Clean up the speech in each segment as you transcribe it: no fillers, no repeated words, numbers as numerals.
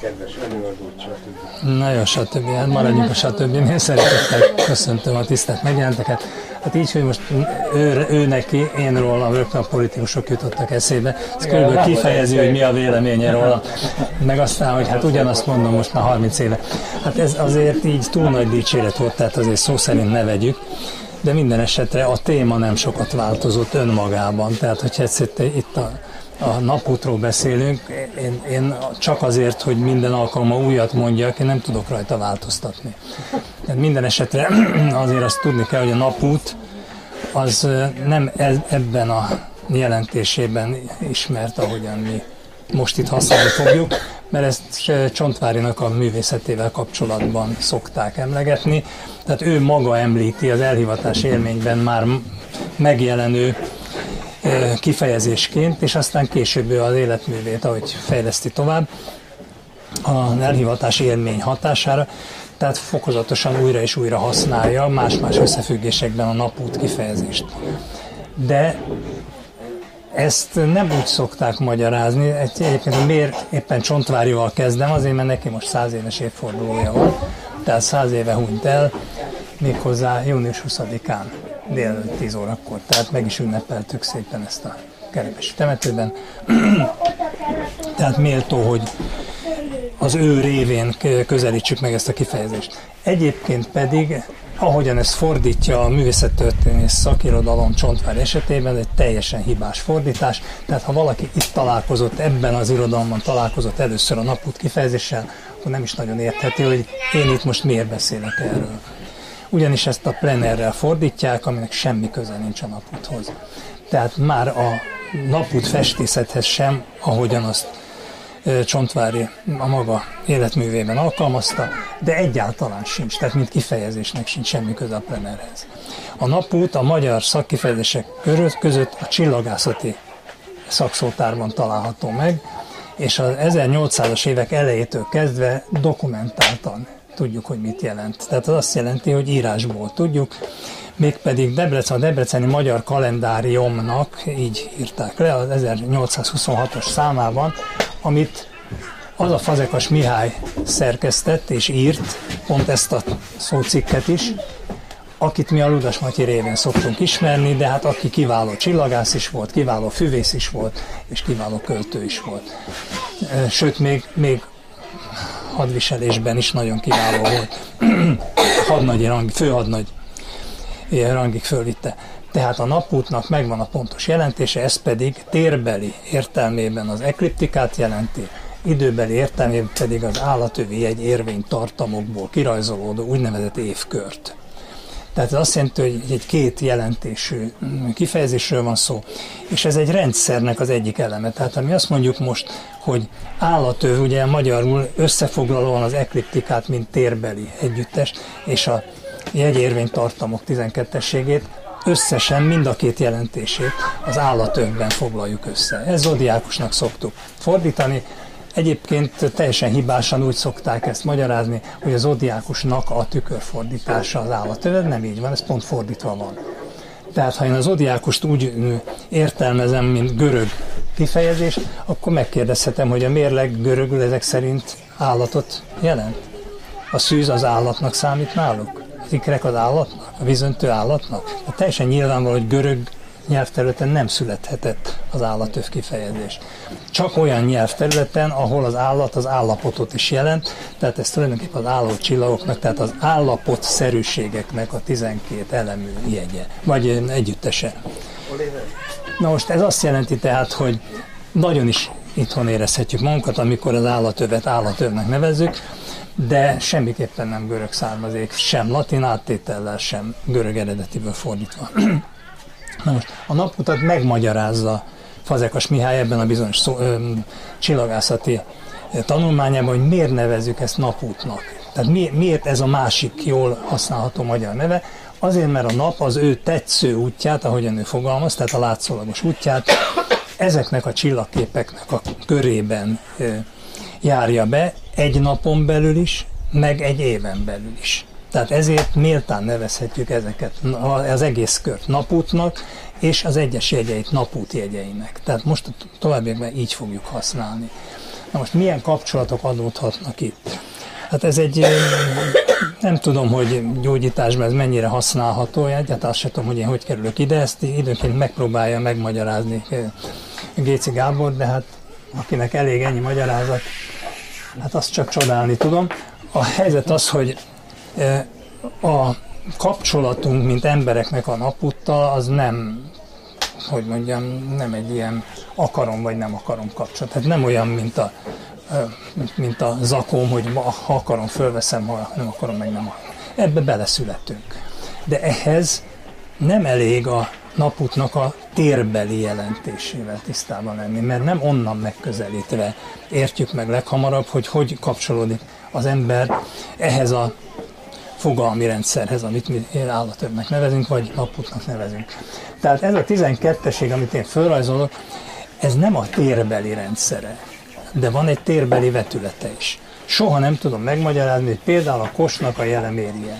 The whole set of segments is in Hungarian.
kedves előadót, stb. Nagyon stb. Hát maradjunk a stb. Szeretettel köszöntöm a tisztelt megjelenteket. Hát így, hogy most ő neki, én rólam, rögtön a politikusok jutottak eszébe. Ez körülbelül kifejezi, hogy mi a véleménye rólam. Meg aztán, hogy hát ugyanazt mondom most már 30 éve. Hát ez azért így túl nagy dicséret volt, tehát azért szó szerint ne vegyük. De minden esetre a téma nem sokat változott önmagában. Tehát, hogyha itt a napútról beszélünk, én csak azért, hogy minden alkalommal újat mondjak, én nem tudok rajta változtatni. Tehát minden esetre azért azt tudni kell, hogy a napút az nem ebben a jelentésében ismert, ahogyan mi most itt használni fogjuk, mert ezt Csontvárinak a művészetével kapcsolatban szokták emlegetni. Tehát ő maga említi az elhivatás élményben már megjelenő kifejezésként, és aztán később ő az életművét, ahogy fejleszti tovább, az elhivatás élmény hatására, tehát fokozatosan újra és újra használja más-más összefüggésekben a napút kifejezést. De ezt nem úgy szokták magyarázni, egyébként miért éppen Csontvárival kezdem, azért, mert neki most 100 éves évfordulója van, tehát 100 éve hunyt el, méghozzá június 20-án, délelőtt 10 órakor, tehát meg is ünnepeltük szépen ezt a Kerepesi temetőben. Tehát méltó, hogy az ő révén közelítsük meg ezt a kifejezést. Egyébként pedig, ahogyan ezt fordítja a művészettörténész szakirodalom Csontvári esetében, egy teljesen hibás fordítás. Tehát ha valaki itt találkozott, ebben az irodalomban találkozott először a napút kifejezéssel, akkor nem is nagyon értheti, hogy én itt most miért beszélek erről. Ugyanis ezt a plenerrel fordítják, aminek semmi köze nincs a napúthoz. Tehát már a napút festészethez sem, ahogyan azt Csontvári a maga életművében alkalmazta, de egyáltalán sincs, tehát mint kifejezésnek sincs semmi köze a plenerhez. A napút a magyar szakkifejezések között a csillagászati szakszótárban található meg, és az 1800-as évek elejétől kezdve dokumentáltan tudjuk, hogy mit jelent. Tehát az azt jelenti, hogy írásból tudjuk, mégpedig a debreceni magyar kalendáriumnak így írták le az 1826-os számában, amit az a Fazekas Mihály szerkesztett és írt, pont ezt a szócikket is, akit mi a Ludas Matyi révén szoktunk ismerni, de hát aki kiváló csillagász is volt, kiváló füvész is volt, és kiváló költő is volt. Sőt, még hadviselésben is nagyon kiváló volt. Főhadnagy rangig fölvitte. Tehát a napútnak megvan a pontos jelentése, ez pedig térbeli értelmében az ekliptikát jelenti, időbeli értelmében pedig az állatövi jegy érvénytartamokból kirajzolódó úgynevezett évkört. Tehát ez azt jelenti, hogy egy két jelentésű kifejezésről van szó, és ez egy rendszernek az egyik eleme. Tehát ha mi azt mondjuk most, hogy állatöv, ugye magyarul összefoglalóan az ekliptikát, mint térbeli együttes, és a jegyérvénytartamok 12-ességét, összesen mind a két jelentését az állatövben foglaljuk össze. Ez zodiákusnak szoktuk fordítani. Egyébként teljesen hibásan úgy szokták ezt magyarázni, hogy a zodiákusnak a tükörfordítása az állatöv, nem így van, ez pont fordítva van. Tehát ha én a zodiákust úgy értelmezem, mint görög kifejezést, akkor megkérdezhetem, hogy a mérleg görögül ezek szerint állatot jelent. A szűz az állatnak számít náluk? Az ikrek az állatnak? A vízöntő állatnak? Tehát teljesen nyilvánvaló, hogy görög nyelvterületen nem születhetett az állatöv kifejezés. Csak olyan nyelvterületen, ahol az állat az állapotot is jelent, tehát ez tulajdonképpen az álló csillagoknak, tehát az állapotszerűségeknek a 12 elemű jegye, vagy együttese. Na most ez azt jelenti tehát, hogy nagyon is itthon érezhetjük magunkat, amikor az állatövet állatövnek nevezzük, de semmiképpen nem görög származék, sem latin áttétellel, sem görög eredetiből fordítva. Na most a naputat megmagyarázza Fazekas Mihály ebben a bizonyos csillagászati tanulmányában, hogy miért nevezzük ezt napútnak. Tehát miért ez a másik jól használható magyar neve? Azért, mert a nap az ő tetsző útját, ahogyan ő fogalmaz, tehát a látszólagos útját, ezeknek a csillagképeknek a körében járja be egy napon belül is, meg egy éven belül is. Tehát ezért méltán nevezhetjük ezeket az egész kört napútnak, és az egyes jegyeit napút jegyeinek. Tehát most a továbbiakban így fogjuk használni. Na most milyen kapcsolatok adódhatnak itt? Hát ez egy, nem tudom, hogy gyógyításban ez mennyire használható, egyáltalán sem tudom, hogy én hogy kerülök ide, ezt időnként megpróbálja megmagyarázni Géci Gábor, de hát akinek elég ennyi magyarázat, hát azt csak csodálni tudom. A helyzet az, hogy a kapcsolatunk, mint embereknek a napúttal, az nem, hogy mondjam, nem egy ilyen akarom vagy nem akarom kapcsolat. Tehát nem olyan, mint a zakóm, hogy ha akarom, fölveszem, ha nem akarom, meg nem akarom. Ebbe beleszületünk. De ehhez nem elég a napútnak a térbeli jelentésével tisztában lenni, mert nem onnan megközelítve értjük meg leghamarabb, hogy kapcsolódik az ember ehhez a fogalmi rendszerhez, amit mi állatövnek nevezünk, vagy napútnak nevezünk. Tehát ez a 12-esség, amit én felrajzolok, ez nem a térbeli rendszere, de van egy térbeli vetülete is. Soha nem tudom megmagyarázni, hogy például a kosnak a jele miért ilyen.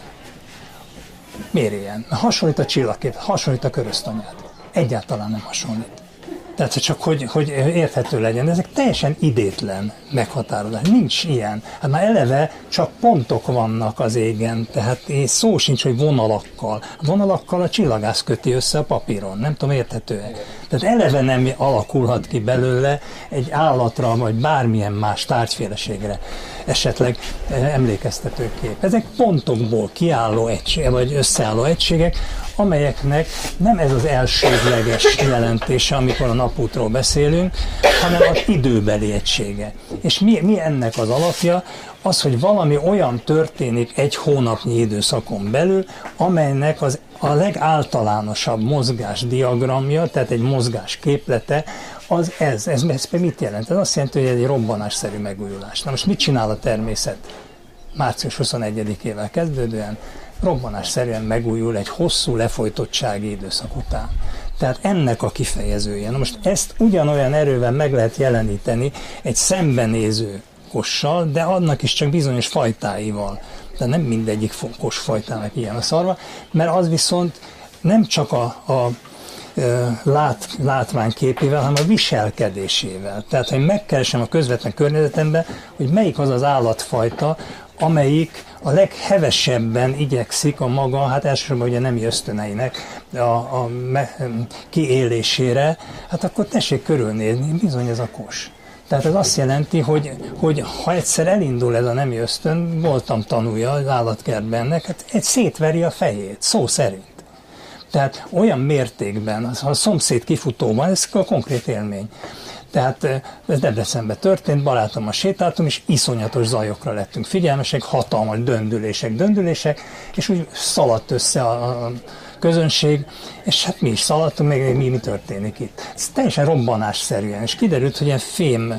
Miért ilyen? Hasonlít a csillagkép, hasonlít a körösztanyád. Egyáltalán nem hasonlít. Tehát csak, hogy érthető legyen. Ezek teljesen idétlen meghatározás. Nincs ilyen. Hát már eleve csak pontok vannak az égen, tehát szó sincs, hogy vonalakkal. A vonalakkal a csillagász köti össze a papíron. Nem tudom, érthető-e. Tehát eleve nem alakulhat ki belőle egy állatra, vagy bármilyen más tárgyféleségre esetleg emlékeztető kép. Ezek pontokból kiálló egységek, vagy összeálló egységek, amelyeknek nem ez az elsődleges jelentése, amikor a napútról beszélünk, hanem az időbeli egysége. És mi ennek az alapja? Az, hogy valami olyan történik egy hónapnyi időszakon belül, amelynek a legáltalánosabb mozgásdiagramja, tehát egy mozgás képlete, az ez mit jelent? Ez azt jelenti, hogy egy robbanásszerű megújulás. Na most mit csinál a természet? Március 21-ével kezdődően robbanásszerűen megújul egy hosszú lefolytottsági időszak után. Tehát ennek a kifejezője. Na most ezt ugyanolyan erővel meg lehet jeleníteni egy szembenéző kossal, de annak is csak bizonyos fajtáival. De nem mindegyik kosfajtának ilyen a szarva, mert az viszont nem csak a látványképével, hanem a viselkedésével. Tehát, hogy megkeresem a közvetlen környezetemben, hogy melyik az az állatfajta, amelyik a leghevesebben igyekszik a maga, hát elsősorban ugye nemi ösztöneinek a kiélésére, hát akkor tessék körülnézni, bizony ez a kos. Tehát ez azt jelenti, hogy ha egyszer elindul ez a nemi ösztön, voltam tanulja az állatkertben ennek, hát egy szétveri a fejét, szó szerint. Tehát olyan mértékben, a szomszéd kifutóban, ez a konkrét élmény. Tehát ez Debrecenben történt, barátommal sétáltunk, és iszonyatos zajokra lettünk figyelmesek, hatalmas döndülések, és úgy szaladt össze a közönség, és hát mi is szaladtunk, meg mi történik itt. Ez teljesen robbanásszerűen, és kiderült, hogy ilyen fém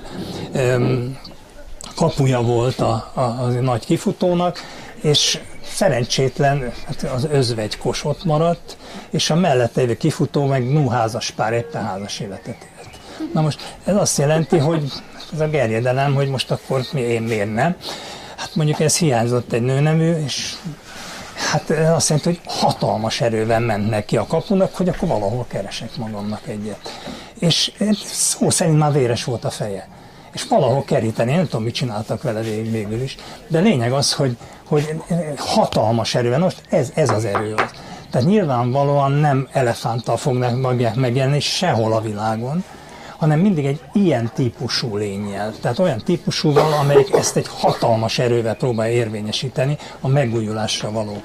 kapuja volt a nagy kifutónak, és szerencsétlen, hát az özvegy kos ott maradt, és a mellette lévő kifutó meg nuházas pár éppen házas életet élt. Na most ez azt jelenti, hogy ez a gerjedelem, hogy most akkor én miért nem. Hát mondjuk ez hiányzott egy nőnemű, és hát azt jelenti, hogy hatalmas erővel mennek ki a kapunak, hogy akkor valahol keresek magamnak egyet. És szó szerint már véres volt a feje. És valahol keríteni, én nem tudom, mit csináltak vele végül is, de lényeg az, hogy hatalmas erővel, most ez az erő az. Tehát nyilvánvalóan nem elefánttal fognak megjelenni sehol a világon, hanem mindig egy ilyen típusú lénnyel. Tehát olyan típusúval, amelyik ezt egy hatalmas erővel próbálja érvényesíteni a megújulásra való,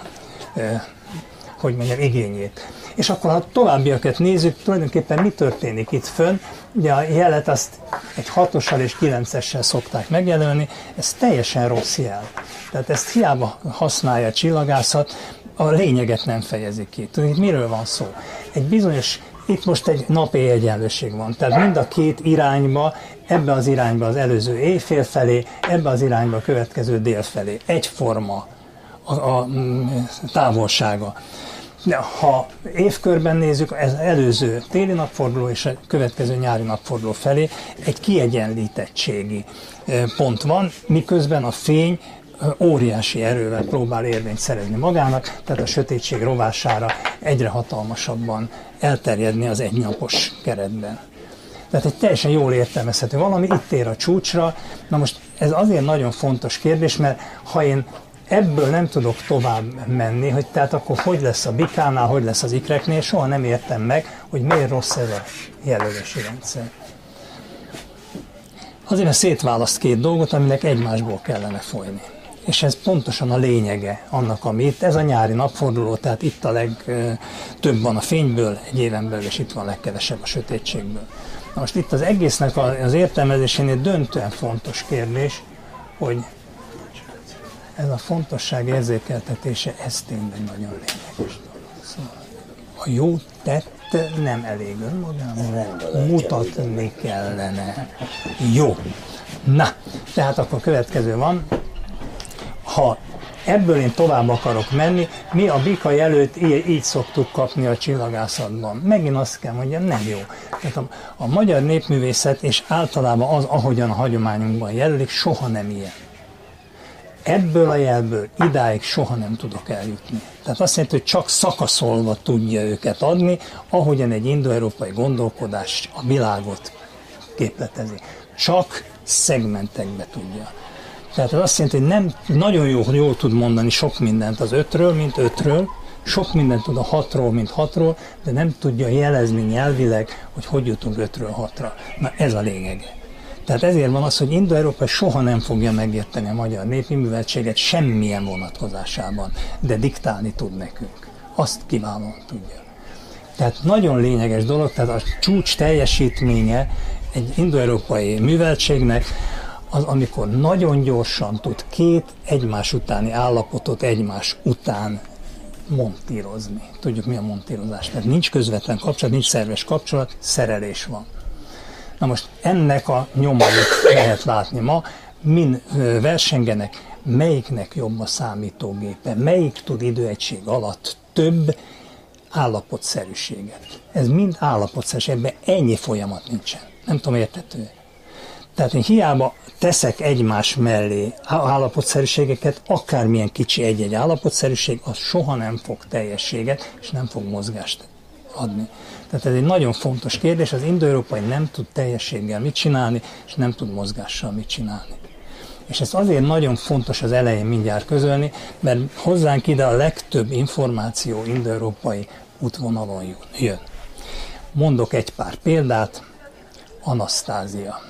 igényét. És akkor, ha továbbiakat nézzük, tulajdonképpen mi történik itt fönn, ugye a jelet azt egy 6-ossal és 9-essel szokták megjelölni, ez teljesen rossz jel. Tehát ezt hiába használja a csillagászat, a lényeget nem fejezi ki. Tudod, miről van szó? Egy bizonyos, itt most egy nap-éj egyenlőség van. Tehát mind a két irányba, ebbe az irányba az előző éjfél felé, ebbe az irányba a következő dél felé. Egyforma a távolsága. De ha évkörben nézzük, ez előző téli napforduló és a következő nyári napforduló felé egy kiegyenlítettségi pont van, miközben a fény óriási erővel próbál érvényt szerezni magának, tehát a sötétség rovására egyre hatalmasabban elterjedni az egynapos keretben. Tehát egy teljesen jól értelmezhető valami, itt ér a csúcsra. Na most ez azért nagyon fontos kérdés, mert ha én ebből nem tudok tovább menni, hogy tehát akkor hogy lesz a bikánál, hogy lesz az ikreknél, soha nem értem meg, hogy miért rossz ez a jelölési rendszer. Azért, mert szétválaszt két dolgot, aminek egymásból kellene folyni. És ez pontosan a lényege annak, ami itt. Ez a nyári napforduló, tehát itt a legtöbb van a fényből, egy éven belül, és itt van a legkevesebb a sötétségből. Na most itt az egésznek az értelmezésénél döntően fontos kérdés, hogy ez a fontosság érzékeltetése, ez tényleg nagyon lényeges dolog. Szóval a jó tett nem elég önmagában, mutatni kellene. Jó. Na, tehát akkor következő van. Ha ebből én tovább akarok menni, mi a bika jelölt így szoktuk kapni a csillagászatban. Megint azt kell mondjam, nem jó. Tehát a magyar népművészet és általában az, ahogyan a hagyományunkban jelölik, soha nem ilyen. Ebből a jelből idáig soha nem tudok eljutni. Tehát azt jelenti, hogy csak szakaszolva tudja őket adni, ahogyan egy indoeurópai gondolkodás a világot képletezi. Csak szegmentekbe tudja. Tehát ez azt jelenti, hogy nem nagyon jól tud mondani sok mindent az 5-ről, mint 5-ről, sok mindent tud a 6-ról, mint 6-ról, de nem tudja jelezni nyelvileg, hogy jutunk 5-ről 6-ra. Na ez a lényege. Tehát ezért van az, hogy Indo-Európa soha nem fogja megérteni a magyar népi műveltséget semmilyen vonatkozásában, de diktálni tud nekünk. Azt kiválóan tudja. Tehát nagyon lényeges dolog, tehát a csúcs teljesítménye egy indo-európai műveltségnek az, amikor nagyon gyorsan tud két egymás utáni állapotot egymás után montírozni. Tudjuk, mi a montírozás. Tehát nincs közvetlen kapcsolat, nincs szerves kapcsolat, szerelés van. Na most ennek a nyomait lehet látni ma, min versengenek, melyiknek jobb a számítógépe, melyik tud időegység alatt több állapotszerűséget. Ez mind állapotszerűség, ebben ennyi folyamat nincsen. Nem tudom, érthető. Tehát én hiába teszek egymás mellé állapotszerűségeket, akármilyen kicsi egy-egy állapotszerűség, az soha nem fog teljességet, és nem fog mozgást adni. Tehát ez egy nagyon fontos kérdés, az indo-európai nem tud teljességgel mit csinálni, és nem tud mozgással mit csinálni. És ez azért nagyon fontos az elején mindjárt közölni, mert hozzánk ide a legtöbb információ indo-európai útvonalon jön. Mondok egy pár példát. Anasztázia.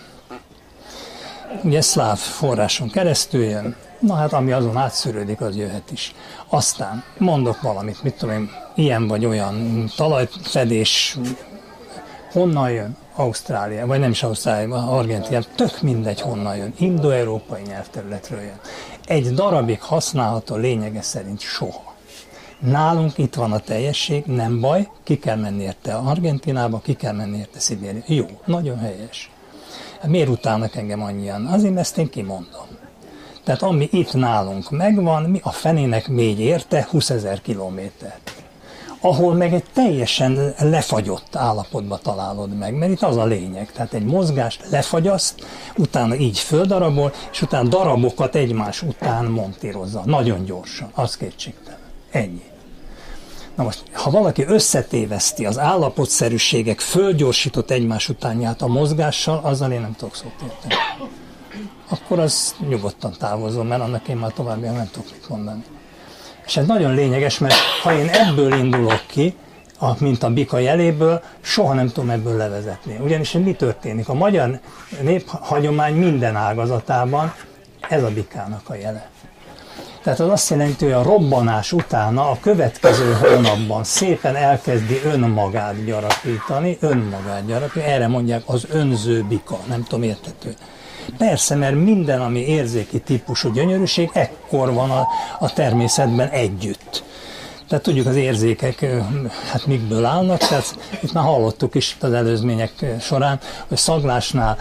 Ugye szláv forráson keresztül jön, na hát ami azon átszűrődik, az jöhet is. Aztán mondok valamit, mit tudom én, ilyen vagy olyan talajfedés, honnan jön? Ausztrália, vagy nem is Ausztrália, Argentína, tök mindegy honnan jön, indo-európai nyelvterületről jön. Egy darabig használható lényege szerint soha. Nálunk itt van a teljesség, nem baj, ki kell menni érte Argentinába, ki kell menni érte Szibériába. Jó, nagyon helyes. Hát miért utálnak engem annyian? Azért, mert ezt én kimondom. Tehát ami itt nálunk megvan, mi a fenének még érte 20 000 kilométert. Ahol meg egy teljesen lefagyott állapotba találod meg, mert itt az a lényeg. Tehát egy mozgást lefagyaszt, utána így földarabol, és utána darabokat egymás után montírozza. Nagyon gyorsan, az kétségtelen. Ennyi. Na most, ha valaki összetéveszti az állapotszerűségek fölgyorsított egymás utánját a mozgással, azzal én nem tudok szót érteni. Akkor az nyugodtan távozom, mert annak én már továbbiak nem tudok mit mondani. És ez nagyon lényeges, mert ha én ebből indulok ki, mint a bika jeléből, soha nem tudom ebből levezetni. Ugyanis mi történik? A magyar néphagyomány minden ágazatában ez a bikának a jele. Tehát az azt jelenti, hogy a robbanás utána a következő hónapban szépen elkezdi önmagát gyarapítani, erre mondják az önző bika, nem tudom, érthető. Persze, mert minden, ami érzéki típusú gyönyörűség, ekkor van a természetben együtt. Tehát tudjuk, az érzékek hát mikből állnak, tehát itt már hallottuk is az előzmények során, hogy szaglásnál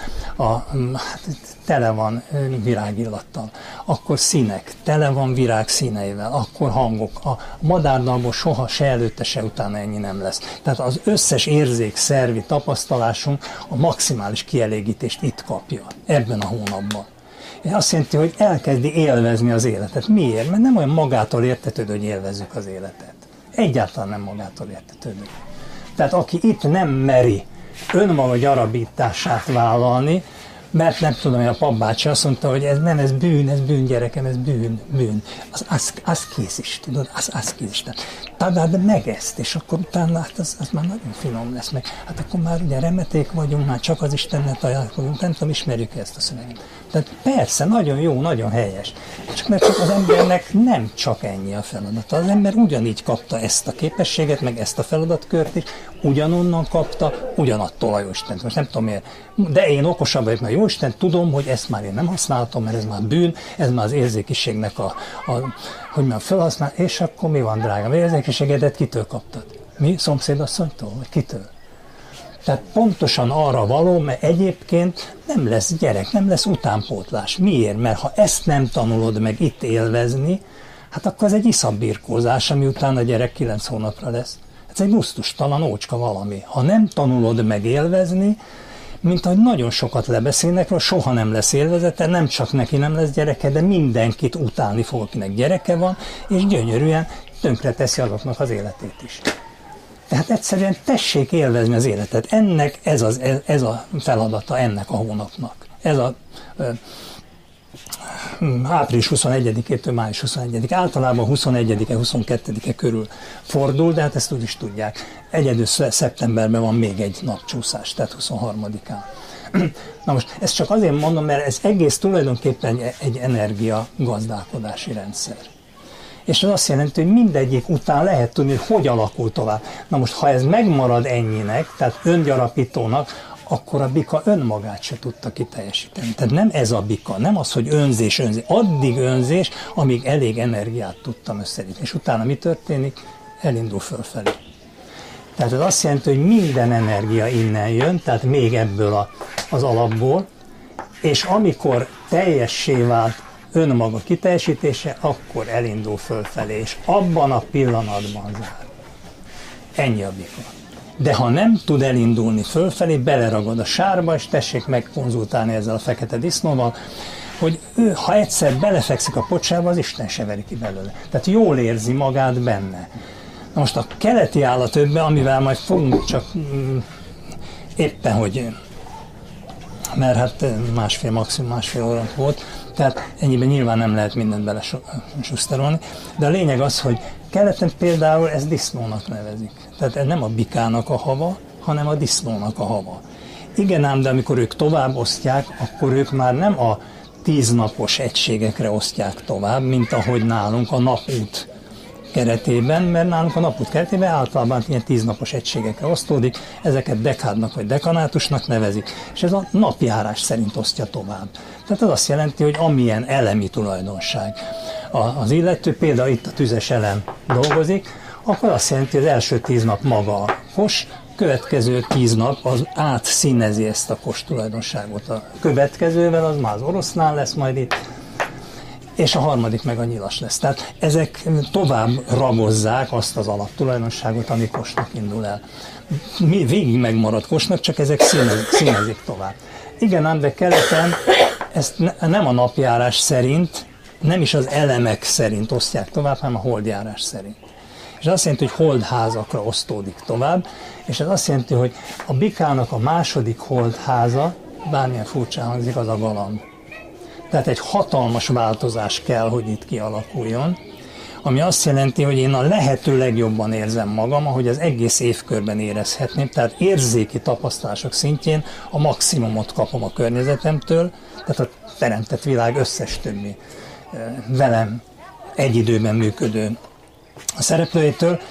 tele van virágillattal, akkor színek, tele van virág színeivel, akkor hangok. A madárdalból soha se előtte, se utána ennyi nem lesz. Tehát az összes érzékszervi tapasztalásunk a maximális kielégítést itt kapja, ebben a hónapban. Ez azt jelenti, hogy elkezdi élvezni az életet. Miért? Mert nem olyan magától értetődő, hogy élvezzük az életet. Egyáltalán nem magától értetődő. Tehát aki itt nem meri önmaga gyarabítását vállalni, mert nem tudom, hogy a papbácsi azt mondta, hogy ez nem, ez bűn gyerekem, ez bűn. Az kész is, tudod, az kész is. Tagáld meg ezt, és akkor utána hát az már nagyon finom lesz meg. Hát akkor már ugye remeték vagyunk, már csak az Istennek ajánlkozunk, nem tudom, ismerjük ezt a szöveget. Tehát persze, nagyon jó, nagyon helyes. Csak mert az embernek nem csak ennyi a feladata. Az ember ugyanígy kapta ezt a képességet, meg ezt a feladatkört is, ugyanonnan kapta, ugyanattól a Jóistent. Most nem tudom miért. De én okosabb vagyok, mert Jóisten, tudom, hogy ezt már én nem használtam, mert ez már bűn, ez már az érzékiségnek hogy már felhasznál, és akkor mi van, drágám? Érzékiségedet kitől kaptad? Mi? Szomszédasszonytól? Vagy kitől? Tehát pontosan arra való, mert egyébként nem lesz gyerek, nem lesz utánpótlás. Miért? Mert ha ezt nem tanulod meg itt élvezni, hát akkor ez egy iszabbirkózás, ami után a gyerek 9 hónapra lesz. Ez egy gusztustalan ócska valami. Ha nem tanulod meg élvezni, mint ahogy nagyon sokat lebeszélnek, soha nem lesz élvezete, nem csak neki nem lesz gyereke, de mindenkit utálni fog, akinek gyereke van, és gyönyörűen tönkreteszi azoknak az életét is. Tehát egyszerűen tessék élvezni az életet. Ennek ez a feladata ennek a hónapnak. Ez a április 21-től május 21. Általában 21-e, 22-e körül fordul, de hát ezt úgy is tudják. Egyedül szeptemberben van még egy napcsúszás, tehát 23-án. Na most ezt csak azért mondom, mert ez egész tulajdonképpen egy energiagazdálkodási rendszer. És ez azt jelenti, hogy mindegyik után lehet tudni, hogy alakul tovább. Na most, ha ez megmarad ennyinek, tehát öngyarapítónak, akkor a bika önmagát se tudta kiteljesíteni. Tehát nem ez a bika, nem az, hogy önzés. Addig önzés, amíg elég energiát tudtam összedíteni. És utána mi történik? Elindul fölfelé. Tehát ez azt jelenti, hogy minden energia innen jön, tehát még ebből az alapból, és amikor teljessé vált önmaga kiteljesítése, akkor elindul fölfelé, és abban a pillanatban zár. Ennyi a bika. De ha nem tud elindulni fölfelé, beleragad a sárba, és tessék megkonzultálni ezzel a fekete disznóval, hogy ő, ha egyszer belefekszik a pocsába, az Isten se veri ki belőle. Tehát jól érzi magát benne. Na most a keleti állatőbben, amivel majd fogunk csak éppen, hogy mert hát maximum másfél óra volt, tehát ennyiben nyilván nem lehet mindent belesuszterolni, de a lényeg az, hogy keleten például ezt disznónak nevezik. Tehát ez nem a bikának a hava, hanem a disznónak a hava. Igen ám, de amikor ők tovább osztják, akkor ők már nem a 10 napos egységekre osztják tovább, mint ahogy nálunk a napút keretében, mert nálunk a napút keretében általában ilyen 10 napos egységekre osztódik, ezeket dekádnak vagy dekanátusnak nevezik, és ez a napjárás szerint osztja tovább. Tehát az azt jelenti, hogy amilyen elemi tulajdonság az illető, például itt a tüzes elem dolgozik, akkor azt jelenti, hogy az első 10 nap maga a kos, következő 10 nap az átszínezi ezt a kos tulajdonságot. A következővel az már az oroszlán lesz majd itt, és a harmadik meg a nyilas lesz. Tehát ezek tovább ragozzák azt az alaptulajdonságot, ami kosnak indul el. Végig megmarad kosnak, csak ezek színezik tovább. Igen, ám, de keleten ezt nem a napjárás szerint, nem is az elemek szerint osztják tovább, hanem a holdjárás szerint. És azt jelenti, hogy holdházakra osztódik tovább, és ez azt jelenti, hogy a bikának a második holdháza, bármilyen furcsán hangzik, az a galamb. Tehát egy hatalmas változás kell, hogy itt kialakuljon, ami azt jelenti, hogy én a lehető legjobban érzem magam, ahogy az egész évkörben érezhetném, tehát érzéki tapasztalások szintjén a maximumot kapom a környezetemtől, tehát a teremtett világ összes többi velem egy időben működő szereplőjétől,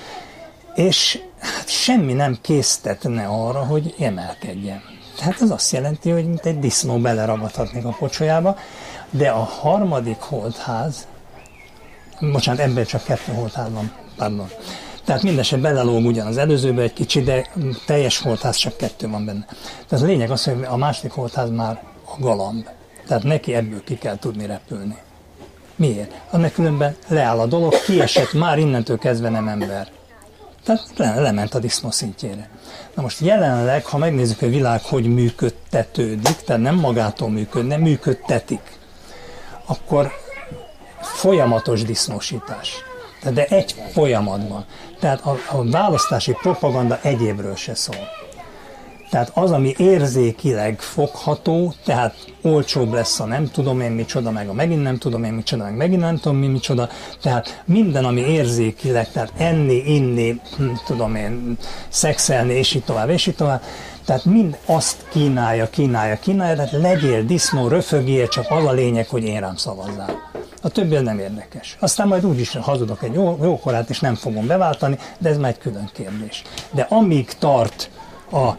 és hát semmi nem késztetne arra, hogy emelkedjen. Tehát ez azt jelenti, hogy mint egy disznó beleragadhatnék a pocsolyába, de a harmadik holdház, bocsánat, ebben csak 2 holdház van, pardon. Tehát mindeset belelóg ugyan az előzőbe egy kicsi, de teljes holdház csak 2 van benne. Tehát a lényeg az, hogy a második holdház már a galamb. Tehát neki ebből ki kell tudni repülni. Miért? Annak különben leáll a dolog, kiesett, már innentől kezdve nem ember. Tehát lement a disznó szintjére. Na most jelenleg, ha megnézzük, hogy a világ hogy működtetődik, tehát nem magától működne, működtetik, akkor folyamatos disznósítás. De egy folyamatban. Tehát a választási propaganda egyébről se szól. Tehát az, ami érzékileg fogható, tehát olcsóbb lesz a nem tudom én micsoda, meg a megint nem tudom én micsoda, meg megint nem tudom én micsoda, tehát minden, ami érzékileg, tehát enni, inni, tudom én, szexelni, és így tovább, tehát mind azt kínálja, tehát legyél disznó, röfögjél, csak az a lényeg, hogy én rám szavazzál. A többi nem érdekes. Aztán majd úgyis hazudok egy jókorát, és nem fogom beváltani, de ez már egy külön kérdés. De amíg tart a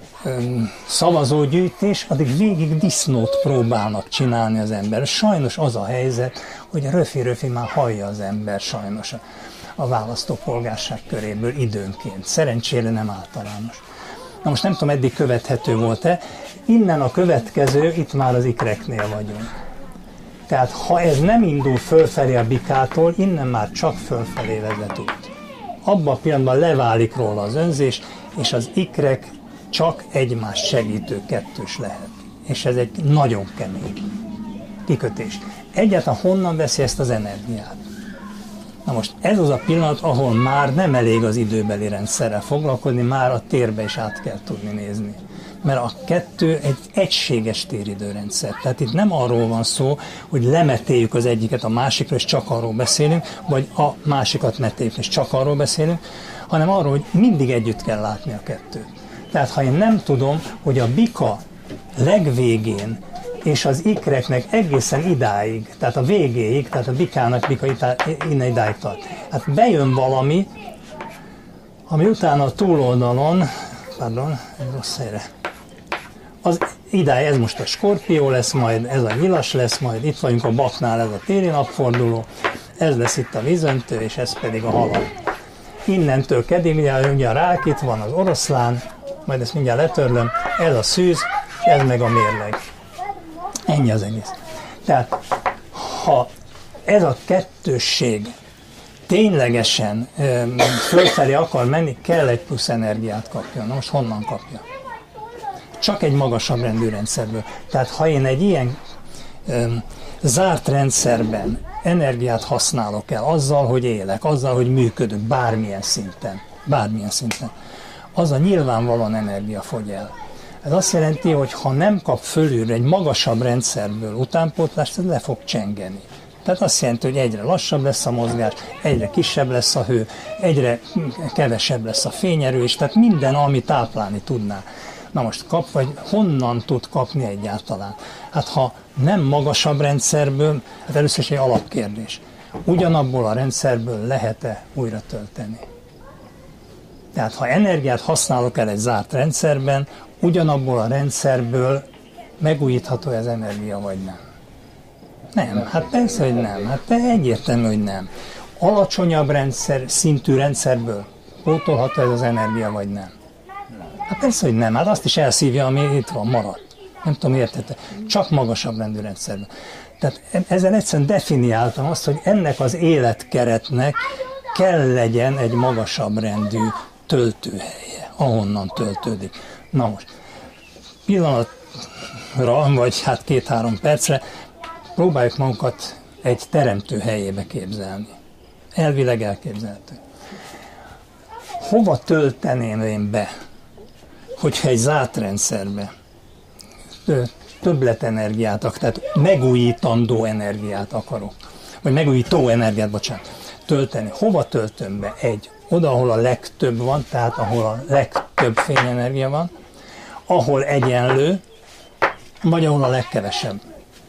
szavazógyűjtés, addig végig disznót próbálnak csinálni az ember. Sajnos az a helyzet, hogy röfi már hallja az ember sajnos a választópolgárság köréből időnként. Szerencsére nem általános. Na most nem tudom, eddig követhető volt-e. Innen a következő, itt már az ikreknél vagyunk. Tehát ha ez nem indul fölfelé a bikától, innen már csak fölfelé vezet út. Abban a pillanatban leválik róla az önzés, és az ikrek csak egymást segítő kettős lehet. És ez egy nagyon kemény kikötés. Egyáltalán honnan veszi ezt az energiát? Na most ez az a pillanat, ahol már nem elég az időbeli rendszerrel foglalkozni, már a térbe is át kell tudni nézni. Mert a kettő egy egységes téridőrendszer. Tehát itt nem arról van szó, hogy lemetéljük az egyiket a másikra, és csak arról beszélünk, vagy a másikat metéljük, és csak arról beszélünk, hanem arról, hogy mindig együtt kell látni a kettőt. Tehát ha én nem tudom, hogy a bika legvégén és az ikreknek egészen idáig, tehát a végéig, tehát a bika innen idáig tart. Hát bejön valami, ami utána a túloldalon, rossz helyre, az idáig, ez most a Skorpió lesz majd, ez a Nyilas lesz majd, itt vagyunk a Baknál, ez a téli napforduló, ez lesz itt a Vízöntő, és ez pedig a Halak. Innentől keddig, ugye a Rák, itt van az Oroszlán, majd ezt mindjárt letörlöm, ez a Szűz, ez meg a Mérleg. Ennyi az egész. Tehát, ha ez a kettősség ténylegesen fölfelé akar menni, kell egy plusz energiát kapjon. Na most honnan kapja? Csak egy magasabb rendű rendszerből. Tehát, ha én egy ilyen zárt rendszerben energiát használok el, azzal, hogy élek, azzal, hogy működök, bármilyen szinten, az a nyilvánvalóan energia fogy el. Ez azt jelenti, hogy ha nem kap fölülre egy magasabb rendszerből utánpótlást, ez le fog csengeni. Tehát azt jelenti, hogy egyre lassabb lesz a mozgás, egyre kisebb lesz a hő, egyre kevesebb lesz a fényerő, és tehát minden, ami táplálni tudná. Na most kap, vagy honnan tud kapni egyáltalán? Hát ha nem magasabb rendszerből, hát először is egy alapkérdés. Ugyanabból a rendszerből lehet-e újra tölteni? Tehát ha energiát használok el egy zárt rendszerben, ugyanabból a rendszerből megújítható az energia, vagy nem? Nem, hát persze, hogy nem. Hát egyértelmű, hogy nem. Alacsonyabb szintű rendszerből pótolható ez az energia, vagy nem? Hát persze, hogy nem. Hát azt is elszívja, ami itt van, maradt. Nem tudom, értette. Csak magasabb rendű rendszerben. Tehát ezzel egyszerűen definiáltam azt, hogy ennek az életkeretnek kell legyen egy magasabb rendű töltőhelye, ahonnan töltődik. Na most, pillanatra, vagy hát 2-3 percre próbáljuk magunkat egy teremtő helyébe képzelni. Elvileg elképzelhető. Hova tölteném én be, hogyha egy zárt rendszerbe többletenergiát, tehát megújítandó energiát akarok, vagy megújító energiát, tölteni. Hova töltöm be? Oda, ahol a legtöbb van, tehát ahol a legtöbb fényenergia van, ahol egyenlő, vagy ahol a legkevesebb.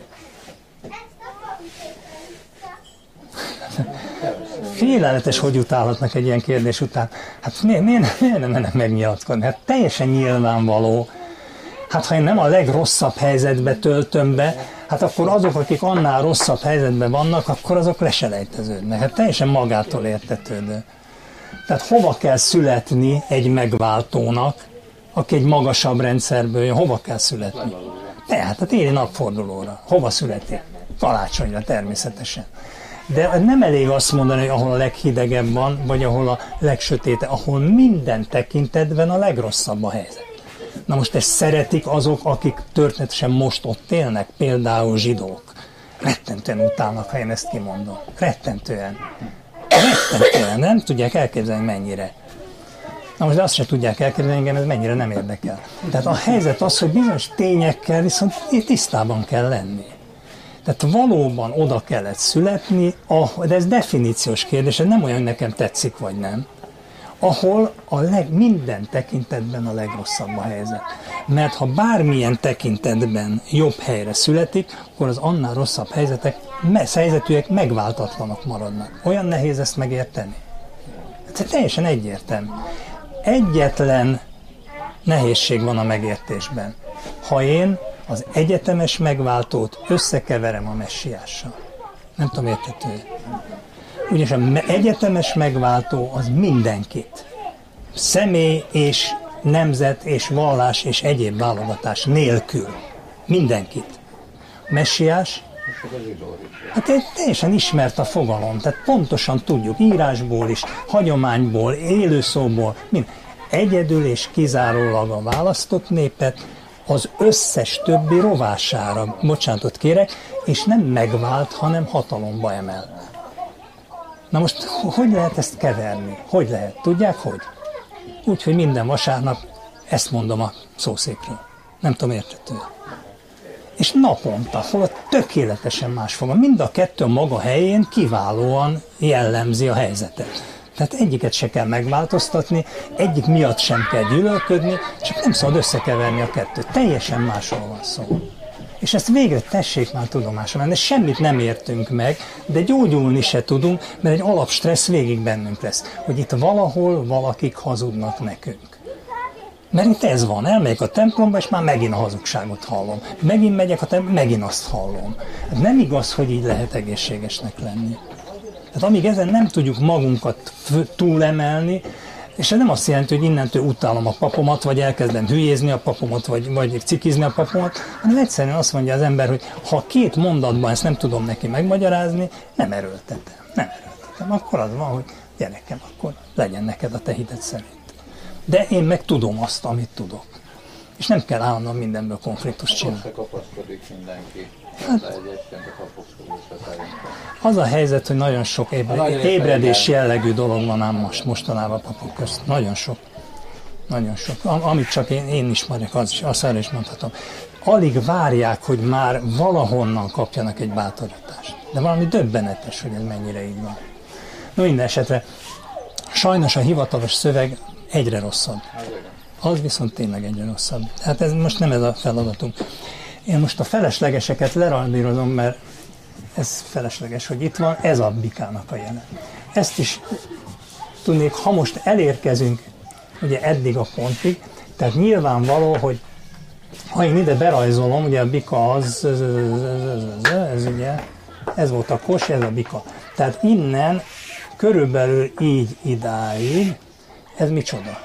Félelmetes, hogy utálhatnak egy ilyen kérdés után. Hát miért nem mennek megnyilatkozni? Hát teljesen nyilvánvaló. Hát ha én nem a legrosszabb helyzetbe töltöm be, hát akkor azok, akik annál rosszabb helyzetben vannak, akkor azok leselejteződnek. Hát teljesen magától értetődő. Tehát hova kell születni egy megváltónak, aki egy magasabb rendszerből jön, hova kell születni? Tehát a téli napfordulóra. Hova születik? Karácsonyra természetesen. De nem elég azt mondani, hogy ahol a leghidegebb van, vagy ahol a legsötétebb, ahol minden tekintetben a legrosszabb a helyzet. Na most ezt szeretik azok, akik történetesen most ott élnek, például zsidók. Rettentően utálnak, ha én ezt kimondom. Rettentően, nem tudják elképzelni mennyire. Na most de azt se tudják elkerülni, engem ez mennyire nem érdekel. Tehát a helyzet az, hogy bizonyos tényekkel viszont tisztában kell lenni. Tehát valóban oda kellett születni, de ez definíciós kérdés, ez nem olyan, hogy nekem tetszik vagy nem, ahol minden tekintetben a legrosszabb a helyzet. Mert ha bármilyen tekintetben jobb helyre születik, akkor az annál rosszabb helyzetűek megváltatlanok maradnak. Olyan nehéz ezt megérteni. Ez teljesen egyértelmű. Egyetlen nehézség van a megértésben. Ha én az egyetemes megváltót összekeverem a messiással. Nem tudom, érthető. Ugyanis az egyetemes megváltó az mindenkit. Személy és nemzet és vallás és egyéb válogatás nélkül. Mindenkit. Messiás? Hát teljesen ismert a fogalom, tehát pontosan tudjuk, írásból is, hagyományból, élőszóból, egyedül és kizárólag a választott népet az összes többi rovására, bocsánatot kérek, és nem megvált, hanem hatalomba emel. Na most, hogy lehet ezt keverni? Hogy lehet? Tudják, hogy? Úgy, hogy minden vasárnap ezt mondom a szószékről. Nem tudom, érthető. És naponta, hol tökéletesen más fogalom. Mind a kettő a maga helyén kiválóan jellemzi a helyzetet. Tehát egyiket se kell megváltoztatni, egyik miatt sem kell gyűlölködni, csak nem szabad összekeverni a kettőt. Teljesen másról van szó. És ezt végre tessék már tudomásra venni, semmit nem értünk meg, de gyógyulni se tudunk, mert egy alapstressz végig bennünk lesz, hogy itt valahol valakik hazudnak nekünk. Mert itt ez van, elmegyek a templomba, és már megint a hazugságot hallom. Megint megyek a templomba, megint azt hallom. Nem igaz, hogy így lehet egészségesnek lenni. Tehát amíg ezen nem tudjuk magunkat túlemelni, és ez nem azt jelenti, hogy innentől utálom a papomat, vagy elkezdem hülyézni a papomat, vagy cikizni a papomat, hanem egyszerűen azt mondja az ember, hogy ha 2 mondatban ezt nem tudom neki megmagyarázni, nem erőltetem. Akkor az van, hogy gyerekem, akkor legyen neked a te hited szerint. De én meg tudom azt, amit tudok. És nem kell állandóan mindenből konfliktust csinálni. Összekapaszkodik mindenki. Az a helyzet, hogy nagyon sok ébredés jellegű dolog van ám mostanában a papok közt. Nagyon sok. Nagyon sok. Amit csak én ismerek, azt erre is mondhatom. Alig várják, hogy már valahonnan kapjanak egy bátorítást. De valami döbbenetes, hogy ez mennyire így van. No, minden esetre sajnos a hivatalos szöveg egyre rosszabb. Az viszont tényleg egyre rosszabb. Hát ez most nem ez a feladatunk. Én most a feleslegeseket lerandírozom, mert ez felesleges, hogy itt van, ez a bikának a jelen. Ezt is tudnék, ha most elérkezünk ugye eddig a pontig, tehát nyilvánvaló, hogy ha én ide berajzolom, ugye a bika az, ez ugye, ez volt a kos, ez a bika. Tehát innen körülbelül így idáig, ez micsoda?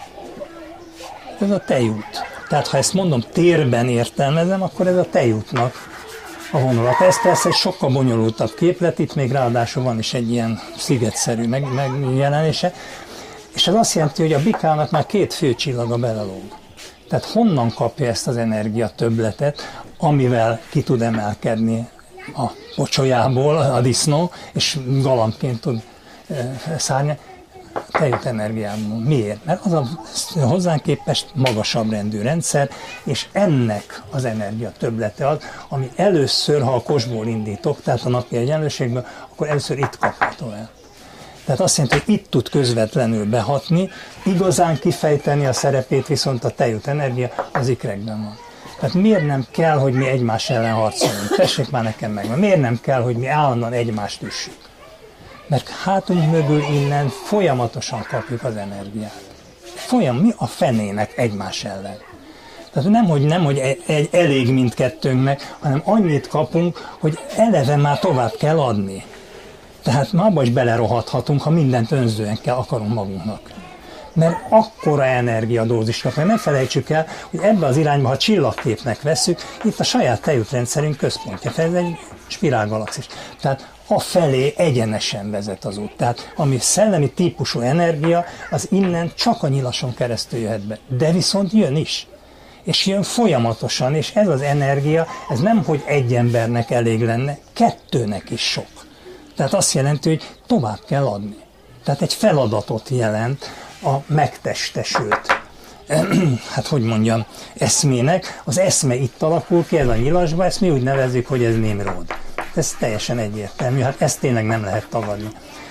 Ez a tejút. Tehát ha ezt mondom térben értelmezem, akkor ez a tejútnak a vonulata. Ez persze egy sokkal bonyolultabb képlet, itt még ráadásul van is egy ilyen szigetszerű megjelenése, és ez azt jelenti, hogy a bikának már 2 főcsillaga belelóg. Tehát honnan kapja ezt az energia többletet, amivel ki tud emelkedni a pocsolyából a disznó, és galambként tud szárnyalni. Tejút energiából. Miért? Mert az a hozzánk képest magasabb rendű rendszer, és ennek az energia többlete az, ami először, ha a kosból indítok, tehát a napi egyenlőségből, akkor először itt kapható el. Tehát azt jelenti, hogy itt tud közvetlenül behatni, igazán kifejteni a szerepét, viszont a tejút energia az ikrekben van. Tehát miért nem kell, hogy mi egymás ellen harcoljunk? Tessék már nekem meg, miért nem kell, hogy mi állandóan egymást üssük? Mert hátunk mögül innen folyamatosan kapjuk az energiát. Mi a fenének egymás ellen? Tehát nem, hogy elég mindkettőnknek, hanem annyit kapunk, hogy eleve már tovább kell adni. Tehát már abba is belerohadhatunk, ha mindent önzően akarunk magunknak. Mert akkora energiadózis kapunk. Ne felejtsük el, hogy ebbe az irányba, ha csillagképnek vesszük, itt a saját tejútrendszerünk központja, ez egy spirálgalaxis. Tehát afelé egyenesen vezet az út. Tehát ami szellemi típusú energia, az innen csak a nyilason keresztül jöhet be. De viszont jön is. És jön folyamatosan, és ez az energia, ez nem, hogy egy embernek elég lenne, 2-nek is sok. Tehát azt jelenti, hogy tovább kell adni. Tehát egy feladatot jelent, a megtestesült, hát hogy mondjam, eszmének. Az eszme itt alakul ki, ez a nyilasba, ezt mi úgy nevezzük, hogy ez Nimród. Ez teljesen egyértelmű, hát ezt tényleg nem lehet tagadni.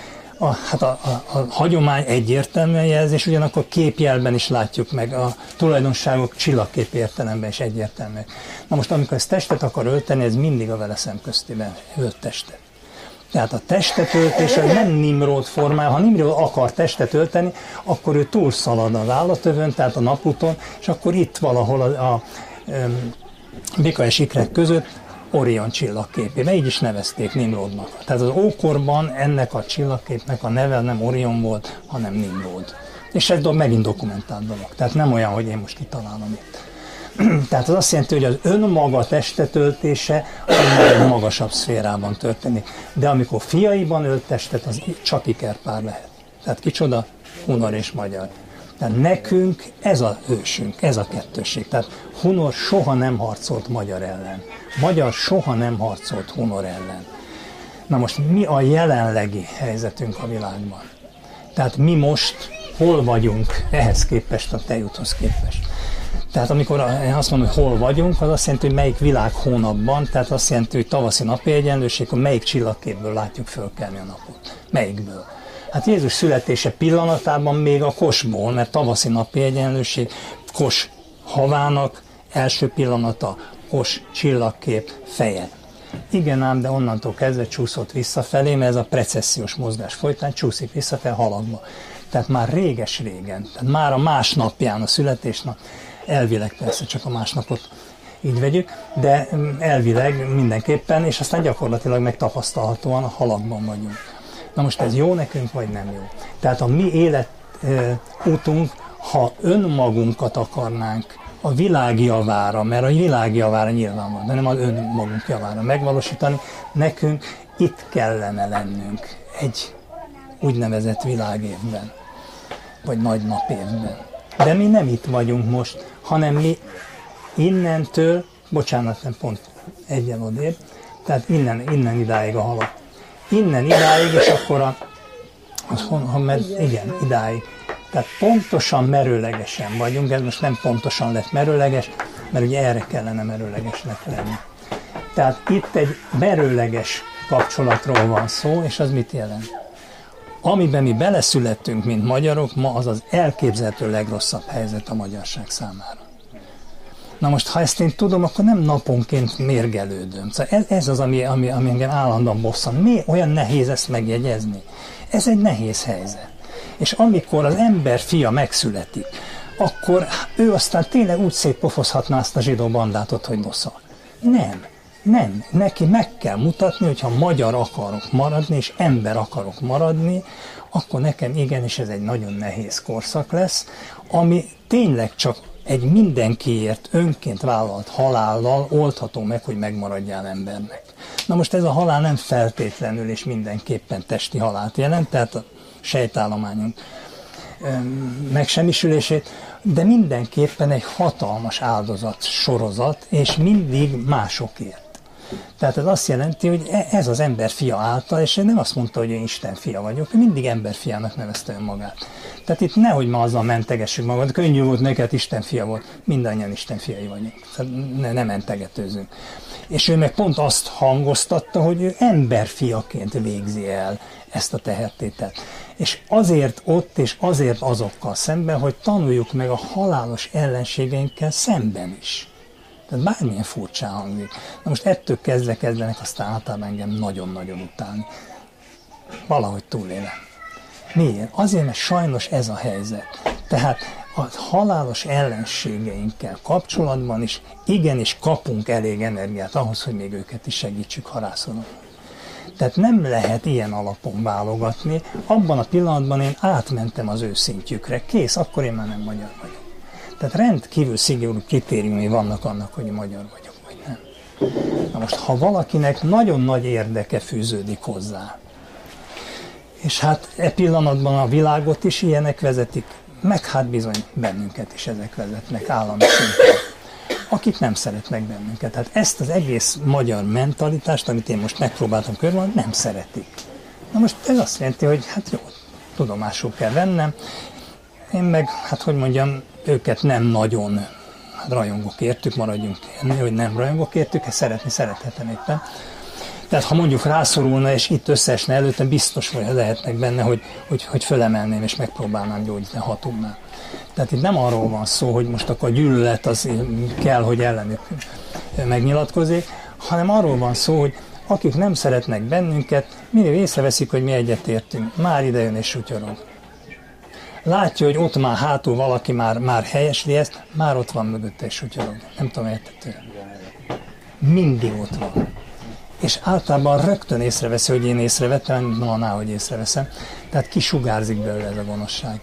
A hagyomány egyértelműen jelzés, ugyanakkor képjelben is látjuk meg, a tulajdonságok csillagkép értelemben is egyértelműek. Na most, amikor ez testet akar ölteni, ez mindig a vele szemköztiben ölt testet. Tehát a testet öltés az nem Nimród formája. Ha Nimród akar testet ölteni, akkor ő túlszalad az állatövön, tehát a napúton, és akkor itt valahol a Bika és Ikrek között Orion csillagképében, így is nevezték Nimródnak. Tehát az ókorban ennek a csillagképnek a neve nem Orion volt, hanem Nimród. És ez megint dokumentált dolog. Tehát nem olyan, hogy én most kitalálom itt. Tehát az azt jelenti, hogy az önmaga testetöltése az már egy magasabb szférában történik. De amikor fiaiban ölt testet, az csak ikerpár lehet. Tehát kicsoda? Hunor és magyar. Tehát nekünk ez a ősünk, ez a kettősség. Tehát Hunor soha nem harcolt magyar ellen. Magyar soha nem harcolt Hunor ellen. Na most mi a jelenlegi helyzetünk a világban? Tehát mi most hol vagyunk ehhez képest, a Tejúthoz képest? Tehát amikor én azt mondom, hogy hol vagyunk, az azt jelenti, hogy melyik világ hónapban, tehát azt jelenti, hogy tavaszi napi egyenlőség, akkor melyik csillagképből látjuk fölkelni a napot. Melyikből? Hát Jézus születése pillanatában még a Kosból, mert tavaszi napi egyenlőség, Kos havának első pillanata, Kos csillagkép feje. Igen ám, de onnantól kezdve csúszott visszafelé, mert ez a precessziós mozgás folytán csúszik visszafelé halakba. Tehát már réges-régen, tehát már a másnapján, a születésnap, elvileg persze csak a másnapot így vegyük, de elvileg mindenképpen, és aztán gyakorlatilag megtapasztalhatóan a halakban vagyunk. Na most ez jó nekünk, vagy nem jó? Tehát a mi életútunk, ha önmagunkat akarnánk a világ javára, mert a világ javára nyilván van, de nem az önmagunk javára megvalósítani, nekünk itt kellene lennünk egy úgynevezett világévben, vagy nagy napévben. De mi nem itt vagyunk most, hanem mi innentől, bocsánat, nem pont egyen odébb, tehát innen idáig a halak. Innen idáig, és akkor igen, idáig. Tehát pontosan merőlegesen vagyunk, ez most nem pontosan lett merőleges, mert ugye erre kellene merőlegesnek lenni. Tehát itt egy merőleges kapcsolatról van szó, és az mit jelent? Amiben mi beleszülettünk, mint magyarok, ma az az elképzelhető legrosszabb helyzet a magyarság számára. Na most, ha ezt én tudom, akkor nem naponként mérgelődöm. Szóval ez az, ami engem állandóan bosszant. Miért olyan nehéz ezt megjegyezni? Ez egy nehéz helyzet. És amikor az ember fia megszületik, akkor ő aztán tényleg úgy szétpofozhatná azt a zsidó bandátot, hogy nosza. Nem. Neki meg kell mutatni, hogy ha magyar akarok maradni, és ember akarok maradni, akkor nekem igenis ez egy nagyon nehéz korszak lesz, ami tényleg csak egy mindenkiért önként vállalt halállal oldható meg, hogy megmaradjál embernek. Na most ez a halál nem feltétlenül és mindenképpen testi halált jelent, tehát a sejtállományunk megsemmisülését, de mindenképpen egy hatalmas áldozat sorozat, és mindig másokért. Tehát ez azt jelenti, hogy ez az ember fia által, és nem azt mondta, hogy én Isten fia vagyok, mindig emberfiának nevezte önmagát. Tehát itt nehogy ma azzal mentegessük magad, könnyű volt neked, Isten fia volt, mindannyian Isten fiai vagyunk, tehát ne mentegetőzünk. És ő meg pont azt hangoztatta, hogy ő emberfiaként végzi el ezt a tehertételt. És azért ott, és azért azokkal szemben, hogy tanuljuk meg a halálos ellenségeinkkel szemben is. Tehát bármilyen furcsán hangzik. Na most ettől kezdenek aztán általában engem nagyon-nagyon utálni. Valahogy túlélem. Miért? Azért, mert sajnos ez a helyzet. Tehát a halálos ellenségeinkkel kapcsolatban is igenis kapunk elég energiát ahhoz, hogy még őket is segítsük, ha rászorulnak. Tehát nem lehet ilyen alapon válogatni. Abban a pillanatban én átmentem az ő szintjükre. Kész, akkor én már nem magyar vagyok. Tehát rendkívül szigorú kritériumai vannak annak, hogy magyar vagyok, vagy nem. Na most, ha valakinek nagyon nagy érdeke fűződik hozzá, és hát e pillanatban a világot is ilyenek vezetik, meg hát bizony bennünket is ezek vezetnek állami szinten, akik nem szeretnek bennünket. Tehát ezt az egész magyar mentalitást, amit én most megpróbáltam körülvenni, nem szeretik. Na most ez azt jelenti, hogy hát jó, tudomásul kell vennem, Én meg, hát hogy mondjam, őket nem nagyon rajongok értük, maradjunk ennél, hogy nem rajongok értük, szerethetem éppen. Tehát ha mondjuk rászorulna, és itt összeesne előttem, biztos hogy lehetnek benne, hogy fölemelném, és megpróbálnám gyógyítani, ha tudnám. Tehát itt nem arról van szó, hogy most akkor a gyűlölet az kell, hogy ellenük megnyilatkozik, hanem arról van szó, hogy akik nem szeretnek bennünket, mindig észreveszik, hogy mi egyetértünk, már idejön és sutyorog. Látja, hogy ott már hátul valaki már helyesli ezt, már ott van mögötte és sutyorog. Nem tudom, értető. Mindig ott van. És általában rögtön észreveszi, hogy én észrevettem, hogy észreveszem. Tehát kisugárzik belőle ez a gonoszság.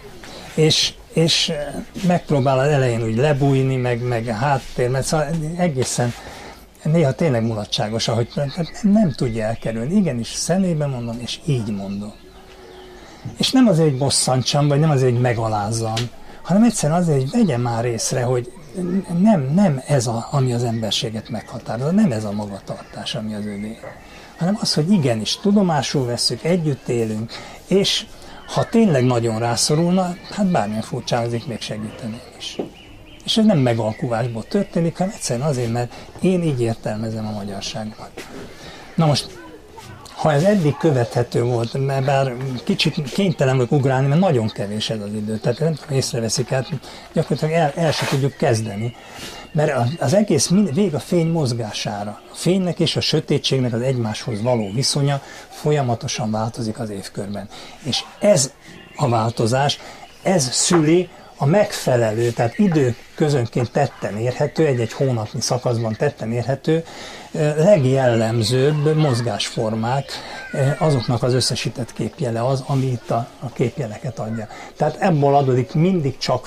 És megpróbál az elején úgy lebújni, meg háttérben, szóval egészen néha tényleg mulatságos, ahogy nem tudja elkerülni. Igenis, szemébe mondom, és így mondom. És nem azért, hogy bosszantsam, vagy nem azért, hogy megalázzam, hanem egyszerűen azért, hogy vegyem már észre, hogy nem ez, ami az emberséget meghatározza, nem ez a magatartás, ami az övé, hanem az, hogy igenis, tudomásul vesszük, együtt élünk, és ha tényleg nagyon rászorulna, hát bármilyen furcsázik, még segíteni is. És ez nem megalkuvásból történik, hanem egyszerűen azért, mert én így értelmezem a magyarságomat. Na most, ha ez eddig követhető volt, mert bár kicsit kénytelen vagyok ugrálni, mert nagyon kevés ez az idő, tehát nem tudom, észreveszik át, gyakorlatilag el se tudjuk kezdeni. Mert az egész vég a fény mozgására. A fénynek és a sötétségnek az egymáshoz való viszonya folyamatosan változik az évkörben. És ez a változás, ez szüli a megfelelő, tehát időközönként tetten érhető, egy-egy hónapnyi szakaszban tetten érhető, legjellemzőbb mozgásformák, azoknak az összesített képjele az, ami itt a képjeleket adja. Tehát ebből adódik mindig csak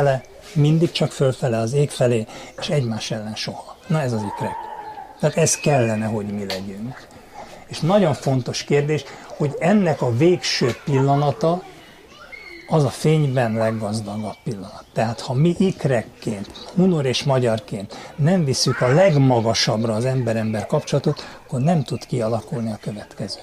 fölfele az ég felé, és egymás ellen soha. Na ez az ikrek. Tehát ez kellene, hogy mi legyünk. És nagyon fontos kérdés, hogy ennek a végső pillanata az a fényben leggazdagabb pillanat. Tehát ha mi ikrekként, hunor és magyarként nem visszük a legmagasabbra az ember-ember kapcsolatot, akkor nem tud kialakulni a következő.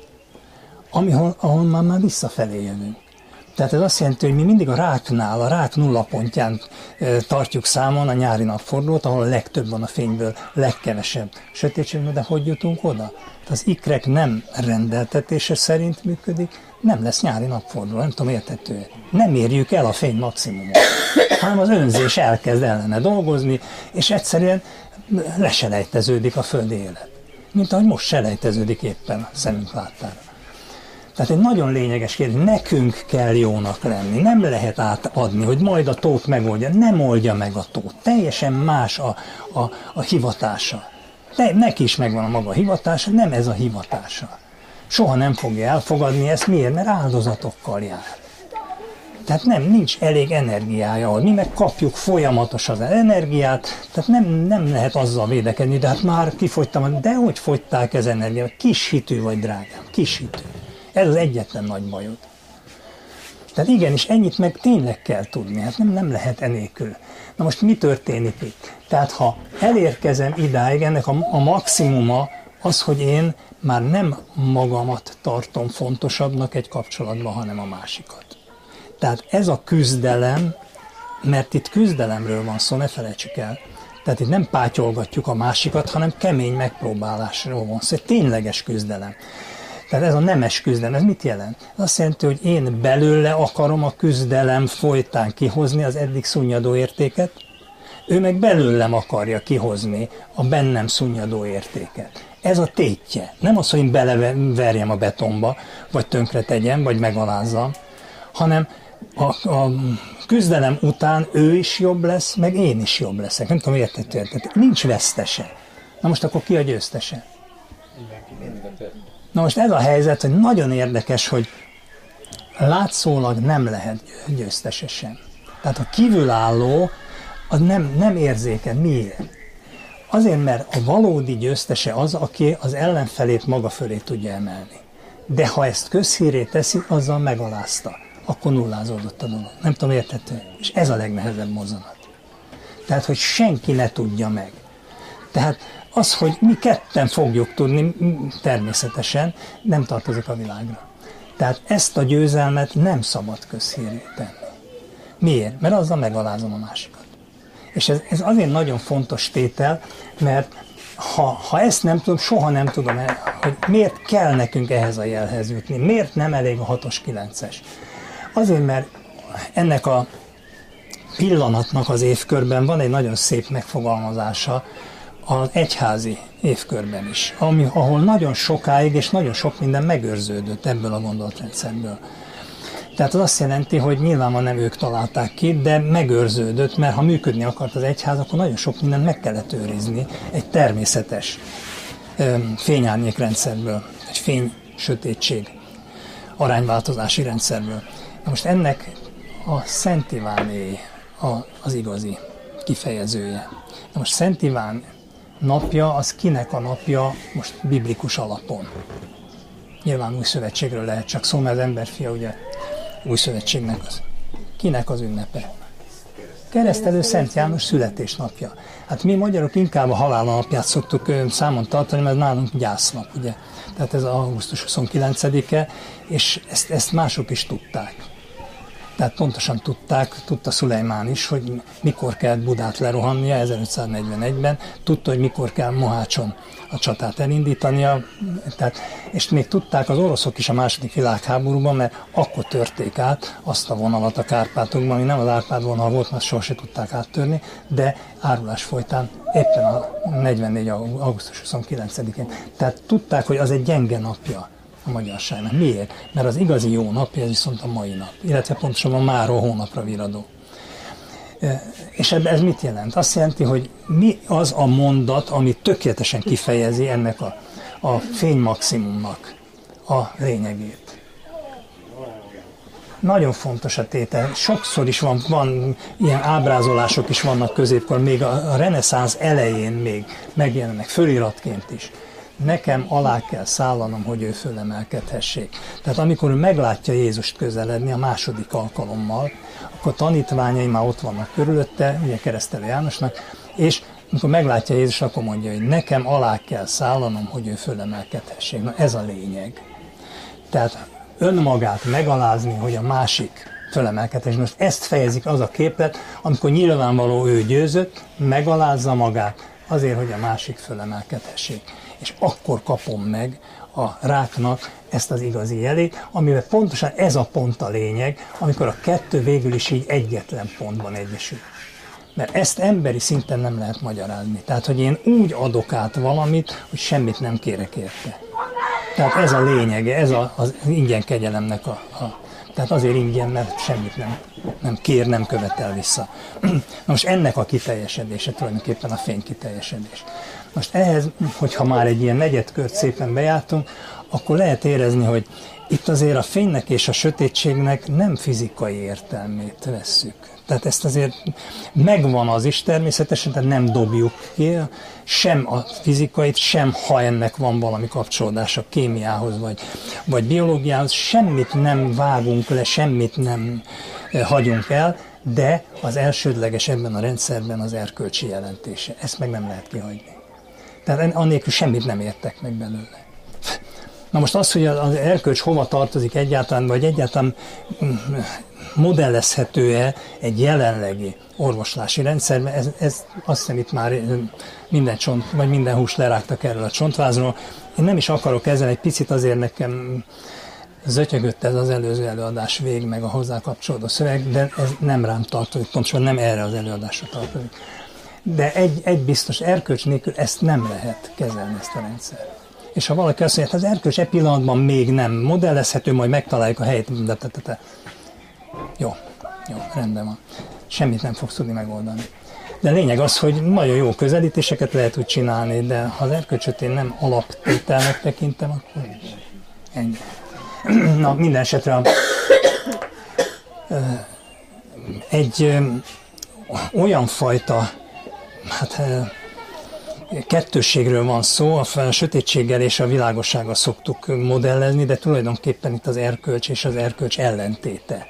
Ahol már visszafelé jövünk. Tehát ez azt jelenti, hogy mi mindig a rák nullapontján tartjuk számon a nyári napfordulót, ahol a legtöbb van a fényből, legkevesebb sötétség, de hogy jutunk oda? Tehát az ikrek nem rendeltetése szerint működik, nem lesz nyári napforduló, nem tudom, érthető. Nem érjük el a fény maximumot, hanem az önzés elkezd ellene dolgozni, és egyszerűen leselejteződik a földi élet. Mint ahogy most selejteződik éppen a szemünk láttára. Tehát egy nagyon lényeges kérdés, nekünk kell jónak lenni, nem lehet átadni, hogy majd a tót megoldja, nem oldja meg a tót, teljesen más a hivatása. De neki is megvan a maga hivatása, nem ez a hivatása. Soha nem fogja elfogadni ezt, miért? Mert áldozatokkal jár. Tehát nincs elég energiája, hogy mi megkapjuk folyamatosan az energiát, tehát nem lehet azzal védekedni, de hát már kifogytam, de hogy fogyták ez energiát? Kis hitű vagy, drágám, kis hitű. Ez az egyetlen nagy bajod. Tehát igenis, ennyit meg tényleg kell tudni, hát nem lehet enélkül. Na most mi történik itt? Tehát ha elérkezem idáig, ennek a maximuma az, hogy én már nem magamat tartom fontosabbnak egy kapcsolatban, hanem a másikat. Tehát ez a küzdelem, mert itt küzdelemről van szó, ne felejtsük el. Tehát itt nem pátyolgatjuk a másikat, hanem kemény megpróbálásról van szó, egy tényleges küzdelem. Tehát ez a nemes küzdelem, ez mit jelent? Ez azt jelenti, hogy én belőle akarom a küzdelem folytán kihozni az eddig szunnyadó értéket, ő meg belőlem akarja kihozni a bennem szunnyadó értéket. Ez a tétje. Nem az, hogy én beleverjem a betonba, vagy tönkre tegyem, vagy megalázzam, hanem a küzdelem után ő is jobb lesz, meg én is jobb leszek. Nem tudom, értető. Nincs vesztese. Na most akkor ki a győztese? Na most ez a helyzet, hogy nagyon érdekes, hogy látszólag nem lehet győztese sem. Tehát a kívülálló az nem érzékel. Miért? Azért, mert a valódi győztese az, aki az ellenfelét maga fölé tudja emelni. De ha ezt közhírré teszi, azzal megalázta. Akkor nullázódott a dolog. Nem tudom, érthető? És ez a legnehezebb mozzanat. Tehát, hogy senki ne tudja meg. Tehát az, hogy mi ketten fogjuk tudni, természetesen nem tartozik a világra. Tehát ezt a győzelmet nem szabad közhírré tenni. Miért? Mert azzal megalázom a másikat. És ez azért nagyon fontos tétel, mert ha ezt nem tudom, soha nem tudom, hogy miért kell nekünk ehhez a jelhez jutni. Miért nem elég a 6-os, 9-es? Azért, mert ennek a pillanatnak az évkörben van egy nagyon szép megfogalmazása az egyházi évkörben is, ahol nagyon sokáig és nagyon sok minden megőrződött ebből a gondolatrendszerből. Tehát az azt jelenti, hogy nyilván nem ők találták ki, de megőrződött, mert ha működni akart az egyház, akkor nagyon sok mindent meg kellett őrizni egy természetes fényárnyék rendszerből, egy fény-sötétség arányváltozási rendszerből. Na most ennek a Szent Iváné az igazi kifejezője. Na most Szent Iván napja, az kinek a napja most biblikus alapon? Nyilván új szövetségről lehet csak szó, mert az emberfia ugye új szövetségnek az. Kinek az ünnepe? Keresztelő Szent János születésnapja. Hát mi magyarok inkább a halálnapját szoktuk számon tartani, mert nálunk gyásznap, ugye? Tehát ez augusztus 29-e, és ezt mások is tudták. Tehát pontosan tudta Szulejmán is, hogy mikor kell Budát lerohannia 1541-ben, tudta, hogy mikor kell Mohácson a csatát elindítania, és még tudták az oroszok is a második világháborúban, mert akkor törték át azt a vonalat a Kárpátokban, ami nem az Árpád vonal volt, mert soha se tudták áttörni, de árulás folytán éppen a 44. augusztus 29-én. Tehát tudták, hogy az egy gyenge napja a magyarságnak. Miért? Mert az igazi jó napja, ez viszont a mai nap, illetve pontosabban máról hónapra viradó. És ez mit jelent? Azt jelenti, hogy mi az a mondat, ami tökéletesen kifejezi ennek a fénymaximumnak a lényegét. Nagyon fontos a tétel. Sokszor is van ilyen ábrázolások is vannak középkor, még a reneszánsz elején még megjelennek föliratként is. Nekem alá kell szállanom, hogy ő fölemelkedhessék. Tehát amikor ő meglátja Jézust közeledni a második alkalommal, akkor tanítványai már ott vannak körülötte, ugye Keresztelő Jánosnak, és amikor meglátja Jézus, akkor mondja, hogy nekem alá kell szállanom, hogy ő fölemelkedhessék. Na ez a lényeg. Tehát önmagát megalázni, hogy a másik fölemelkedhessék. Most ezt fejezik az a képlet, amikor nyilvánvaló ő győzött, megalázza magát azért, hogy a másik fölemelkedhessék. És akkor kapom meg a ráknak ezt az igazi jelét, amivel pontosan ez a pont a lényeg, amikor a kettő végül is így egyetlen pontban egyesül. Mert ezt emberi szinten nem lehet magyarázni. Tehát, hogy én úgy adok át valamit, hogy semmit nem kérek érte. Tehát ez a lényege, ez az ingyen kegyelemnek tehát azért ingyen, mert semmit nem kér, nem követel vissza. Na most ennek a kiteljesedése tulajdonképpen a fény kiteljesedés. Most ehhez, hogyha már egy ilyen negyedkört szépen bejártunk, akkor lehet érezni, hogy itt azért a fénynek és a sötétségnek nem fizikai értelmét vesszük. Tehát ezt azért megvan az is természetesen, tehát nem dobjuk ki, sem a fizikait, sem ha ennek van valami kapcsolódása kémiához vagy biológiához, semmit nem vágunk le, semmit nem hagyunk el, de az elsődleges ebben a rendszerben az erkölcsi jelentése. Ezt meg nem lehet kihagyni. Tehát annélkül semmit nem értek meg belőle. Na most az, hogy az erkölcs hova tartozik egyáltalán, vagy egyáltalán modellezhető-e egy jelenlegi orvoslási rendszerben, ez azt hiszem itt már minden csont, vagy minden hús lerágtak erről a csontvázról. Én nem is akarok ezzel, egy picit azért nekem zötyögött ez az előző előadás vég, meg a hozzá kapcsolódó szöveg, de ez nem rám tartozik, pontosan nem erre az előadásra tartozik. De egy biztos, erkölcs nélkül ezt nem lehet kezelni, ezt a rendszert. És ha valaki azt mondja, hát az erkölcs e pillanatban még nem modellezhető, majd megtaláljuk a helyét, Jó, rendben van. Semmit nem fogsz tudni megoldani. De lényeg az, hogy nagyon jó közelítéseket lehet úgy csinálni, de ha az erkölcsöt én nem alaptételnek tekintem, akkor ennyi. Na, minden esetre egy olyan fajta kettősségről van szó, a sötétséggel és a világossággal szoktuk modellezni, de tulajdonképpen itt az erkölcs és az erkölcs ellentéte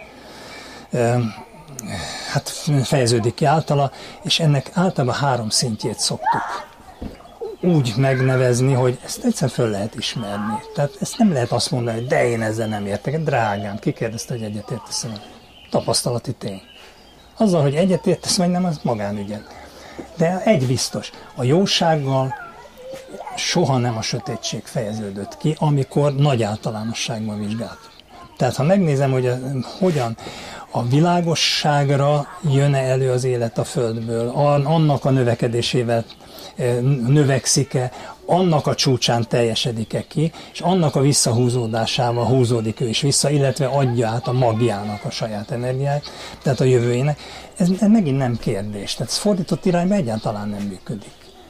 fejeződik ki általa, és ennek általában 3 szintjét szoktuk úgy megnevezni, hogy ezt egyszer föl lehet ismerni. Tehát ezt nem lehet azt mondani, hogy de én ezzel nem értek. Drágám, ki kérdezte, hogy egyetértesz? Tapasztalati tény. Azzal, hogy egyetértesz, vagy nem, az magánügyed. De egy biztos, a jósággal soha nem a sötétség fejeződött ki, amikor nagy általánosságban vizsgáltuk. Tehát ha megnézem, hogy hogyan a világosságra jön-e elő az élet a Földből, annak a növekedésével növekszik-e, annak a csúcsán teljesedik-e ki, és annak a visszahúzódásával húzódik ő is vissza, illetve adja át a magjának a saját energiát, tehát a jövőjének. Ez megint nem kérdés. Tehát ez fordított irányba egyáltalán nem működik.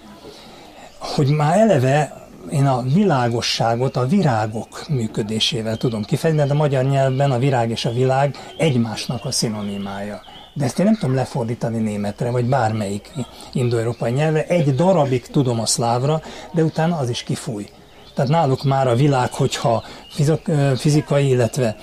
Hogy már eleve én a világosságot a virágok működésével tudom kifejezni, de a magyar nyelvben a virág és a világ egymásnak a szinonimája. De ezt én nem tudom lefordítani németre, vagy bármelyik indoeurópai nyelvre. Egy darabig tudom a szlávra, de utána az is kifúj. Tehát náluk már a világ, hogyha fizikai, illetve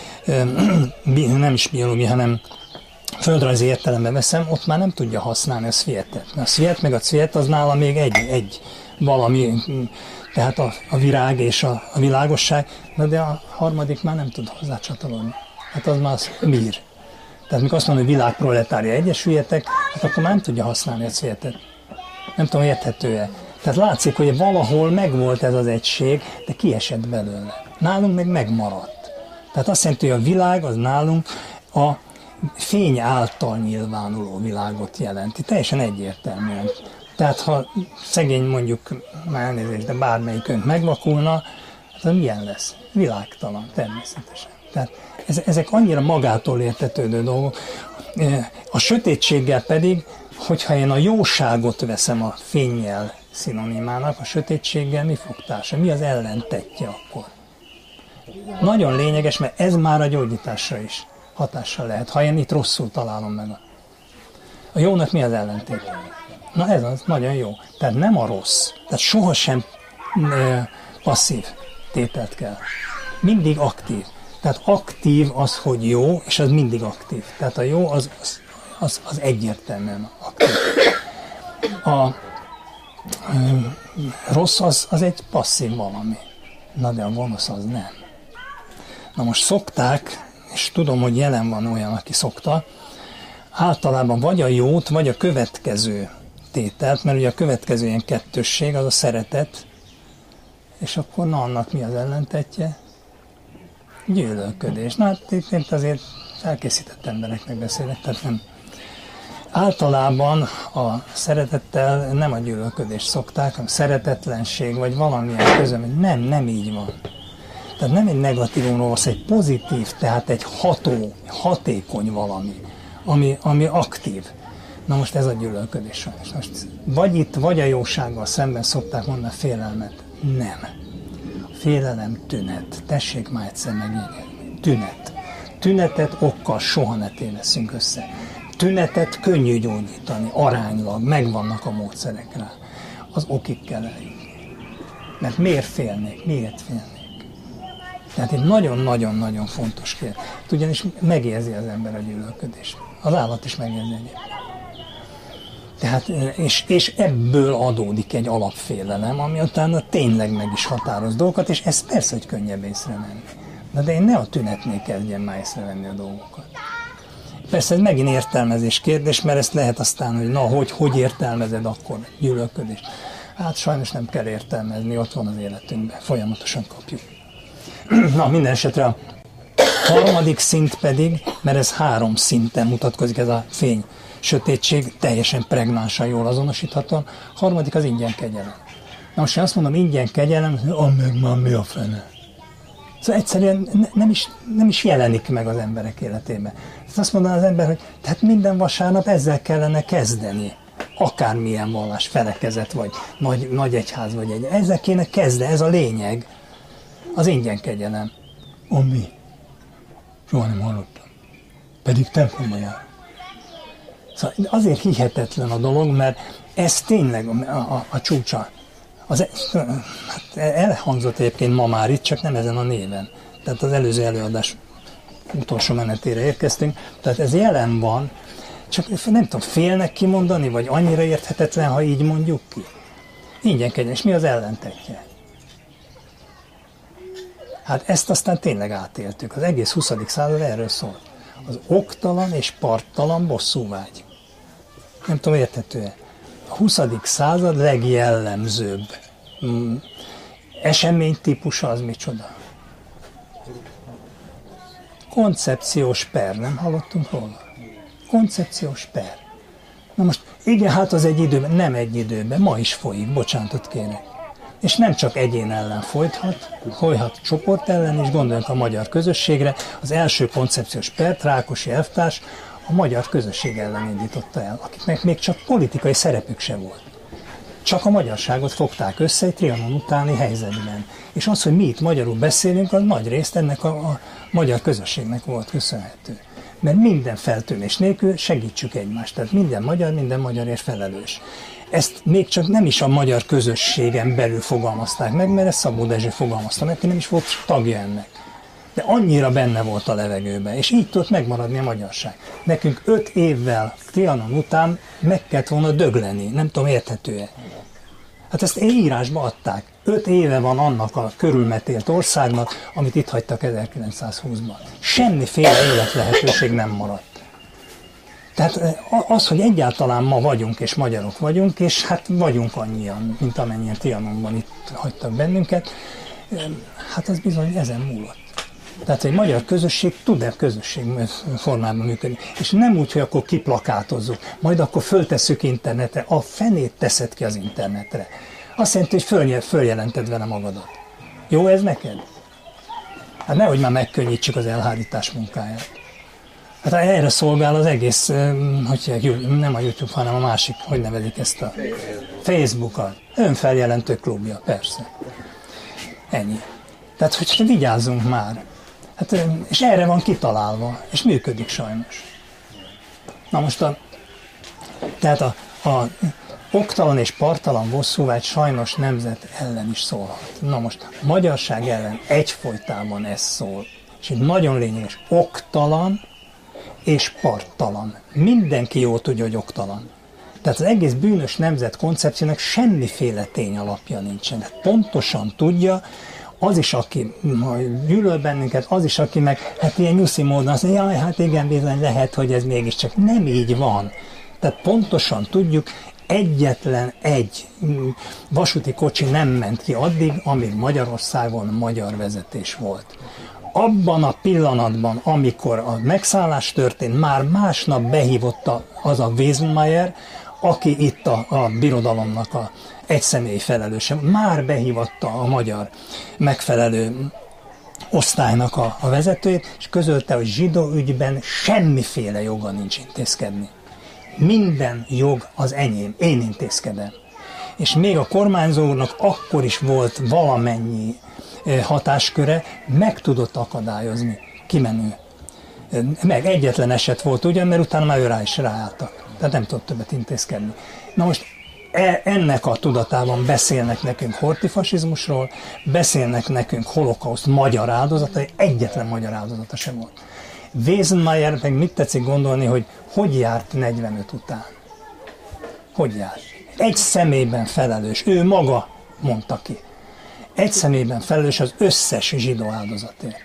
nem is biológia, hanem földrajzi értelemben veszem, ott már nem tudja használni a szvietet. A szviet meg a cviet az nála még egy valami, tehát a virág és a világosság, de a harmadik már nem tud hozzá csatolódni. Hát az már az mír. Tehát mikor azt mondom, hogy világproletária egyesüljetek, hát akkor már nem tudja használni a cvietet. Nem tudom, érthető-e. Tehát látszik, hogy valahol megvolt ez az egység, de kiesett belőle. Nálunk meg megmaradt. Tehát azt jelenti, hogy a világ az nálunk a fény által nyilvánuló világot jelenti. Teljesen egyértelműen. Tehát ha szegény mondjuk, már elnézést, de bármelyikünk megvakulna, hát milyen lesz? Világtalan, természetesen. Tehát ezek annyira magától értetődő dolgok. A sötétséggel pedig, hogyha én a jóságot veszem a fénnyel szinonimának, a sötétséggel mi fog társa? Mi az ellentetje akkor? Nagyon lényeges, mert ez már a gyógyításra is hatással lehet, ha én itt rosszul találom meg. A jónak mi az ellentéte? Na ez az, nagyon jó. Tehát nem a rossz. Tehát sohasem passzív tételt kell. Mindig aktív. Tehát aktív az, hogy jó, és az mindig aktív. Tehát a jó az egyértelműen aktív. A rossz az egy passzív valami. Na de a gonosz az nem. Na most szokták, és tudom, hogy jelen van olyan, aki szokta, általában vagy a jót, vagy a következő tételt, mert ugye a következő ilyen kettősség, az a szeretet, és akkor na annak mi az ellentetje? Gyűlölködés. Na hát itt azért elkészített embereknek beszélek, tehát nem. Általában a szeretettel nem a gyűlölködést szokták, hanem szeretetlenség, vagy valamilyen közöm, nem így van. Tehát nem egy negatívumról van, egy pozitív, tehát egy hatékony valami, ami aktív. Na most ez a gyűlölködés sajnos. Most vagy itt, vagy a jósággal szemben szokták mondani félelmet. Nem. Félelem tünet. Tessék már egyszer megjegyezni. Tünet. Tünetet okkal soha ne tévesszünk össze. Tünetet könnyű gyógyítani, aránylag, megvannak a módszerek rá. Az okig kell eljutni. Mert miért félnék? Miért félnék? Tehát egy nagyon-nagyon-nagyon fontos kérdés. Ugyanis megérzi az ember a gyűlölködést. Az állat is megérzi egyébként. Tehát, és ebből adódik egy alapfélelem, ami utána tényleg meg is határoz dolgokat, és ez persze, hogy könnyebb észrevenni. De én ne a tünetnél kezdjem már észrevenni a dolgokat. Persze ez megint értelmezés kérdés, mert ezt lehet aztán, hogy na, hogy értelmezed akkor gyűlölködést. Hát sajnos nem kell értelmezni, ott van az életünkben, folyamatosan kapjuk. Na, minden esetre a harmadik szint pedig, mert ez 3 szinten mutatkozik ez a fény, sötétség, teljesen pregnánsan jól azonosítható. Harmadik az ingyen kegyelem. Na most én azt mondom, ingyen kegyelem, meg már mi a fene. Szóval egyszerűen nem is jelenik meg az emberek életében. Azt mondaná az ember, hogy tehát minden vasárnap ezzel kellene kezdeni. Akármilyen vallás, felekezet, vagy nagy egyház, vagy egy. Ezzel kéne kezdeni, ez a lényeg. Az ingyen kegyelem. Mi? Soha nem hallottam. Pedig templomba jár. Szóval azért hihetetlen a dolog, mert ez tényleg a csúcsa. Hát elhangzott egyébként ma már itt, csak nem ezen a néven. Tehát az előző előadás utolsó menetére érkeztünk. Tehát ez jelen van, csak nem tudom, félnek kimondani, vagy annyira érthetetlen, ha így mondjuk ki. Ingyen kegyelem. És mi az ellentetje? Hát ezt aztán tényleg átéltük. Az egész 20. század erről szól. Az oktalan és parttalan bosszúvágy. Nem tudom, érthető-e? A 20. század legjellemzőbb eseménytípusa az micsoda? Koncepciós per, nem hallottunk róla? Koncepciós per. Na most, igen, hát az egy időben, nem egy időben, ma is folyik, bocsánatot kérek. És nem csak egyén ellen folyhat csoport ellen is, gondoljunk a magyar közösségre. Az első koncepciós pert Rákosi elvtárs a magyar közösség ellen indította el, akiknek még csak politikai szerepük se volt. Csak a magyarságot fogták össze egy Trianon utáni helyzetben. És az, hogy mi itt magyarul beszélünk, az nagy részt ennek a magyar közösségnek volt köszönhető. Mert minden feltűnés nélkül segítsük egymást. Tehát minden magyarért felelős. Ezt még csak nem is a magyar közösségen belül fogalmazták meg, mert ezt Szabó Dezső fogalmazta meg, nem is volt tagja ennek. De annyira benne volt a levegőben, és így tudott megmaradni a magyarság. Nekünk 5 évvel Trianon után meg kellett volna dögleni, nem tudom, érthető-e. Hát ezt írásba adták. 5 éve van annak a körülmetélt országnak, amit itt hagytak 1920-ban. Semmiféle életlehetőség nem maradt. Tehát az, hogy egyáltalán ma vagyunk és magyarok vagyunk, és hát vagyunk annyian, mint amennyien Trianonban itt hagytak bennünket, hát az bizony ezen múlott. Tehát egy magyar közösség tud-e közösség formában működni. És nem úgy, hogy akkor kiplakátozzuk, majd akkor föltesszük internetre, a fenét teszed ki az internetre. Azt jelenti, hogy följelented vele magadat. Jó ez neked? Hát nehogy már megkönnyítsük az elhárítás munkáját. Hát erre szolgál az egész, nem a YouTube, hanem a másik, hogy nevezik ezt a Facebookon. Önfeljelentő klubja, persze. Ennyi. Tehát, hogy vigyázzunk már. Hát, és erre van kitalálva, és működik sajnos. Na most tehát a oktalan és parttalan bosszúvágy sajnos nemzet ellen is szólhat. Na most a magyarság ellen egyfolytában ez szól. És itt nagyon lényeges, oktalan és parttalan. Mindenki jól tudja, hogy oktalan. Tehát az egész bűnös nemzet koncepciónak semmiféle tény alapja nincsen. Tehát pontosan tudja, az is, aki gyűlöl bennünket, az is, aki meg hát ilyen nyuszi módon azt mondja, jaj, hát igen, bizony lehet, hogy ez mégiscsak nem így van. Tehát pontosan tudjuk, egyetlen egy vasúti kocsi nem ment ki addig, amíg Magyarországon magyar vezetés volt. Abban a pillanatban, amikor a megszállás történt, már másnap behívott az a Wesenmayer, aki itt a birodalomnak a egyszemélyi felelőse, már behívatta a magyar megfelelő osztálynak a vezetőjét, és közölte, hogy zsidó ügyben semmiféle joga nincs intézkedni. Minden jog az enyém, én intézkedem. És még a kormányzó úrnak akkor is volt valamennyi hatásköre, meg tudott akadályozni kimenő. Meg egyetlen eset volt ugyan, mert utána már őrá is ráálltak. Tehát nem tudott többet intézkedni. Na most ennek a tudatában beszélnek nekünk horthy-fasizmusról, beszélnek nekünk holokauszt magyar áldozatai, egyetlen magyar áldozata sem volt. Wesenmayer meg mit tetszik gondolni, hogy járt 45 után? Hogy járt? Egy személyben felelős, ő maga mondta ki. Egy személyben felelős az összes zsidó áldozatért.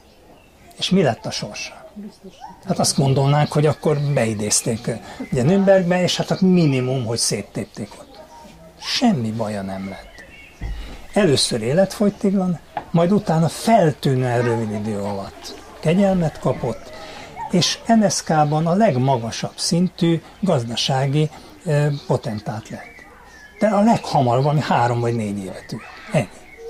És mi lett a sorsa? Hát azt gondolnánk, hogy akkor beidézték ugye Nürnbergbe, és hát a minimum, hogy széttépték ott. Semmi baja nem lett. Először életfogytiglan, majd utána feltűnően rövid idő alatt kegyelmet kapott, és NSZK-ban a legmagasabb szintű gazdasági potentát lett. De a leghamarabb, valami 3 vagy 4 évet ült. Ennyi.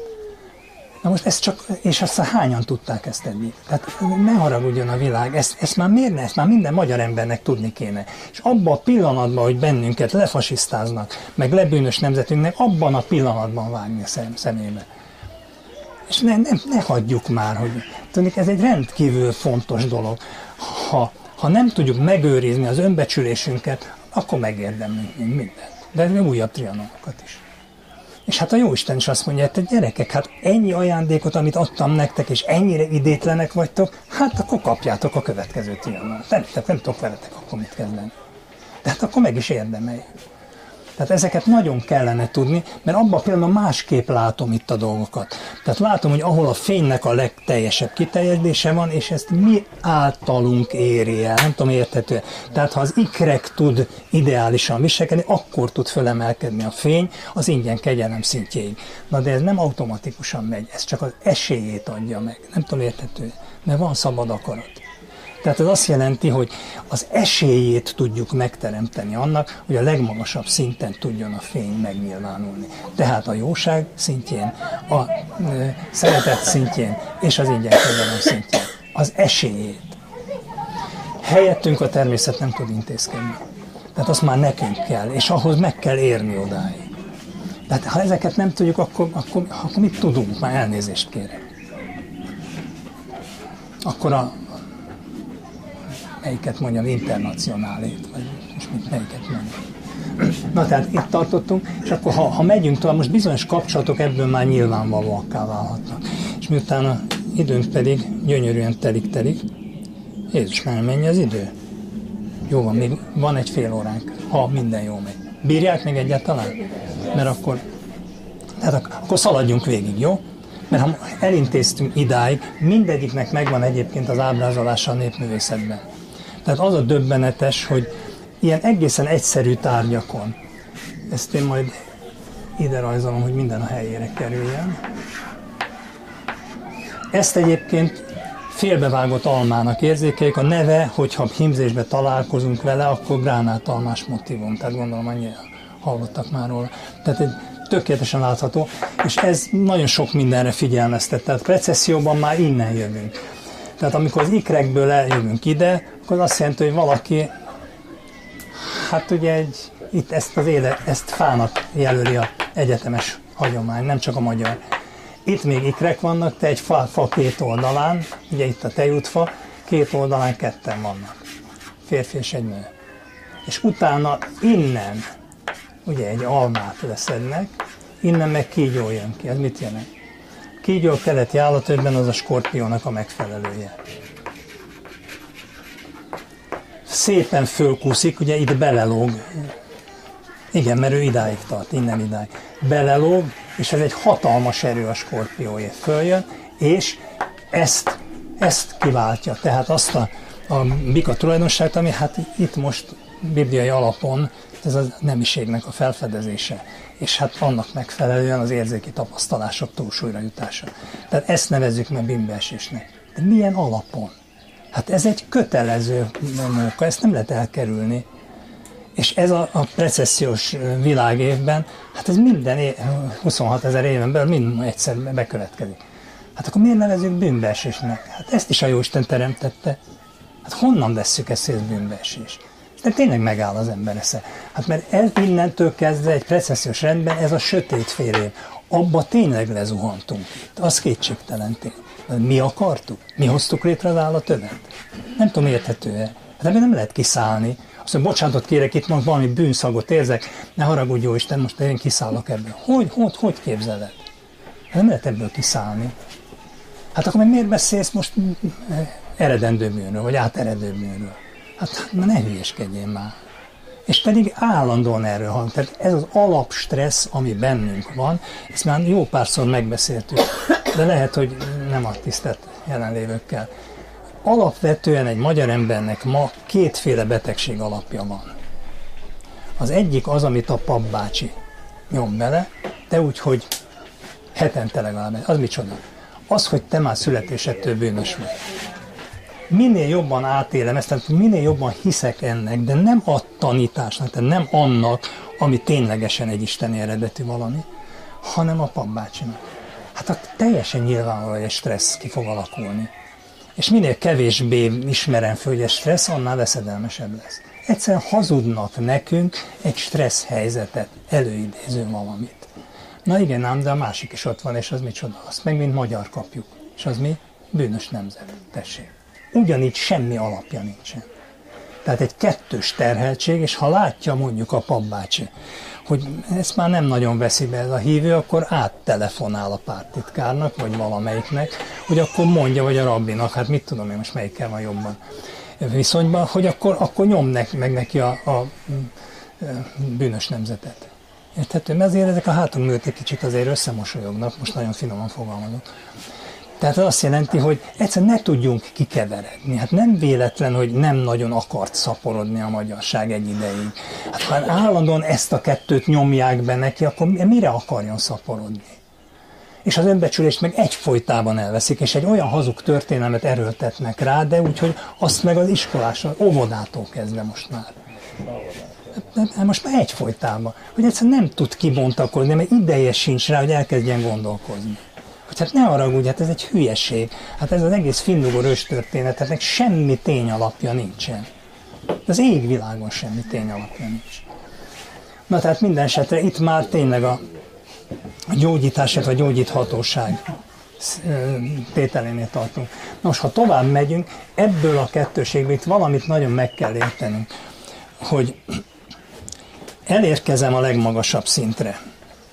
Na most ez csak, és aztán hányan tudták ezt eddig? Tehát ne haragudjon a világ, ezt már miért ne? Ezt már minden magyar embernek tudni kéne. És abban a pillanatban, hogy bennünket lefasisztáznak, meg lebűnös nemzetünknek, abban a pillanatban vágni a szemébe. És ne hagyjuk már, hogy tudjuk, ez egy rendkívül fontos dolog. Ha nem tudjuk megőrizni az önbecsülésünket, akkor megérdemlünk mindent. De újabb trianonokat is. És hát a Jóisten is azt mondja, hogy gyerekek, hát ennyi ajándékot, amit adtam nektek, és ennyire idétlenek vagytok, hát akkor kapjátok a következő trianont. Nem tudok veletek akkor mit kezdeni. De hát akkor meg is érdemeljük. Tehát ezeket nagyon kellene tudni, mert abban például másképp látom itt a dolgokat. Tehát látom, hogy ahol a fénynek a legteljesebb kiteljesedése van, és ezt mi általunk éri el, nem tudom, érthető. Tehát ha az ikrek tud ideálisan viselkedni, akkor tud fölemelkedni a fény az ingyen kegyelem szintjéig. Na de ez nem automatikusan megy, ez csak az esélyét adja meg. Nem tudom, érthető, mert van szabad akarat. Tehát ez azt jelenti, hogy az esélyét tudjuk megteremteni annak, hogy a legmagasabb szinten tudjon a fény megnyilvánulni. Tehát a jóság szintjén, a szeretet szintjén és az ingyen kegyelem szintjén. Az esélyét. Helyettünk a természet nem tud intézkedni. Tehát azt már nekünk kell, és ahhoz meg kell érni odáig. Tehát ha ezeket nem tudjuk, akkor mit tudunk? Már elnézést kérek. Akkor melyiket mondjam, internacionálét, vagy most melyiket mondjam. Na tehát itt tartottunk, és akkor ha megyünk tovább, most bizonyos kapcsolatok ebből már nyilvánvalóakká válhatnak. És miután az időnk pedig gyönyörűen telik, Jézus, már mennyi az idő? Jó van, még van egy fél óránk, ha minden jól megy. Bírják még egyáltalán? Mert akkor szaladjunk végig, jó? Mert ha elintéztünk idáig, mindegyiknek megvan egyébként az ábrázolása a népművészetben. Tehát az a döbbenetes, hogy ilyen egészen egyszerű tárgyakon, ezt én majd ide rajzolom, hogy minden a helyére kerüljen. Ezt egyébként félbevágott almának érzékeljük. A neve, hogyha hímzésbe találkozunk vele, akkor gránátalmás motívum. Tehát gondolom, annyira hallottak már róla. Tehát egy tökéletesen látható, és ez nagyon sok mindenre figyelmeztet. Tehát precesszióban már innen jövünk. Tehát amikor az ikrekből eljövünk ide, akkor azt jelenti, hogy valaki, hát ugye itt ezt fának jelöli az egyetemes hagyomány, nem csak a magyar. Itt még ikrek vannak, de egy fa két oldalán, ugye itt a tejútfa, két oldalán ketten vannak. Férfi és egy nő. És utána innen, ugye egy almát leszednek, innen meg kígyó jön ki. Ez mit jelent? Kígyó a keleti állatőrben az a skorpiónak a megfelelője. Szépen fölkúszik, ugye itt belelóg. Igen, mert ő idáig tart, innen idáig. Belelóg, és ez egy hatalmas erő a skorpióé. Följön, és ezt kiváltja. Tehát azt a bika tulajdonságot, ami hát itt most bibliai alapon ez a nemiségnek a felfedezése. És hát annak megfelelően az érzéki tapasztalások túlsúlyra jutása. Tehát ezt nevezzük meg bimbeesésnek. De milyen alapon? Hát ez egy kötelező munka, ezt nem lehet elkerülni. És ez a precessziós világévben, hát ez minden 26 000 éven belül mind egyszer bekövetkezik. Hát akkor miért nevezzük bűnbeesésnek? Hát ezt is a Jóisten teremtette. Hát honnan vesszük ezt, hogy ez bűnbeesés? De tényleg megáll az ember esze. Hát mert ez innentől kezdve egy precessziós rendben ez a sötét fél év. Abba tényleg lezuhantunk itt. Az kétségtelen tény. Mi akartuk? Mi hoztuk létre az állatövet? Nem tudom, érthető-e? Hát ebből nem lehet kiszállni. Azt mondja, bocsánatot kérek, itt most valami bűnszagot érzek, ne haragudj, jó Isten, most én kiszállok ebből. Hogy képzeled? Hát nem lehet ebből kiszállni. Hát akkor meg miért beszélsz most eredendő bűnről, vagy áteredő bűnről? Hát ne hülyeskedjél már. És pedig állandóan erről hallunk. Tehát ez az alapstressz, ami bennünk van, ezt már jó párszor megbeszéltük, de lehet, hogy nem a tisztelt jelenlévőkkel. Alapvetően egy magyar embernek ma kétféle betegség alapja van. Az egyik az, amit a papbácsi nyom bele, de úgy, hogy hetente legalább. Az micsoda? Az, hogy te már születésedtől bűnös vagy. Minél jobban átélem ezt, tehát minél jobban hiszek ennek, de nem a tanításnak, tehát nem annak, ami ténylegesen egy isteni eredetű valami, hanem a papbácsinak. Hát teljesen nyilvánvaló, hogy egy stressz ki fog alakulni. És minél kevésbé ismerem föl, hogy egy stressz, annál veszedelmesebb lesz. Egyszerűen hazudnak nekünk egy stressz helyzetet, előidéző valamit. Na igen, ám, de a másik is ott van, és az micsoda? Azt meg mint magyar kapjuk. És az mi? Bűnös nemzet. Tessék. Ugyanígy semmi alapja nincsen. Tehát egy kettős terheltség, és ha látja mondjuk a papbácsi, hogy ezt már nem nagyon veszi be ez a hívő, akkor áttelefonál a pártitkárnak, vagy valamelyiknek, hogy akkor mondja, vagy a rabbinak, hát mit tudom én most melyikkel van jobban viszonyban, hogy akkor nyom meg neki a bűnös nemzetet. Érthető? Mert azért ezek a hátunk mögött egy kicsit azért összemosolyognak, most nagyon finoman fogalmazok. Tehát az azt jelenti, hogy egyszerűen ne tudjunk kikeveredni. Hát nem véletlen, hogy nem nagyon akart szaporodni a magyarság egy ideig. Hát ha állandóan ezt a kettőt nyomják be neki, akkor mire akarjon szaporodni? És az önbecsülést meg egyfolytában elveszik, és egy olyan hazug történelmet erőltetnek rá, de úgyhogy azt meg az iskolás, óvodától kezdve most már. Most már egyfolytában. Hogy egyszerűen nem tud kibontakozni, mert ideje sincs rá, hogy elkezdjen gondolkozni. Hogy hát ne haragudj, hát ez egy hülyeség. Hát ez az egész finnugor őstörténetnek semmi tényalapja nincsen. Az égvilágon semmi tényalapja nincs. Na tehát minden esetre itt már tényleg a gyógyítás, vagy gyógyíthatóság tételénél tartunk. Na most, ha tovább megyünk, ebből a kettőségből itt valamit nagyon meg kell értenünk, hogy elérkezem a legmagasabb szintre.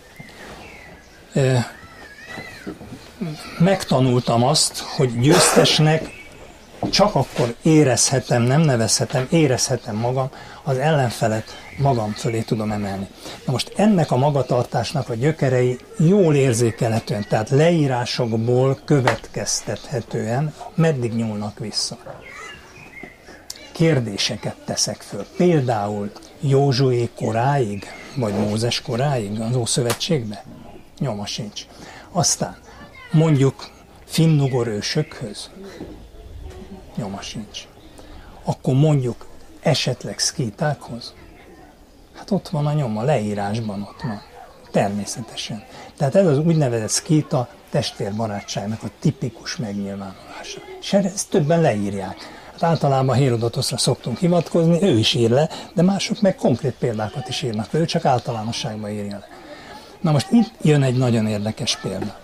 Megtanultam azt, hogy győztesnek csak akkor érezhetem, nem nevezhetem, érezhetem magam, az ellenfelet magam fölé tudom emelni. Na most ennek a magatartásnak a gyökerei jól érzékelhetően, tehát leírásokból következtethetően meddig nyúlnak vissza. Kérdéseket teszek föl. Például Józsué koráig, vagy Mózes koráig az Ószövetségben? Nyoma sincs. Aztán mondjuk finnugor ősökhöz? Nyoma sincs. Akkor mondjuk esetleg szkítákhoz? Hát ott van a nyoma, leírásban ott van. Természetesen. Tehát ez az úgynevezett szkíta testvérbarátságnak a tipikus megnyilvánulása. És ezt többen leírják. Hát általában Hérodotosra szoktunk hivatkozni, ő is ír le, de mások meg konkrét példákat is írnak le, ő csak általánosságban írja le. Na most itt jön egy nagyon érdekes példa.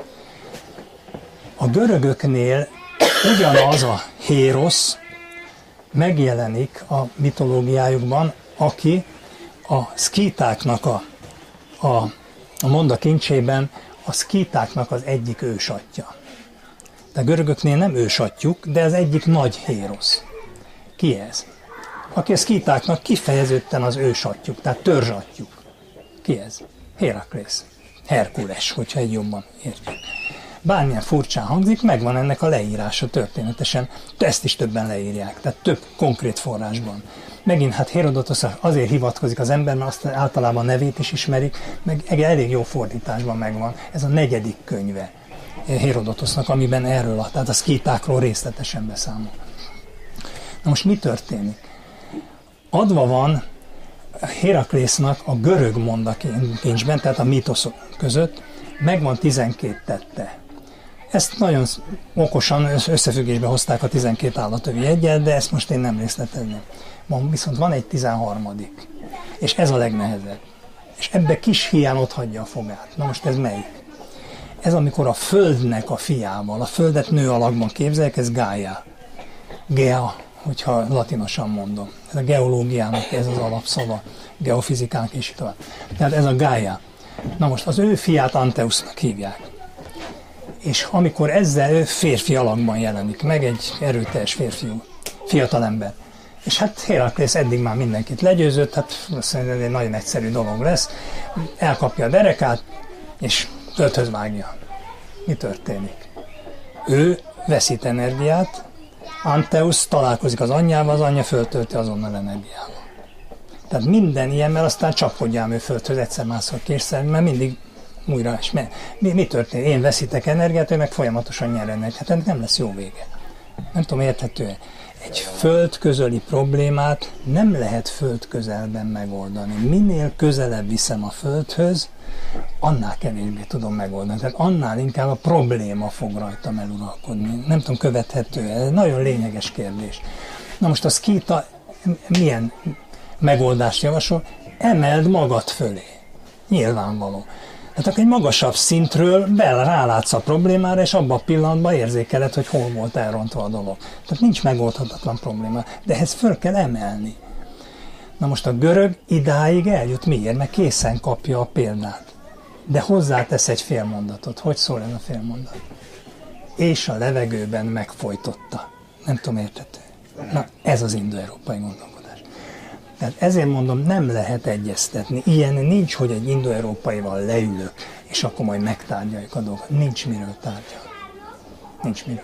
A görögöknél ugyanaz a Hérosz megjelenik a mitológiájukban, aki a szkítáknak a monda kincsében a szkítáknak az egyik ősatja. De a görögöknél nem ősatjuk, de az egyik nagy Hérosz. Ki ez? Aki a szkítáknak kifejeződten az ősatjuk, tehát törzsatjuk. Ki ez? Héraklész. Herkules, hogyha egy jobban értjük. Bármilyen furcsán hangzik, megvan ennek a leírása történetesen. Ezt is többen leírják, tehát több konkrét forrásban. Megint hát Hérodotosz azért hivatkozik az ember, mert azt általában nevét is ismerik, meg elég jó fordításban megvan. Ez a 4. könyve Hérodotosznak, amiben erről, tehát a szkítákról részletesen beszámol. Na most mi történik? Adva van Héraklésznak a görög mondakincsben, tehát a mítoszok között, megvan 12 tette. Ezt nagyon okosan összefüggésbe hozták a 12 állatövi jeggyel, de ezt most én nem részletezném. Viszont van egy 13. És ez a legnehezebb. És ebbe kis hián ott hagyja a fogát. Na most ez melyik? Ez amikor a Földnek a fiával, a Földet nő alakban képzeljük, ez Gaia. Gea, hogyha latinosan mondom. Ez a geológiának ez az alapszava, geofizikának és így tovább. Tehát ez a Gaia. Na most az ő fiát Anteusnak hívják. És amikor ezzel ő férfi alakban jelenik meg, egy erőteljes férfiú, fiatalember. És hát Héraklész eddig már mindenkit legyőzött, hát szerintem ez egy nagyon egyszerű dolog lesz. Elkapja a derekát, és földhöz vágja. Mi történik? Ő veszít energiát, Anteusz találkozik az anyjával, az anyja föltölti azonnal energiával. Tehát minden ilyen, mert aztán csapkodjám ő földhöz, egyszer másszor készszer, mert mindig újra, és mi történik? Én veszítek energiát, ő meg folyamatosan nyer energiát. Hát ennek nem lesz jó vége. Nem tudom, érthető-e? Egy föld közeli problémát nem lehet föld közelben megoldani. Minél közelebb viszem a földhöz, annál kevésbé tudom megoldani. Tehát annál inkább a probléma fog rajtam eluralkodni. Nem tudom, követhető-e? Ez egy nagyon lényeges kérdés. Na most a szkíta milyen megoldást javasol? Emeld magad fölé. Nyilvánvaló. Hát akkor egy magasabb szintről rálátsz a problémára, és abban a pillanatban érzékeled, hogy hol volt elrontva a dolog. Tehát nincs megoldhatatlan probléma, de ehhez föl kell emelni. Na most a görög idáig eljut. Miért? Mert készen kapja a példát. De hozzátesz egy félmondatot. Hogy szól ez a félmondat? És a levegőben megfojtotta. Nem tudom, értető. Na, ez az indoeurópai gondolkodás. Tehát ezért mondom, nem lehet egyeztetni. Ilyen nincs, hogy egy indoeurópaival leülök, és akkor majd megtárgyaljuk a dolgot. Nincs miről tárgyalni. Nincs miről.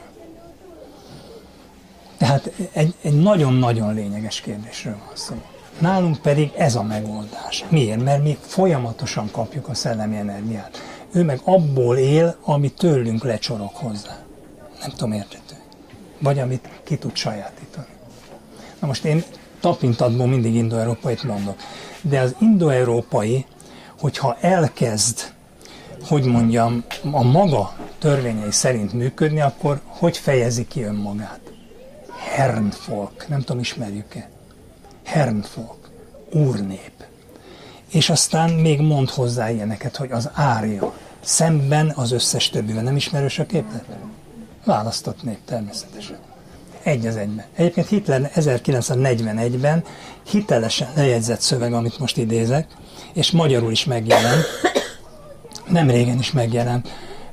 Tehát egy nagyon-nagyon lényeges kérdésről van szó. Nálunk pedig ez a megoldás. Miért? Mert mi folyamatosan kapjuk a szellemi energiát. Ő meg abból él, ami tőlünk lecsorog hozzá. Nem tudom, érthető. Vagy amit ki tud sajátítani. Na most én tapintatból mindig indoeurópait mondok. De az indoeurópai, hogyha elkezd, hogy mondjam, a maga törvényei szerint működni, akkor hogy fejezi ki önmagát? Herrnfolk, nem tudom, ismerjük-e? Herrnfolk, úrnép. És aztán még mond hozzá ilyeneket, hogy az árja, szemben az összes többivel. Nem ismerős a képlet? Választott nép természetesen. Egy az egyben. Egyébként Hitler 1941-ben hitelesen lejegyzett szöveg, amit most idézek, és magyarul is megjelent, nem régen is megjelent,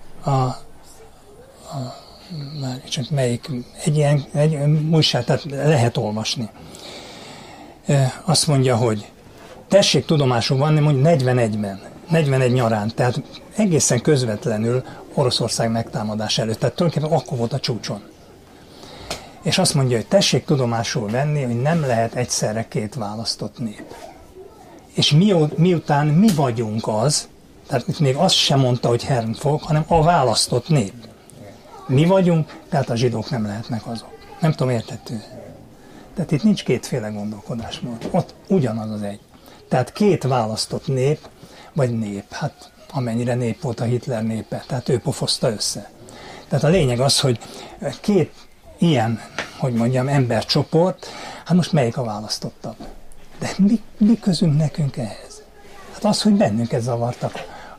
már csak melyik, egy újság, tehát lehet olvasni. Azt mondja, hogy tessék tudomásul venni, mondjuk 41-ben, 41 nyarán, tehát egészen közvetlenül Oroszország megtámadás előtt, tehát tulajdonképpen akkor volt a csúcson. És azt mondja, hogy tessék tudomásul venni, hogy nem lehet egyszerre két választott nép. És miután mi vagyunk az, tehát itt még azt sem mondta, hogy Herrnfolk, hanem a választott nép. Mi vagyunk, tehát a zsidók nem lehetnek azok. Nem tudom, érthető. Tehát itt nincs kétféle gondolkodásmód. Ott ugyanaz az egy. Tehát két választott nép, vagy nép, hát amennyire nép volt a Hitler népe, tehát ő pofozta össze. Tehát a lényeg az, hogy két ilyen, hogy mondjam, embercsoport, hát most melyik a választottabb? De mi közünk nekünk ehhez? Hát az, hogy bennünket zavartak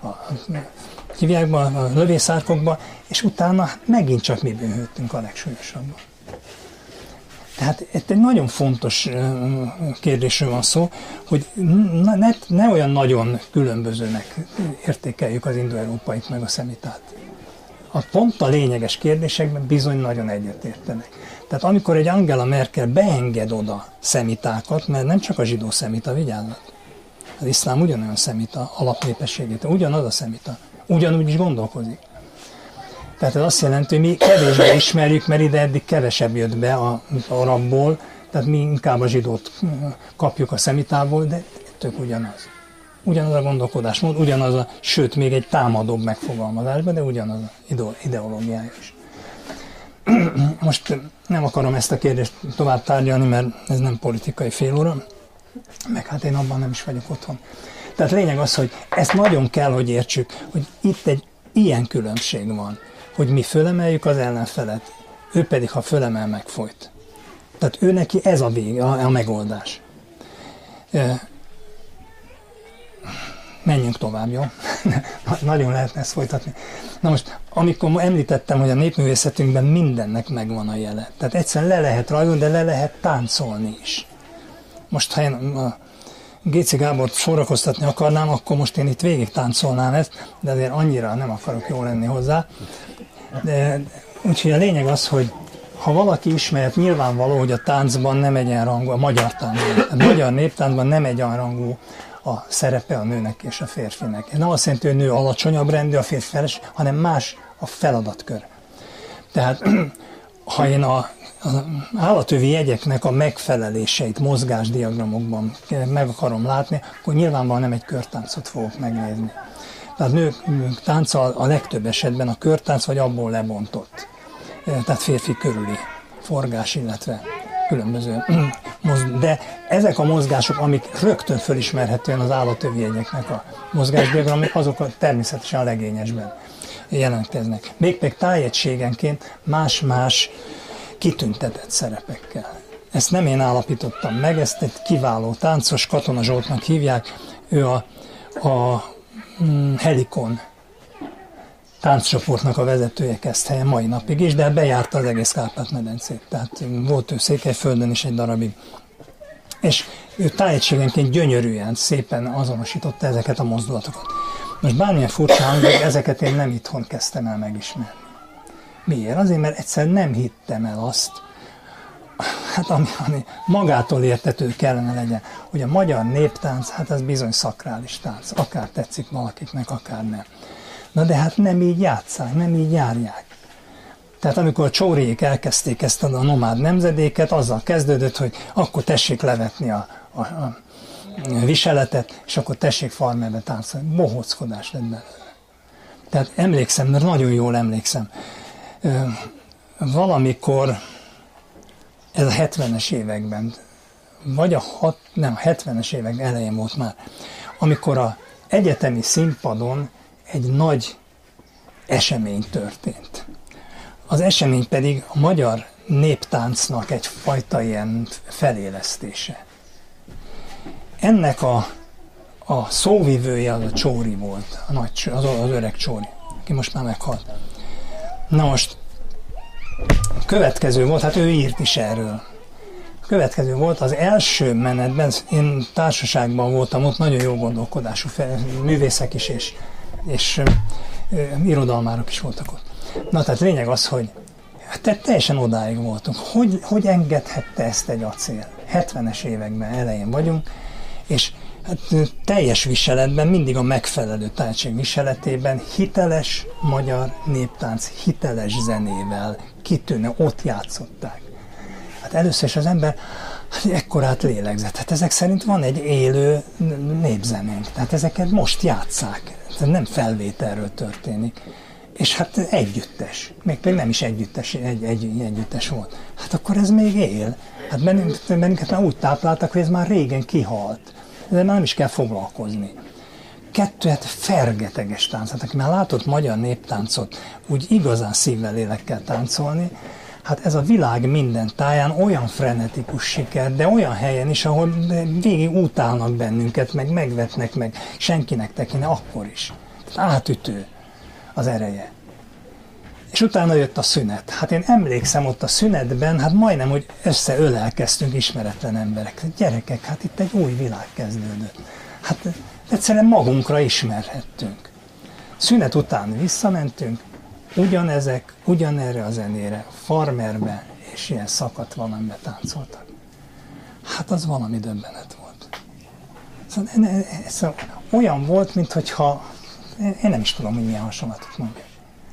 a lövészárkokba, és utána megint csak mi bűnhődtünk a legsúlyosabban. Tehát itt egy nagyon fontos kérdésről van szó, hogy ne olyan nagyon különbözőnek értékeljük az indoeurópait meg a szemitát. Pont a lényeges kérdésekben bizony nagyon egyetértenek. Tehát amikor egy Angela Merkel beenged oda szemitákat, mert nem csak a zsidó szemita, vigyázzat. Az iszlám ugyanolyan szemita alapnépességét, ugyanaz a szemita, ugyanúgy is gondolkozik. Tehát ez azt jelenti, hogy mi kevésbé ismerjük, mert ide eddig kevesebb jött be a arabból, tehát mi inkább a zsidót kapjuk a szemitából, de tök ugyanaz. Ugyanaz a gondolkodásmód, ugyanaz a, sőt, még egy támadóbb megfogalmazásban, de ugyanaz a ideológiája is. Most nem akarom ezt a kérdést tovább tárgyalni, mert ez nem politikai fél óra, meg hát én abban nem is vagyok otthon. Tehát lényeg az, hogy ezt nagyon kell, hogy értsük, hogy itt egy ilyen különbség van, hogy mi fölemeljük az ellenfelet, ő pedig, ha fölemel, megfojt. Tehát ő neki ez a vége, a megoldás. Menjünk tovább, jó? Nagyon lehetne ezt folytatni. Na most, amikor említettem, hogy a népművészetünkben mindennek megvan a jele. Tehát egyszerűen le lehet rajzolni, de le lehet táncolni is. Most, ha én a Géci Gábort szórakoztatni akarnám, akkor most én itt végig táncolnám ezt, de azért annyira nem akarok jó lenni hozzá. Úgyhogy a lényeg az, hogy ha valaki ismert, nyilvánvaló, hogy a táncban nem egyenrangú, a magyar táncban, a magyar néptáncban nem egyenrangú a szerepe a nőnek és a férfinek. Ez nem azt jelenti, hogy a nő alacsonyabb rendű, a férfi feles, hanem más a feladatkör. Tehát ha én az állatövi jegyeknek a megfeleléseit mozgásdiagramokban meg akarom látni, akkor nyilvánvalóan nem egy körtáncot fogok megnézni. Tehát nők tánca a legtöbb esetben a körtánc vagy abból lebontott. Tehát férfi körüli forgás, illetve különböző de ezek a mozgások, amik rögtön fölismerhetően az állatövi jegyeknek a mozgásdiagramok, azok természetesen a legényesben jelentkeznek. Mégpedig tájegységenként más-más kitüntetett szerepekkel. Ezt nem én állapítottam meg, ezt egy kiváló táncos, Katona Zsoltnak hívják, ő a Helikon tánccsoportnak a vezetője Keszthelyen mai napig is, de bejárta az egész Kárpát-medencét. Tehát volt ő Székelyföldön is egy darabig. És ő tájegységenként gyönyörűen, szépen azonosította ezeket a mozdulatokat. Most bármilyen furcsa hangzik, ezeket én nem itthon kezdtem el megismerni. Miért? Azért, mert egyszerűen nem hittem el azt, hát ami magától értető kellene legyen, hogy a magyar néptánc, hát ez bizony szakrális tánc, akár tetszik valakiknek, akár nem. Na de hát nem így játsszák, nem így járják. Tehát amikor a csóriék elkezdték ezt a nomád nemzedéket, azzal kezdődött, hogy akkor tessék levetni a viseletet, és akkor tessék farmerbe táncolni. Bohóckodás lett belőle. Tehát emlékszem, mert nagyon jól emlékszem, valamikor ez a 70-es években, vagy a 70-es évek elején volt már, amikor a egyetemi színpadon egy nagy esemény történt. Az esemény pedig a magyar néptáncnak egyfajta ilyen felélesztése. Ennek a szóvivője az a Csóri volt, az öreg Csóri, aki most már meghalt. Na most, következő volt, hát ő írt is erről. Következő volt, az első menetben, én társaságban voltam, ott nagyon jó gondolkodású művészek is, és irodalmárok is voltak ott. Na, tehát lényeg az, hogy teljesen odáig voltunk. Hogy engedhette ezt egy acél? 70-es években elején vagyunk, és hát teljes viseletben, mindig a megfelelő tájtség viseletében, hiteles magyar néptánc, hiteles zenével, kitűnő, ott játszották. Hát először is az ember ekkorát lélegzett. Hát ezek szerint van egy élő népzenénk. Tehát ezeket most játsszák. Tehát nem felvételről történik. És hát együttes. Még nem is együttes, együttes volt. Hát akkor ez még él. Hát bennünket már úgy tápláltak, hogy ez már régen kihalt. De már nem is kell foglalkozni. Hát fergeteges táncot. Aki már látott magyar néptáncot, úgy igazán szívvel, lélekkel táncolni, hát ez a világ minden táján olyan frenetikus siker, de olyan helyen is, ahol végig utálnak bennünket, meg megvetnek, meg senkinek tekintene, akkor is. Tehát átütő az ereje. És utána jött a szünet. Hát én emlékszem ott a szünetben, hát majdnem, hogy összeölelkeztünk ismeretlen emberek. Gyerekek, hát itt egy új világ kezdődött. Hát egyszerűen magunkra ismerhettünk. Szünet után visszamentünk, ugyanerre a zenére, farmerbe és ilyen szakadt valamibe táncoltak. Hát az valami döbbenet volt. Szóval olyan volt, minthogyha én nem is tudom, hogy milyen hasonlatot mondjak.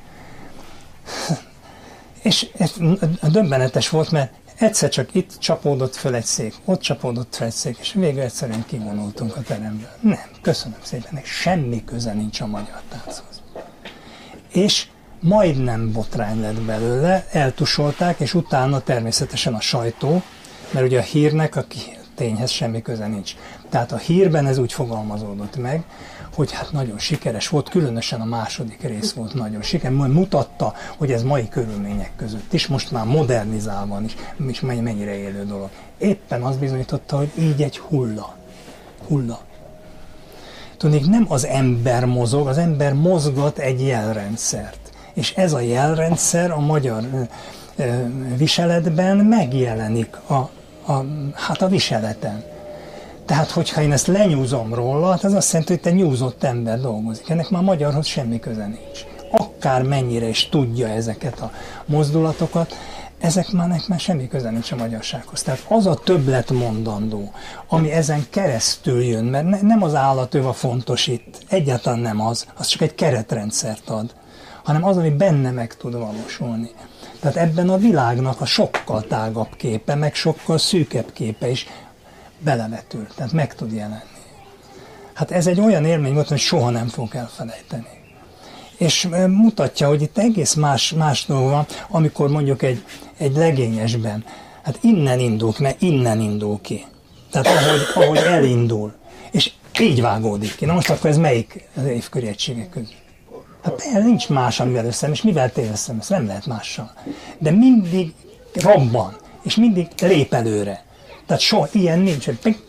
És ez döbbenetes volt, mert egyszer csak itt csapódott föl egy szék, ott csapódott fel egy szék, és végül egyszerűen kivonultunk a teremből. Nem, köszönöm szépen, semmi köze nincs a magyar tánchoz. És majdnem botrány lett belőle, eltusolták, és utána természetesen a sajtó, mert ugye a hírnek a tényhez semmi köze nincs. Tehát a hírben ez úgy fogalmazódott meg, hogy hát nagyon sikeres volt, különösen a második rész volt nagyon sikeres, majd mutatta, hogy ez mai körülmények között is, most már modernizálva is mennyire élő dolog. Éppen az bizonyította, hogy így egy hulla. Tudnék, nem az ember mozog, az ember mozgat egy jelrendszert. És ez a jelrendszer a magyar viseletben megjelenik a viseleten. Tehát, hogyha én ezt lenyúzom róla, hát az azt jelenti, hogy te nyúzott ember dolgozik. Ennek már magyarhoz semmi köze nincs. Akár mennyire is tudja ezeket a mozdulatokat, ezeknek már semmi köze nincs a magyarsághoz. Tehát az a többlet mondandó, ami ezen keresztül jön, mert nem az állatőv a fontos itt, egyáltalán nem az csak egy keretrendszert ad, hanem az, ami benne meg tud valósulni. Tehát ebben a világnak a sokkal tágabb képe, meg sokkal szűkebb képe is belevetül, tehát meg tud jelenni. Hát ez egy olyan élmény volt, hogy soha nem fogok elfelejteni. És mutatja, hogy itt egész más dolog van, amikor mondjuk egy legényesben, hát innen indul ki. Tehát ahogy elindul. És így vágódik ki. Na most akkor ez melyik az évköri egységek közül? Hát nincs más, amivel összem, és mivel téveszem, ezt nem lehet mással. De mindig robban, és mindig lép előre. Tehát soha ilyen nincs, hogy pik.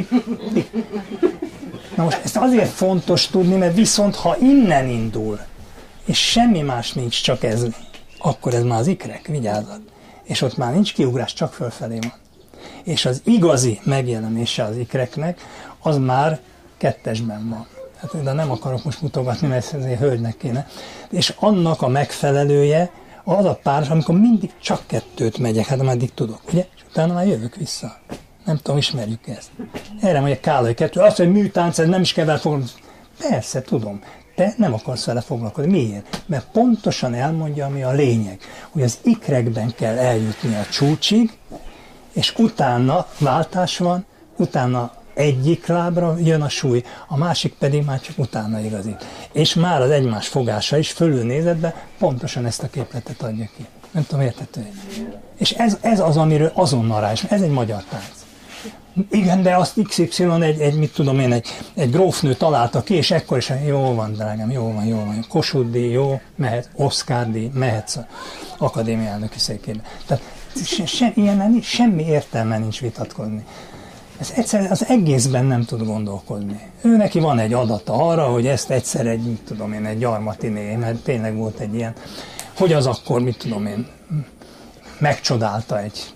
Na most ezt azért fontos tudni, mert viszont ha innen indul, és semmi más nincs, csak ez, akkor ez már az ikrek, vigyázzat. És ott már nincs kiugrás, csak fölfelé van. És az igazi megjelenése az ikreknek, az már kettesben van. Hát, de nem akarok most mutogatni, mert ez azért hölgynek kéne. És annak a megfelelője az a páros, amikor mindig csak 2 megyek, hát ameddig tudok, ugye? És utána már jövök vissza. Nem tudom, ismerjük ezt. Erre mondja Kálai 2, azt, hogy műtánc, ez nem is kell vele foglalkozni. Persze, tudom. Te nem akarsz vele foglalkozni. Miért? Mert pontosan elmondja, ami a lényeg, hogy az ikrekben kell eljutni a csúcsig, és utána váltás van, utána egyik lábra jön a súly, a másik pedig már csak utána igazít. És már az egymás fogása is fölülnézetben pontosan ezt a képletet adja ki. Nem tudom, értető? És ez az, amiről azonnal rá is, ez egy magyar tánc. Igen, de azt XY mit tudom én, egy grófnő találta ki, és ekkor is jó van, drágám, jó van. Kossuth díj, jó, mehet, Oscar díj, mehetsz az akadémia elnöki székébe. Tehát semmi értelme nincs vitatkozni. Ez egyszerűen az egészben nem tud gondolkodni. Ő neki van egy adata arra, hogy ezt egyszer egy gyarmatiné, mert tényleg volt egy ilyen, hogy az akkor, megcsodálta egy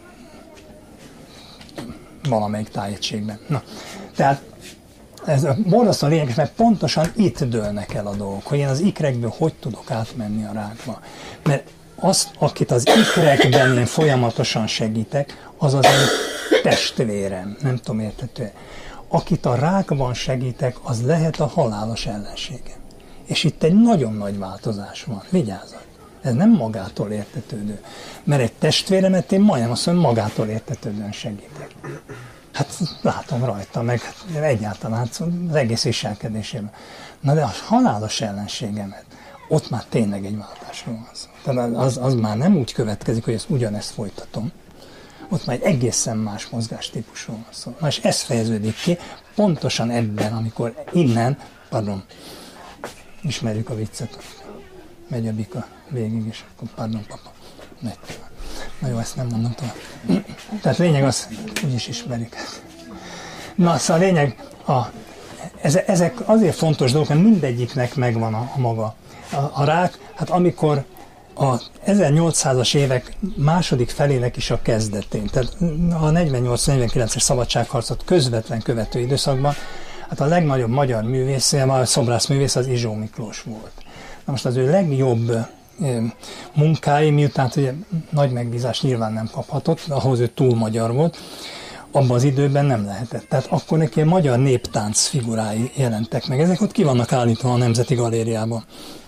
valamelyik tájegységben. Na, tehát ez a borzasztó lényeges, mert pontosan itt dőlnek el a dolgok, hogy én az ikrekből hogy tudok átmenni a rákba. Mert azt, akit az ikrekben én folyamatosan segítek, az az egy testvérem, nem tudom, értető. Akit a rákban segítek, az lehet a halálos ellenségem. És itt egy nagyon nagy változás van. Vigyázzak! Ez nem magától értetődő. Mert egy testvéremet én majdnem azt mondom, magától értetődően segítek. Hát látom rajta, meg egyáltalán az egész viselkedésében. Na de a halálos ellenségemet, ott már tényleg egy váltásról van szó. Tehát az már nem úgy következik, hogy ezt ugyanezt folytatom. Ott már egy egészen más mozgástípusról van szó. Na és ez fejeződik ki pontosan ebben, amikor innen, ismerjük a viccet, megy a bika végig, és akkor pardon, papa, megy tovább. Na jó, ezt nem mondom tovább. Tehát lényeg az, úgyis ismerik. Na, szóval a lényeg, ezek azért fontos dolgok, mert mindegyiknek megvan a maga. A rák, hát amikor a 1800-as évek második felének is a kezdetén, tehát a 48-49-es szabadságharcot közvetlen követő időszakban, hát a legnagyobb magyar művész, a szobrászművész az Izsó Miklós volt. Na most az ő legjobb munkái, miután ugye nagy megbízást nyilván nem kaphatott, ahhoz ő túl magyar volt, abban az időben nem lehetett. Tehát akkor neki a magyar néptánc figurái jelentek meg. Ezek ott ki vannak állítva a Nemzeti Galériában.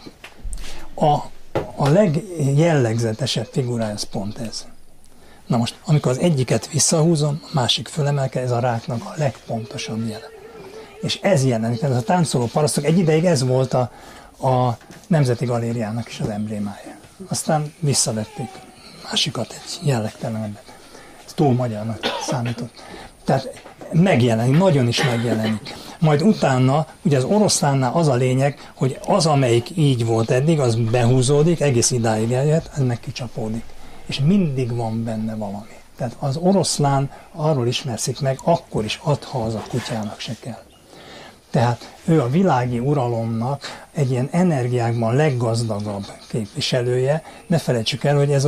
A legjellegzetesebb figurája az pont ez. Na most, amikor az egyiket visszahúzom, a másik fölemelke, ez a ráknak a legpontosabb jele. És ez jelenik, ez a táncoló parasztok, egy ideig ez volt a Nemzeti Galériának is az emblémája. Aztán visszavették másikat, egy jellegtelenebbet. Ez túl magyarnak számított. Tehát megjelenik, nagyon is megjelenik. Majd utána, ugye az oroszlánnál az a lényeg, hogy az, amelyik így volt eddig, az behúzódik, egész idáig eljöhet, ez meg kicsapódik. És mindig van benne valami. Tehát az oroszlán arról ismerszik meg, akkor is ad, ha az a kutyának se kell. Tehát ő a világi uralomnak egy ilyen energiákban leggazdagabb képviselője. Ne felejtsük el, hogy ez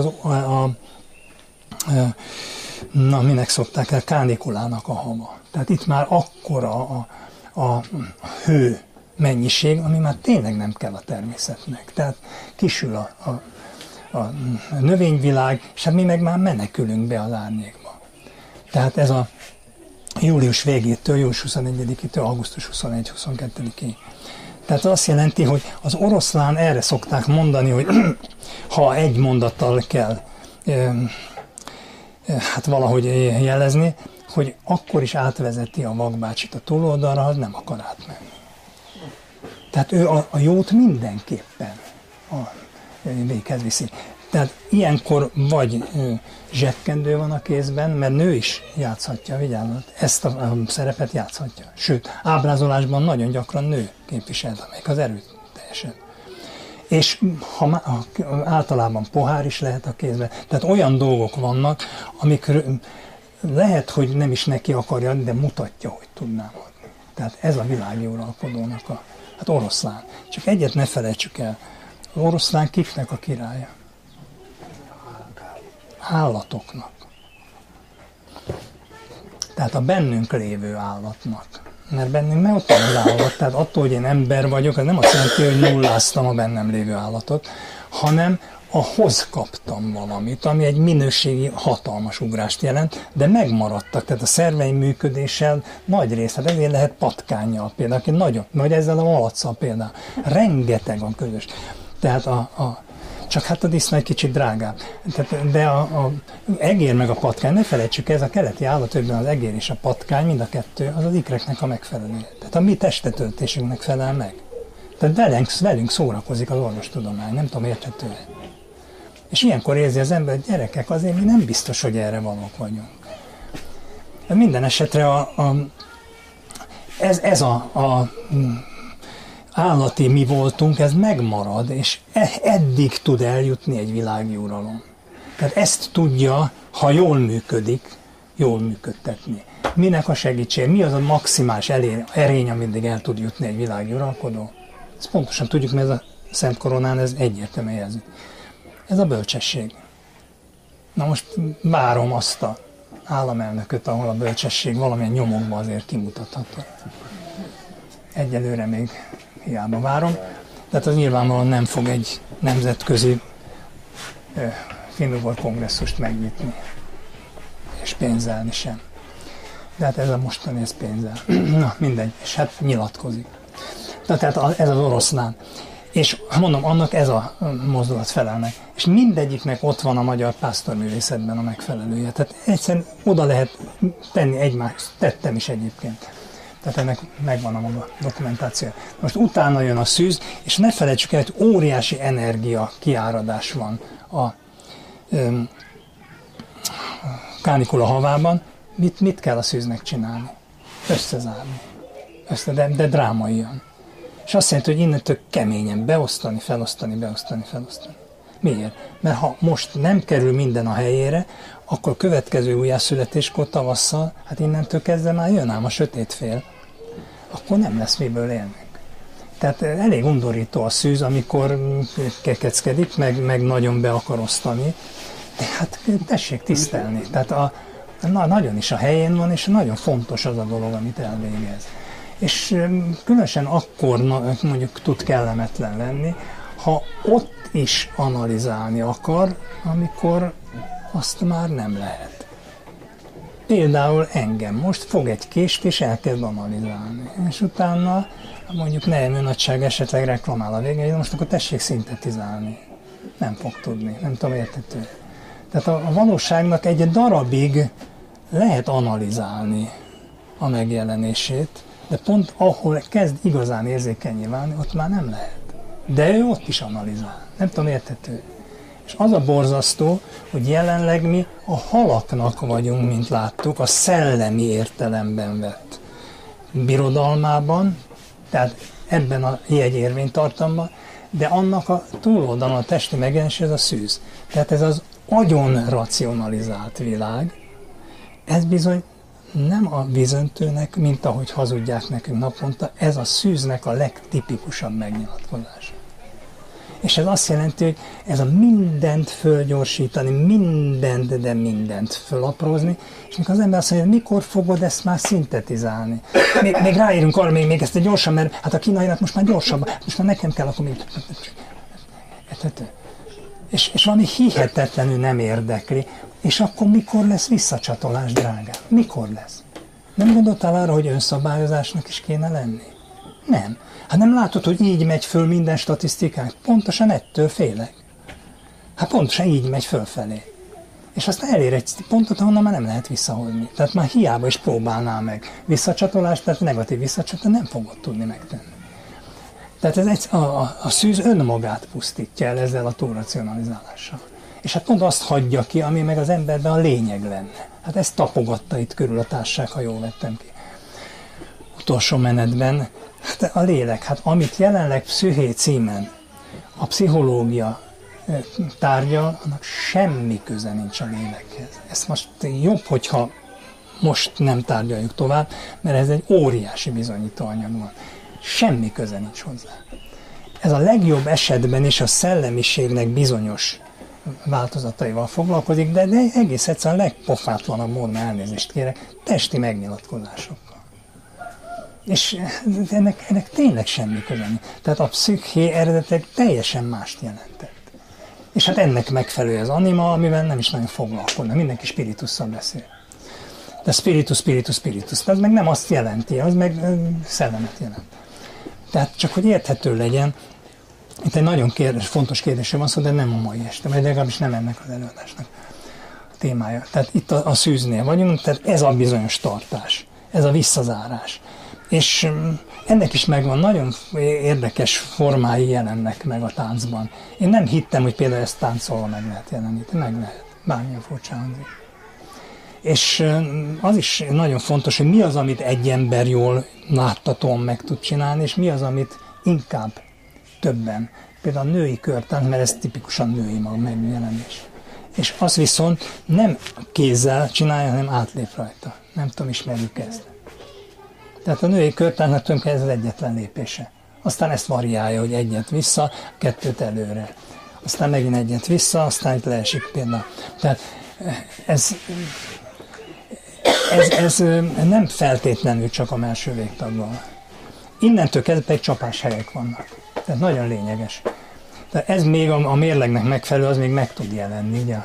minek szokták el, kánikulának a hava. Tehát itt már akkora a hő mennyiség, ami már tényleg nem kell a természetnek. Tehát kisül a növényvilág, és hát mi meg már menekülünk be az árnyékba. Tehát ez a július végétől, július 21-től augusztus 21-22-ig. Tehát azt jelenti, hogy az oroszlán erre szokták mondani, hogy ha egy mondattal kell hát valahogy jelezni, hogy akkor is átvezeti a vakbácsit a túloldalra, ha nem akar átmenni. Tehát ő a jót mindenképpen véghez viszi. Tehát ilyenkor vagy zsekkendő van a kézben, mert nő is játszhatja, vigyázzat, ezt a szerepet játszhatja. Sőt, ábrázolásban nagyon gyakran nő képviselt, amelyik az erőt teljesen. És általában pohár is lehet a kézben. Tehát olyan dolgok vannak, amik lehet, hogy nem is neki akarja, de mutatja, hogy tudnám adni. Tehát ez a világi uralkodónak hát oroszlán. Csak egyet ne felejtsük el, az oroszlán kiknek a királya? Állatoknak. Tehát a bennünk lévő állatnak. Mert bennünk meg ott van az állat, tehát attól, hogy én ember vagyok, az nem azt jelenti, hogy nulláztam a bennem lévő állatot, hanem ahhoz kaptam valamit, ami egy minőségi hatalmas ugrást jelent, de megmaradtak, tehát a szerveim működéssel nagy része, hát ezért lehet patkánnyal például, aki nagyon, vagy ezzel a malacccal például, rengeteg a közös. Tehát csak hát a disznó egy kicsit drágább. Tehát, de a egér meg a patkány, ne felejtsük, ez a keleti állatokban az egér és a patkány, mind a kettő, az az ikreknek a megfelelője. Tehát a mi testetöltésünknek felel meg. Tehát velünk szórakozik az orvostudomány, nem tudom, érthető. És ilyenkor érzi az ember, hogy gyerekek, azért mi nem biztos, hogy erre valók vagyunk. De minden esetre ez a állati mi voltunk, ez megmarad, és eddig tud eljutni egy világi uralom. Tehát ezt tudja, ha jól működik, jól működtetni. Minek a segítség? Mi az a maximális erény, ameddig el tud jutni egy világi uralkodó? Ezt pontosan tudjuk, mert ez a Szent Koronán ez egyértelműen jelzi. Ez a bölcsesség. Na most várom azt az államelnököt, ahol a bölcsesség valamilyen nyomokban azért kimutatható. Egyelőre még hiába várom. Tehát az nyilvánvalóan nem fog egy nemzetközi finnugor kongresszust megnyitni. És pénzelni sem. De hát ez a mostani, ez pénzel. Na, mindegy. És hát nyilatkozik. Tehát ez az oroszlán. És mondom, annak ez a mozdulat felel meg. És mindegyiknek ott van a magyar pásztorművészetben a megfelelője. Tehát egyszerűen oda lehet tenni egymást. Tettem is egyébként. Tehát ennek megvan a maga dokumentáció. Most utána jön a szűz, és ne felejtsük el, hogy óriási energia kiáradás van a kánikula havában. Mit kell a szűznek csinálni? Összezárni. De drámaian. És azt jelenti, hogy innentől keményen beosztani, felosztani. Miért? Mert ha most nem kerül minden a helyére, akkor a következő újjászületéskor tavasszal, hát innentől kezdve már jön ám a sötét fél, akkor nem lesz miből élnünk. Tehát elég undorító a szűz, amikor kekeckedik, meg nagyon be akar osztani, de hát tessék tisztelni. Tehát nagyon is a helyén van, és nagyon fontos az a dolog, amit elvégez. És különösen akkor mondjuk tud kellemetlen lenni, ha ott is analizálni akar, amikor azt már nem lehet. Például engem most fog egy kést és elkezd analizálni. És utána mondjuk Neemű nagyság esetleg reklamál a végén, hogy most akkor tessék szintetizálni. Nem fog tudni, nem tudom, érthető. Tehát a valóságnak egy darabig lehet analizálni a megjelenését, de pont ahol kezd igazán érzékenyé válni, ott már nem lehet. De ő ott is analizál. Nem tudom, érthető. És az a borzasztó, hogy jelenleg mi a halaknak vagyunk, mint láttuk, a szellemi értelemben vett birodalmában, tehát ebben a jegyérvénytartamban, de annak a túloldalon a testi megjelenés, ez a szűz. Tehát ez az agyon racionalizált világ, ez bizony nem a vízöntőnek, mint ahogy hazudják nekünk naponta, ez a szűznek a legtipikusabb megnyilatkozása. És ez azt jelenti, hogy ez a mindent fölgyorsítani, mindent fölaprózni, és mikor az ember azt mondja, hogy mikor fogod ezt már szintetizálni. Még ráérünk arra, még ezt gyorsan, mert hát a kínainak most már gyorsabb, most már nekem kell, akkor még... És valami hihetetlenül nem érdekli, és akkor mikor lesz visszacsatolás, drágám? Mikor lesz? Nem gondoltál arra, hogy önszabályozásnak is kéne lenni? Nem. Hát nem látod, hogy így megy föl minden statisztikánk? Pontosan ettől félek. Hát pontosan így megy fölfelé. És aztán elér egy pontot, ahonnan már nem lehet visszahozni. Tehát már hiába is próbálnál meg visszacsatolást, tehát negatív visszacsatolást nem fogod tudni megtenni. Tehát a szűz önmagát pusztítja el ezzel a túlracionalizálással. És hát pont azt hagyja ki, ami meg az emberben a lényeg lenne. Hát ezt tapogatta itt körül a társaság, ha jól vettem ki. Utolsó menetben, hát a lélek, hát amit jelenleg psziché címen a pszichológia tárgyal, annak semmi köze nincs a lélekhez. Ez most jobb, hogyha most nem tárgyaljuk tovább, mert ez egy óriási bizonyítóanyag van. Semmi köze nincs hozzá. Ez a legjobb esetben is a szellemiségnek bizonyos változataival foglalkozik, de egész egyszerűen a legpofátlanabb módon, elnézést kérek, testi megnyilatkozásokkal. És ennek tényleg semmi köze nincs. Tehát a psziché eredetileg teljesen mást jelentett. És hát ennek megfelelő az anima, amivel nem is nagyon foglalkoznak, mindenki spiritusszal beszél. De spiritus, az meg nem azt jelenti, az meg szellemet jelent. Tehát csak, hogy érthető legyen, itt egy nagyon fontos kérdésre van szó, de nem a mai este, vagy legalábbis nem ennek az előadásnak a témája. Tehát itt a szűznél vagyunk, tehát ez a bizonyos tartás, ez a visszazárás. És ennek is megvan, nagyon érdekes formái jelennek meg a táncban. Én nem hittem, hogy például ezt táncolva meg lehet jeleníteni, meg lehet, bármilyen furcsa hangzik. És az is nagyon fontos, hogy mi az, amit egy ember jól láttatóan meg tud csinálni, és mi az, amit inkább többen. Például a női körtánc, mert ez tipikusan női maga megjelenés. És az viszont nem kézzel csinálja, hanem átlép rajta. Nem tudom, ismerjük ezt. Tehát a női körtáncnak tulajdonképpen ez az egyetlen lépése. Aztán ezt variálja, hogy egyet vissza, kettőt előre. Aztán megint egyet vissza, aztán itt leesik például. Tehát ez nem feltétlenül csak a mellső végtaggal. Innentől kezdve egy csapáshelyek vannak. Tehát nagyon lényeges. Tehát ez még a mérlegnek megfelelő, az még meg tud jelenni. Ugye?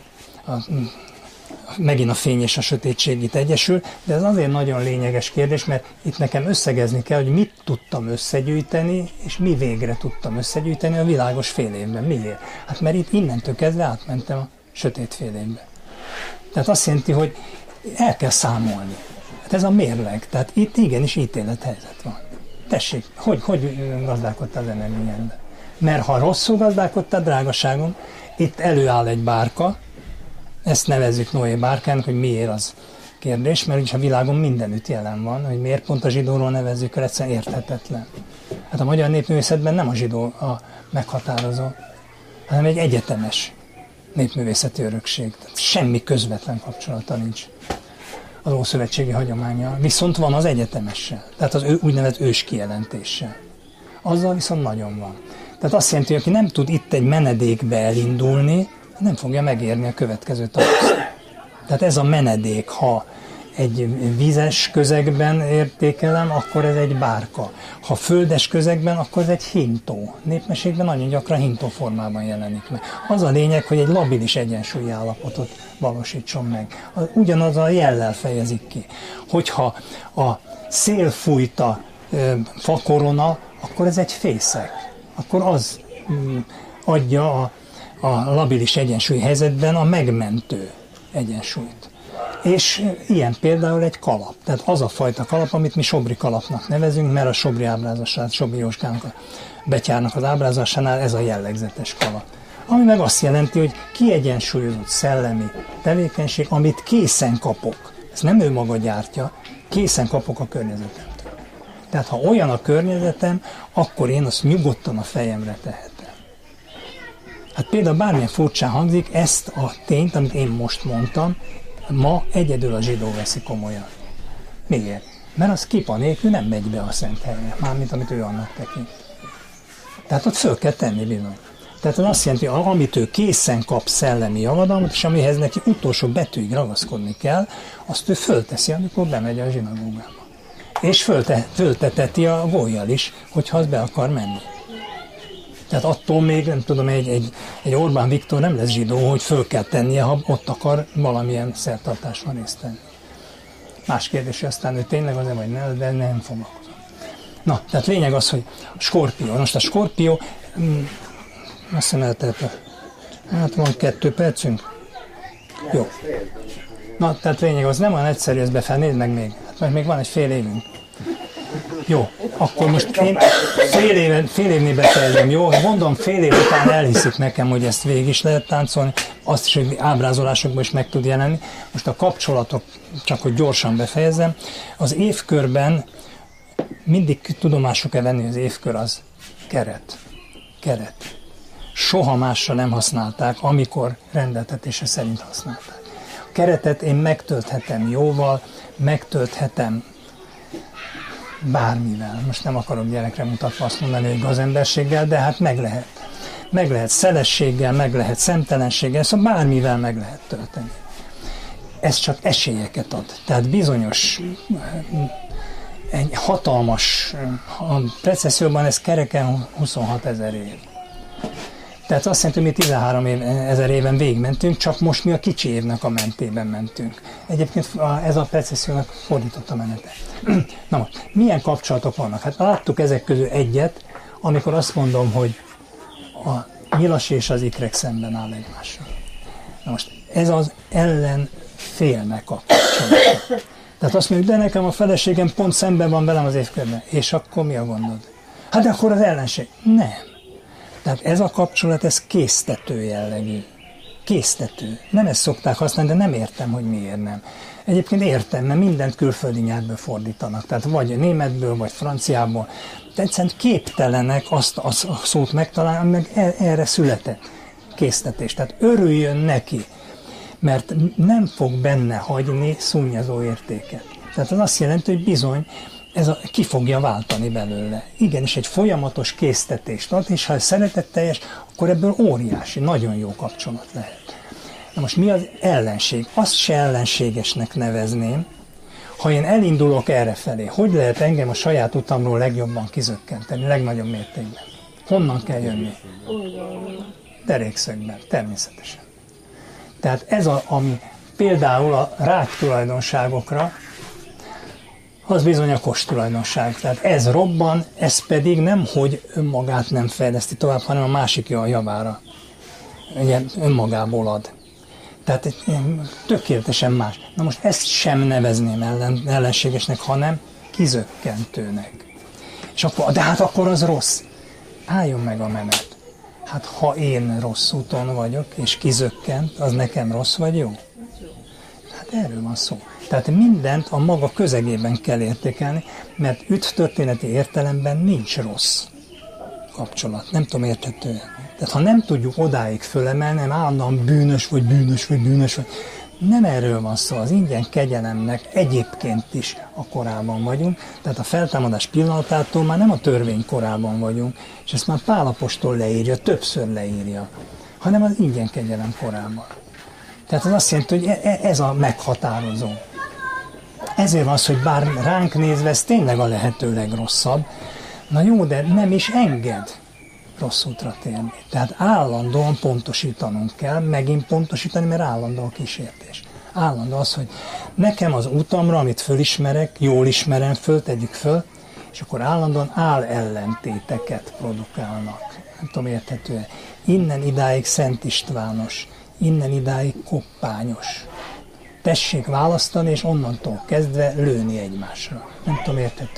Megint a fény és a sötétség itt egyesül, de ez azért nagyon lényeges kérdés, mert itt nekem összegezni kell, hogy mit tudtam összegyűjteni, és mi végre tudtam összegyűjteni a világos fél évben. Miért? Hát mert itt innentől kezdve átmentem a sötét fél évbe. Tehát azt jelenti, hogy el kell számolni. Hát ez a mérleg. Tehát itt igenis ítélethelyzet van. Tessék, hogy gazdálkodtál az energiádban? Mert ha rosszul gazdálkodtál, drágaságom, itt előáll egy bárka, ezt nevezzük Noé bárkának, hogy miért az kérdés, mert úgyis a világon mindenütt jelen van, hogy miért pont a zsidóról nevezzük el, egyszerűen érthetetlen. Hát a magyar népművészetben nem a zsidó a meghatározó, hanem egy egyetemes népművészeti örökség. Tehát semmi közvetlen kapcsolata nincs az ószövetségi hagyománnyal, viszont van az egyetemessel, tehát az úgynevezett ős kijelentéssel. Azzal viszont nagyon van. Tehát azt jelenti, hogy aki nem tud itt egy menedékbe elindulni, nem fogja megérni a következő tavaszt. Tehát ez a menedék, ha egy vízes közegben értékelem, akkor ez egy bárka. Ha földes közegben, akkor ez egy hintó. Népmesékben nagyon gyakran hintó formában jelenik meg. Az a lényeg, hogy egy labilis egyensúlyi állapotot valósítson meg. Ugyanaz a jellel fejezik ki. Hogyha a szél fújta fakorona, akkor ez egy fészek. Akkor az adja a labilis egyensúly helyzetben a megmentő egyensúlyt. És ilyen például egy kalap. Tehát az a fajta kalap, amit mi Sobri kalapnak nevezünk, mert a Sobri ábrázolásánál, Sobri Jóskának, a Betyárnak az ábrázolásánál ez a jellegzetes kalap. Ami meg azt jelenti, hogy kiegyensúlyozott szellemi tevékenység, amit készen kapok. Ez nem ő maga gyártja, készen kapok a környezetemtől. Tehát ha olyan a környezetem, akkor én azt nyugodtan a fejemre tehetem. Hát például bármilyen furcsán hangzik, ezt a tényt, amit én most mondtam, ma egyedül a zsidó veszi komolyan. Miért? Mert az kipa nélkül nem megy be a szent helyre, mármint amit ő annak tekint. Tehát ott föl kell tenni bizony. Tehát az azt jelenti, hogy amit ő készen kap szellemi javadalmat, és amihez neki utolsó betűig ragaszkodni kell, azt ő fölteszi, amikor bemegy a zsinagógába. És fölteteti a gólyjal is, hogyha az be akar menni. Tehát attól még, nem tudom, egy Orbán Viktor nem lesz zsidó, hogy föl kell tennie, ha ott akar valamilyen szertartásban részt venni. Más kérdés, hogy aztán ő tényleg az-e vagy nem, de nem foglalkozom. Na, tehát lényeg az, hogy a skorpió. Most a skorpió, azt hiszem eltelt hát van 2 percünk. Jó. Na, tehát lényeg az nem olyan egyszerű, ezt nézd meg még. Hát majd még van egy fél évünk. Jó, akkor most én fél évnél befejezem, jó? Mondom, fél év után elhiszik nekem, hogy ezt végig is lehet táncolni, azt is, hogy ábrázolásokban is meg tud jelenni. Most a kapcsolatok, csak hogy gyorsan befejezzem, az évkörben mindig tudomásuk kell venni, hogy az évkör az keret. Soha másra nem használták, amikor rendeltetése szerint használták. A keretet én megtölthetem jóval, megtölthetem bármivel. Most nem akarok gyerekre mutatva azt mondani, hogy gazemberséggel, de hát meg lehet. Meg lehet szelességgel, meg lehet szemtelenséggel, szóval bármivel meg lehet tölteni. Ez csak esélyeket ad. Tehát bizonyos, egy hatalmas, a precesszióban ez kereken 26 000 év. Tehát azt jelenti, hogy mi 13 ezer éven végigmentünk, csak most mi a kicsi évnek a mentében mentünk. Egyébként ez a precessziónak fordított a menete. Na most, milyen kapcsolatok vannak? Hát láttuk ezek közül egyet, amikor azt mondom, hogy a nyilas és az ikrek szemben áll egymással. Na most, ez az ellenfélnek a kapcsolata. Tehát azt mondjuk, de nekem a feleségem pont szemben van velem az évkörben. És akkor mi a gondod? Hát de akkor az ellenség. Nem. Tehát ez a kapcsolat, ez késztető jellegű. Késztető. Nem ezt szokták használni, de nem értem, hogy miért nem. Egyébként értem, mert mindent külföldi nyelvből fordítanak. Tehát vagy németből, vagy franciából. De egyszerűen képtelenek azt a szót megtalálni, meg erre született késztetés. Tehát örüljön neki, mert nem fog benne hagyni szunnyazó értéket. Tehát az azt jelenti, hogy bizony, ki fogja váltani belőle. Igenis, egy folyamatos késztetést ad, és ha ez szeretetteljes, akkor ebből óriási, nagyon jó kapcsolat lehet. Na most mi az ellenség? Azt se ellenségesnek nevezném, ha én elindulok errefelé. Hogy lehet engem a saját utamról legjobban kizökkenteni, legnagyobb mértékben? Honnan kell jönni? Derékszögben, természetesen. Tehát ez ami például a rágy tulajdonságokra, az bizony a kostulajdonság. Tehát ez robban, ez pedig nem, hogy önmagát nem fejleszti tovább, hanem a másik javára. Ugye önmagából ad. Tehát tökéletesen más. Na most ezt sem nevezném ellenségesnek, hanem kizökkentőnek. És akkor, de hát akkor az rossz. Álljon meg a menet. Hát ha én rossz úton vagyok, és kizökkent, az nekem rossz vagy jó? Hát erről van szó. Tehát mindent a maga közegében kell értékelni, mert üdvtörténeti értelemben nincs rossz kapcsolat. Nem tudom, érthetően. Tehát ha nem tudjuk odáig fölemelni, nem állandóan bűnös vagy, nem erről van szó. Az ingyen kegyelemnek egyébként is a korában vagyunk, tehát a feltámadás pillanatától már nem a törvény korában vagyunk, és ezt már Pál apostol leírja, többször leírja, hanem az ingyen kegyelem korában. Tehát ez azt jelenti, hogy ez a meghatározó. Ezért van az, hogy bár ránk nézve ez tényleg a lehető legrosszabb, na jó, de nem is enged rossz útra térni. Tehát állandóan pontosítanunk kell, megint pontosítani, mert állandó a kísértés. Állandó az, hogy nekem az utamra, amit fölismerek, jól ismerem föl, tegyük föl, és akkor állandóan ellentéteket produkálnak. Nem tudom, érthető-e. Innen idáig Szent Istvános, innen idáig Koppányos. Tessék választani, és onnantól kezdve lőni egymásra. Nem tudom, érthető.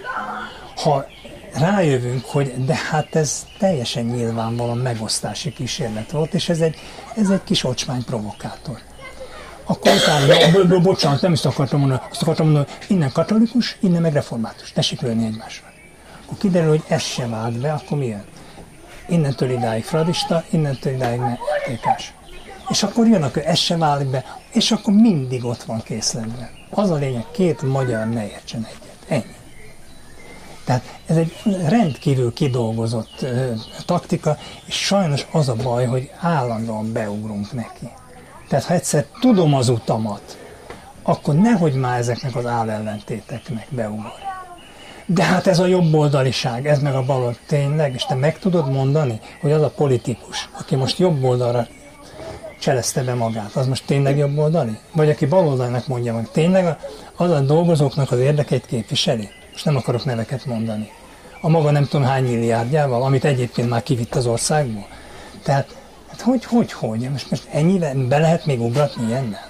Ha rájövünk, hogy de hát ez teljesen nyilvánvalóan megosztási kísérlet volt, és ez egy kis ocsmány provokátor. Akkor utána, bocsánat, nem is akartam mondani, azt akartam mondani, innen katolikus, innen meg református. Tessék lőni egymásra. Akkor kiderül, hogy ez se vált be, akkor mi jön? Innentől idáig fradista, innentől idáig értékás. És akkor jön, akkor ez se válik be, és akkor mindig ott van készletben. Az a lényeg, két magyar ne értsen egyet. Ennyi. Tehát ez egy rendkívül kidolgozott taktika, és sajnos az a baj, hogy állandóan beugrunk neki. Tehát ha egyszer tudom az utamat, akkor nehogy már ezeknek az állellentéteknek beugor. De hát ez a jobboldaliság, ez meg a baloldal. Tényleg, és te meg tudod mondani, hogy az a politikus, aki most jobb oldalra cselezte be magát, az most tényleg jobboldali? Vagy aki baloldalnak mondja meg, tényleg az a dolgozóknak az érdekeit képviseli? Most nem akarok neveket mondani. A maga nem tudom hány milliárdjával, amit egyébként már kivitt az országból. Tehát, hát hogy? Most ennyivel be lehet még ugratni ilyennel?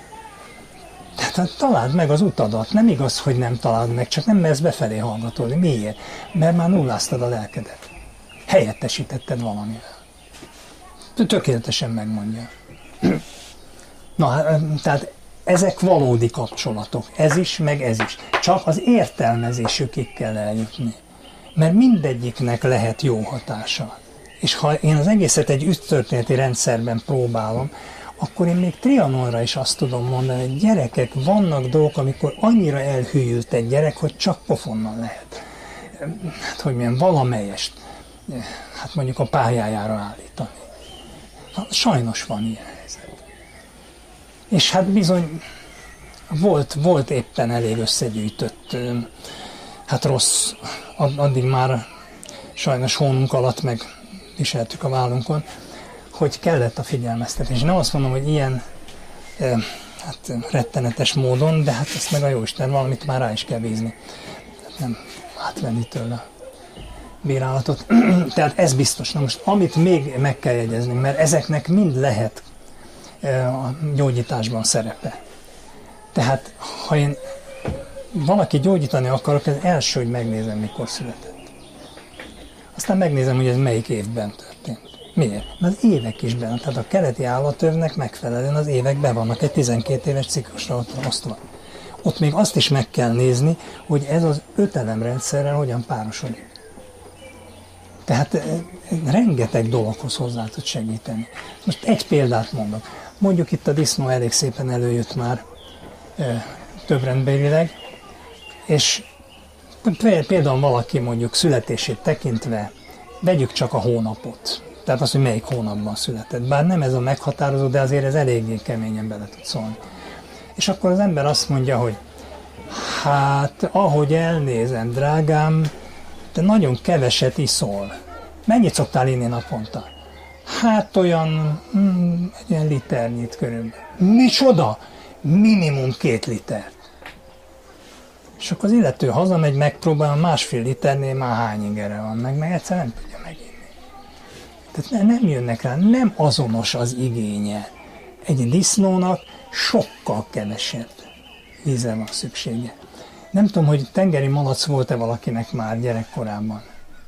Tehát hát, találd meg az utadat. Nem igaz, hogy nem találd meg, csak nem mersz befelé hallgatódni. Miért? Mert már nulláztad a lelkedet. Helyettesítetted valamivel. Tökéletesen megmondja. Na, tehát ezek valódi kapcsolatok. Ez is, meg ez is. Csak az értelmezésükig kell eljutni. Mert mindegyiknek lehet jó hatása. És ha én az egészet egy üdvtörténeti rendszerben próbálom, akkor én még Trianonra is azt tudom mondani, hogy gyerekek, vannak dolgok, amikor annyira elhűlt egy gyerek, hogy csak pofonnal lehet. Hát, hogy milyen valamelyest, hát mondjuk a pályájára állítani. Sajnos van ilyen helyzet. És hát bizony volt éppen elég összegyűjtött, hát rossz, addig már sajnos hónunk alatt meg viseltük a vállunkon, hogy kellett a figyelmeztetés. Nem azt mondom, hogy ilyen rettenetes módon, de hát ezt meg a Jóisten valamit már rá is kell bízni. Nem átvenni tőle a bírálatot. Tehát ez biztos. Na most, amit még meg kell jegyezni, mert ezeknek mind lehet a gyógyításban szerepe. Tehát, ha én valaki gyógyítani akarok, az első, hogy megnézem, mikor született. Aztán megnézem, hogy ez melyik évben történt. Miért? Mert az évek is benne. Tehát a keleti állatövnek megfelelően az évek be vannak, egy 12 éves ciklusra ott van osztva. Ott még azt is meg kell nézni, hogy ez az 5 elemrendszerrel hogyan párosodik. Tehát rengeteg dologhoz hozzá tud segíteni. Most egy példát mondok. Mondjuk itt a disznó elég szépen előjött már többrendbelileg, és például valaki mondjuk születését tekintve, vegyük csak a hónapot. Tehát az, hogy melyik hónapban született. Bár nem ez a meghatározó, de azért ez eléggé keményen bele tud szólni. És akkor az ember azt mondja, hogy hát, ahogy elnézem, drágám, te nagyon keveset iszol. Mennyit szoktál inni naponta? Hát olyan, egy liternyit körülbelül. Micsoda? Minimum 2 liter. És akkor az illető hazamegy, megpróbál, 1,5 liternél már hány ingere van, meg egyszer nem tudja meginni. Tehát nem jönnek rá, nem azonos az igénye. Egy disznónak sokkal kevesebb vízre van szüksége. Nem tudom, hogy tengeri malac volt-e valakinek már gyerekkorában.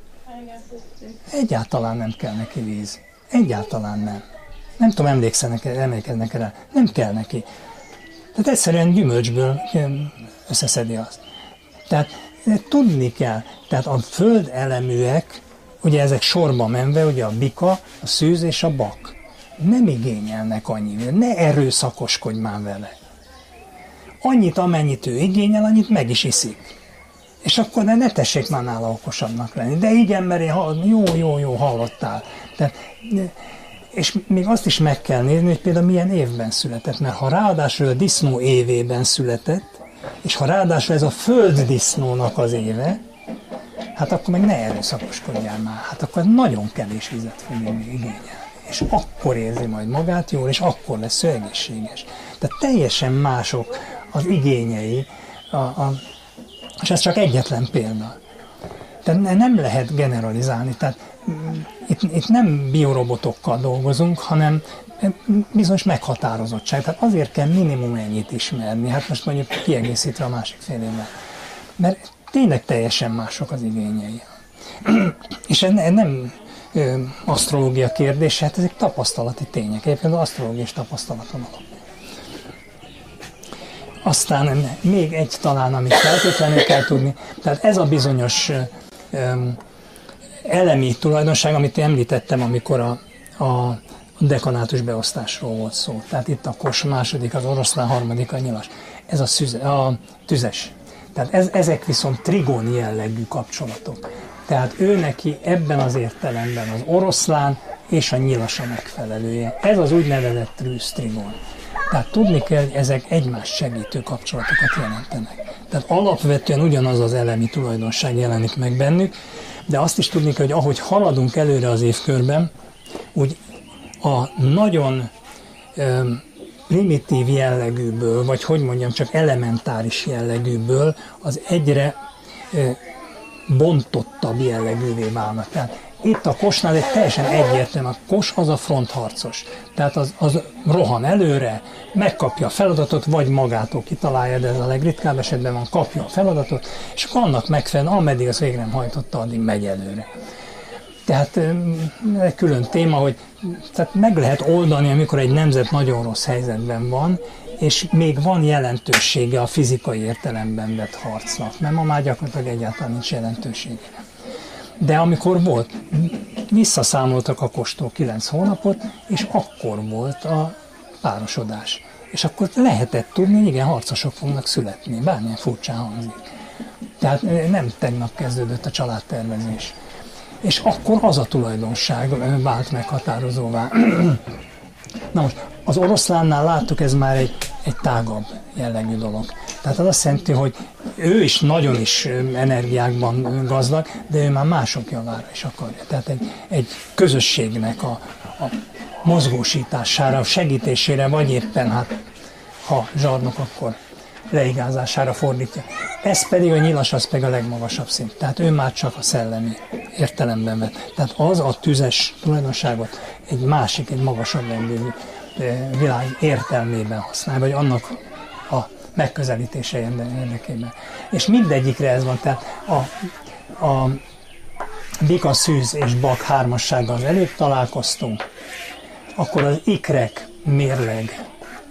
Egyáltalán nem kell neki víz. Egyáltalán nem. Nem tudom, emlékeznek rá. Nem kell neki. Tehát egyszerűen gyümölcsből összeszedi azt. Tehát tudni kell. Tehát a földeleműek, ugye ezek sorba menve, ugye a bika, a szűz és a bak. Nem igényelnek annyit. Ne erőszakoskodj már vele. Annyit, amennyit ő igényel, annyit meg is iszik. És akkor ne tessék már nála okosabbnak lenni. De igen, mert jó, hallottál. Tehát, és még azt is meg kell nézni, hogy például milyen évben született. Mert ha ráadásul a disznó évében született, és ha ráadásul ez a földdisznónak az éve, hát akkor meg ne erőszakoskodjál már. Hát akkor nagyon kevés vizet fog igényelni. És akkor érzi majd magát jól, és akkor lesz ő egészséges. Tehát teljesen mások az igényei, és ez csak egyetlen példa. Tehát nem lehet generalizálni. Tehát itt nem biorobotokkal dolgozunk, hanem bizonyos meghatározottság. Tehát azért kell minimum ennyit ismerni. Hát most mondjuk kiegészítve a másik fél évvel. Mert tényleg teljesen mások az igényei. És ez nem asztrológia kérdés, hát ezek tapasztalati tények. Egyébként az asztrológia és tapasztalaton alapul. Aztán még egy talán, amit feltétlenül kell tudni, tehát ez a bizonyos elemi tulajdonság, amit említettem, amikor a dekanátus beosztásról volt szó. Tehát itt a kos második, az oroszlán harmadik, a nyilas. Ez a tüzes. Tehát ezek viszont trigón jellegű kapcsolatok. Tehát ő neki ebben az értelemben az oroszlán és a nyilas a megfelelője. Ez az úgynevezett trigón. Tehát tudni kell, hogy ezek egymást segítő kapcsolatokat jelentenek. Tehát alapvetően ugyanaz az elemi tulajdonság jelenik meg bennük, de azt is tudni kell, hogy ahogy haladunk előre az évkörben, úgy a nagyon primitív jellegűből, vagy hogy mondjam, csak elementáris jellegűből az egyre bontottabb jellegűvé válnak. Tehát itt a kosnál egy teljesen egyértelmű, a kos az a frontharcos. Tehát az rohan előre, megkapja a feladatot, vagy magától kitalálja, de ez a legritkább esetben van, kapja a feladatot, és akkor annak megfelelően, ameddig az végre nem hajtotta, addig megy előre. Tehát egy külön téma, hogy tehát meg lehet oldani, amikor egy nemzet nagyon rossz helyzetben van, és még van jelentősége a fizikai értelemben vett harcnak, mert ma már gyakorlatilag egyáltalán nincs jelentősége. De amikor volt, visszaszámoltak a kostól 9 hónapot, és akkor volt a párosodás. És akkor lehetett tudni, hogy igen, harcosok fognak születni, bármilyen furcsán hangzik. Tehát nem tegnap kezdődött a családtervezés. És akkor az a tulajdonság vált meghatározóvá. Na most, az oroszlánnál láttuk, ez már egy tágabb jellegű dolog. Tehát az azt jelenti, hogy ő is nagyon is energiákban gazdag, de ő már mások javára is akarja. Tehát egy közösségnek a mozgósítására, segítésére, vagy éppen hát, ha zsarnok, akkor leigázására fordítja. Ez pedig a nyilas, az pedig a legmagasabb szint. Tehát ő már csak a szellemi értelemben vett. Tehát az a tüzes tulajdonságot egy másik, egy magasabb rendű világ értelmében használ, vagy annak a megközelítése érdekében. És mindegyikre ez van. Tehát a bika, szűz és bak hármassággal az előbb találkoztunk, akkor az ikrek, mérleg,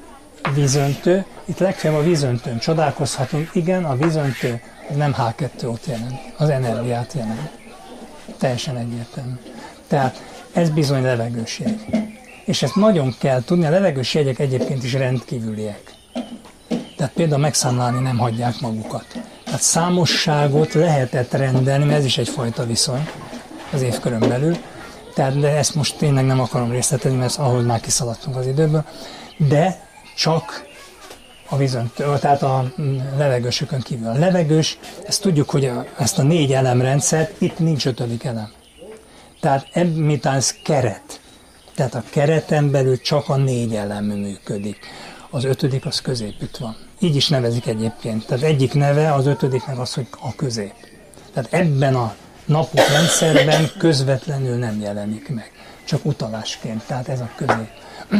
vízöntő. Itt legfeljebb a vízöntőn csodálkozhatunk. Igen, a vízöntő nem H2-ot jelent, az energiát jelent. Teljesen egyértelmű. Tehát ez bizony levegős jegy. És ezt nagyon kell tudni, a levegős jegyek egyébként is rendkívüliek. Tehát például megszámlálni nem hagyják magukat. Tehát számosságot lehetett rendelni, mert ez is egyfajta viszony az évkörön belül. Tehát, de ezt most tényleg nem akarom részletezni, mert ahol már kiszaladtunk az időből. De csak a vízöntő, tehát a levegősökön kívül. A levegős, ezt tudjuk, hogy ezt a 4 elemrendszert, itt nincs 5. elem. Tehát miután ez keret, tehát a kereten belül csak a 4 elem működik. Az 5. az középütt van. Így is nevezik egyébként. Tehát egyik neve az 5-nek az, hogy a közép. Tehát ebben a napok rendszerben közvetlenül nem jelenik meg. Csak utalásként. Tehát ez a közép.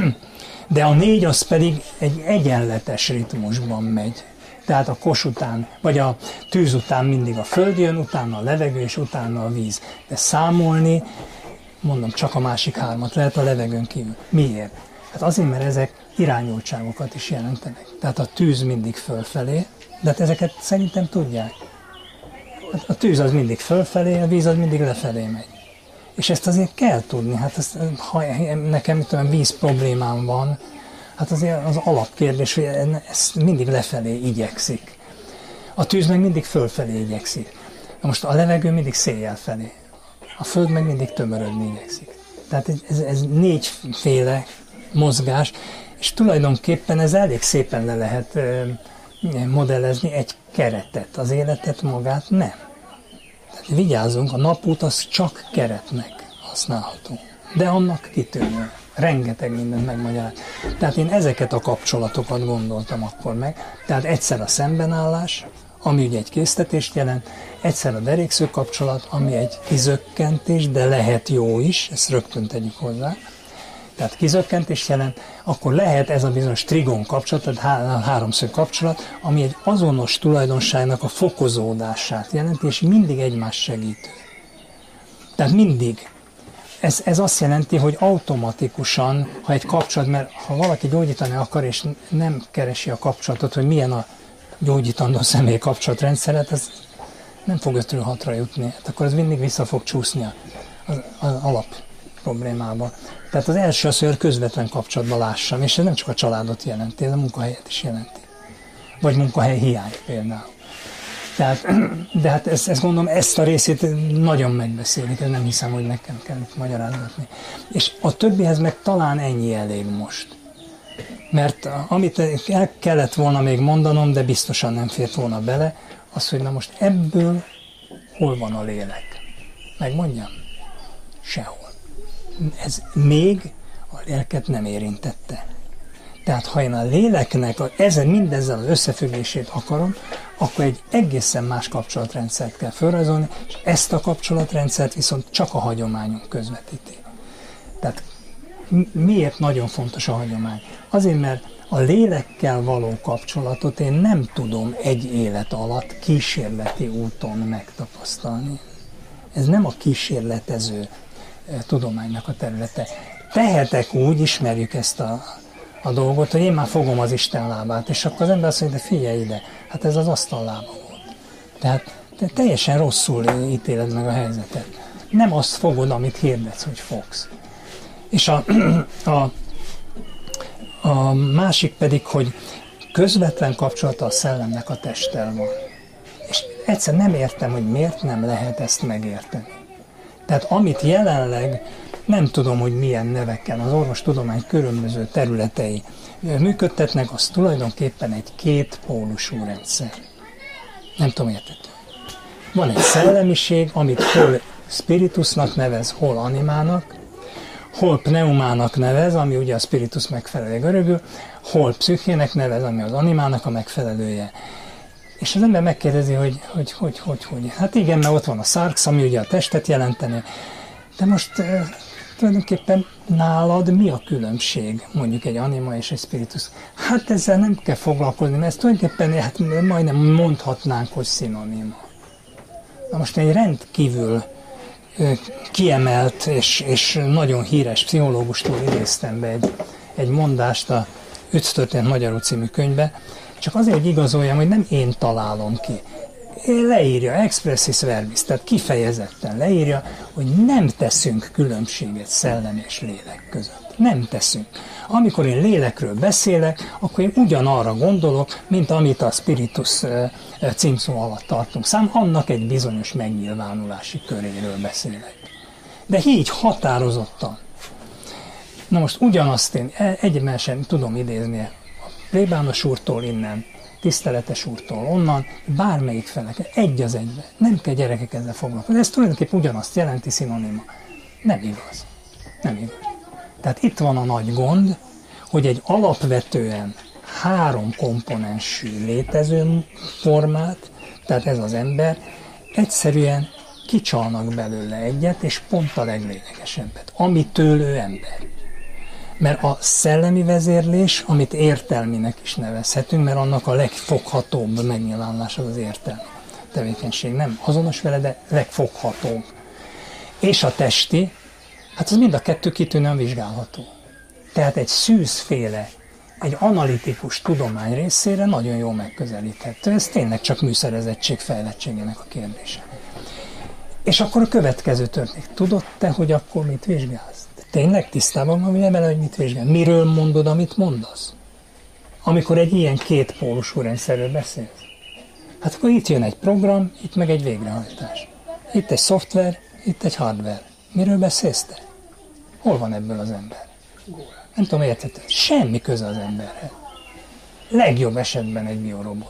De a 4 az pedig egy egyenletes ritmusban megy. Tehát a kos után, vagy a tűz után mindig a föld jön, utána a levegő, és utána a víz. De számolni, mondom, csak a másik 3 lehet a levegőn kívül. Miért? Hát azért, mert ezek irányultságokat is jelentenek. Tehát a tűz mindig fölfelé, de hát ezeket szerintem tudják. Hát a tűz az mindig fölfelé, a víz az mindig lefelé megy. És ezt azért kell tudni. Hát ezt, ha nekem víz problémám van, hát azért az alapkérdés, hogy ez mindig lefelé igyekszik. A tűz meg mindig fölfelé igyekszik. Na most a levegő mindig széjjel felé. A föld meg mindig tömörödni igyekszik. Tehát ez 4 féle mozgás, és tulajdonképpen ez elég szépen le lehet modellezni egy keretet. Az életet magát nem. Tehát vigyázzunk, a napút az csak keretnek használható. De annak kitűnő. Rengeteg mindent megmagyaráz. Tehát én ezeket a kapcsolatokat gondoltam akkor meg. Tehát egyszer a szembenállás, ami ugye egy késztetést jelent, egyszer a derékszög kapcsolat, ami egy kizökkentés, de lehet jó is, ezt rögtön tegyük hozzá. Tehát kizökkentés jelent, akkor lehet ez a bizonyos trigon kapcsolat, tehát háromszög kapcsolat, ami egy azonos tulajdonságnak a fokozódását jelenti, és mindig egymás segítő. Tehát mindig. Ez azt jelenti, hogy automatikusan, ha egy kapcsolat, mert ha valaki gyógyítani akar, és nem keresi a kapcsolatot, hogy milyen a gyógyítandó személy kapcsolatrendszeret, ez nem fog 5-6-ra jutni. Hát akkor ez mindig vissza fog csúszni az alap problémába. Tehát az első az, hogy a közvetlen kapcsolatban lássam, és ez nem csak a családot jelenti, ez a munkahelyet is jelenti. Vagy munkahely hiány például. Tehát, de hát ezt gondolom, ezt a részét nagyon megbeszélik, nem hiszem, hogy nekem kell magyarázgatni. És a többihez meg talán ennyi elég most. Mert amit el kellett volna még mondanom, de biztosan nem fért volna bele, az, hogy na most ebből hol van a lélek? Megmondjam? Sehol. Ez még a lélket nem érintette. Tehát ha én a léleknek mindezzel az összefüggését akarom, akkor egy egészen más kapcsolatrendszert kell felrajzolni, és ezt a kapcsolatrendszert viszont csak a hagyományunk közvetíti. Tehát miért nagyon fontos a hagyomány? Azért, mert a lélekkel való kapcsolatot én nem tudom egy élet alatt kísérleti úton megtapasztalni. Ez nem a kísérletező tudománynak a területe. Tehetek úgy, ismerjük ezt a dolgot, hogy én már fogom az Isten lábát, és akkor az ember azt mondja, de figyelj ide, hát ez az asztal lába volt. Tehát te teljesen rosszul ítéled meg a helyzetet. Nem azt fogod, amit hirdetsz, hogy fogsz. És a másik pedig, hogy közvetlen kapcsolata a szellemnek a testtel van. És egyszer nem értem, hogy miért nem lehet ezt megérteni. Tehát amit jelenleg nem tudom, hogy milyen neveken az orvostudomány különböző területei működtetnek, az tulajdonképpen egy kétpólusú rendszer. Nem tudom, értető. Van egy szellemiség, amit hol spiritusnak nevez, hol animának, hol pneumának nevez, ami ugye a spiritus megfelelője görögül, hol pszichének nevez, ami az animának a megfelelője. És az ember megkérdezi, hogy. Hát igen, mert ott van a sarx, ami ugye a testet jelenteni. De most tulajdonképpen nálad mi a különbség, mondjuk egy anima és egy spiritus? Hát ezzel nem kell foglalkozni, mert ez tulajdonképpen hát majdnem mondhatnánk, hogy szinonima. Na most egy rendkívül kiemelt és nagyon híres pszichológustól idéztem be egy mondást a Üdvtörténet magyarul című könyvbe, csak azért, hogy igazoljam, hogy nem én találom ki. Leírja, expressis verbis, tehát kifejezetten leírja, hogy nem teszünk különbséget szellem és lélek között. Nem teszünk. Amikor én lélekről beszélek, akkor én ugyanarra gondolok, mint amit a spiritus címszó alatt tartunk. Annak egy bizonyos megnyilvánulási köréről beszélek. De így határozottan. Na most ugyanazt én egyben sem tudom idézni a plébános úrtól innen, tiszteletes úrtól onnan, bármelyik felek, egy az egybe. Nem kell gyerekek ezzel foglalkozni. Ez tulajdonképpen ugyanazt jelenti, szinonima. Nem igaz. Nem igaz. Tehát itt van a nagy gond, hogy egy alapvetően 3 komponensű létező formát, tehát ez az ember, egyszerűen kicsalnak belőle egyet, és pont a leglényegesebbet, amitől ő ember. Mert a szellemi vezérlés, amit értelminek is nevezhetünk, mert annak a legfoghatóbb megnyilvánulása az értelmi tevékenység. Nem azonos vele, de legfoghatóbb. És a testi, hát az mind a kettő kitűnően vizsgálható. Tehát egy szűzféle, egy analitikus tudomány részére nagyon jól megközelíthető. Ez tényleg csak műszerezettség fejlettségének a kérdése. És akkor a következő történik. Tudod te, hogy akkor mit vizsgálsz? Tényleg tisztában van vele, hogy mit vizsgál? Miről mondod, amit mondasz? Amikor egy ilyen kétpólusú rendszerről beszélsz. Hát akkor itt jön egy program, itt meg egy végrehajtás. Itt egy szoftver, itt egy hardware. Miről beszélsz te? Hol van ebből az ember? Nem tudom, érthető. Semmi köze az emberhez. Legjobb esetben egy biorobot.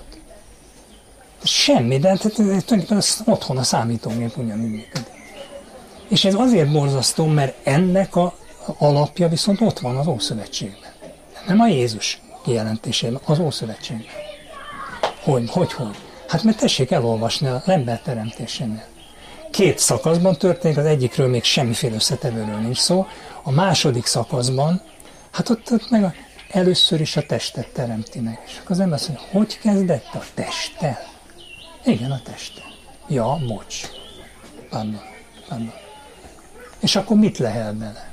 Semmi, de tulajdonképpen otthon a számítógép ugyanúgy működik. És ez azért borzasztó, mert ennek a alapja viszont ott van az Ószövetségben. Nem a Jézus kijelentésében, az Ószövetségben. Hogy? Hát mert tessék elolvasni az ember teremtésénél. 2 szakaszban történik, az egyikről még semmiféle összetevőről nincs szó, a második szakaszban, hát ott meg először is a testet teremti meg. És akkor az ember azt mondja, hogy kezdett a testtel? Igen, a testtel. Ja, bocs. Pardon. És akkor mit lehel bele?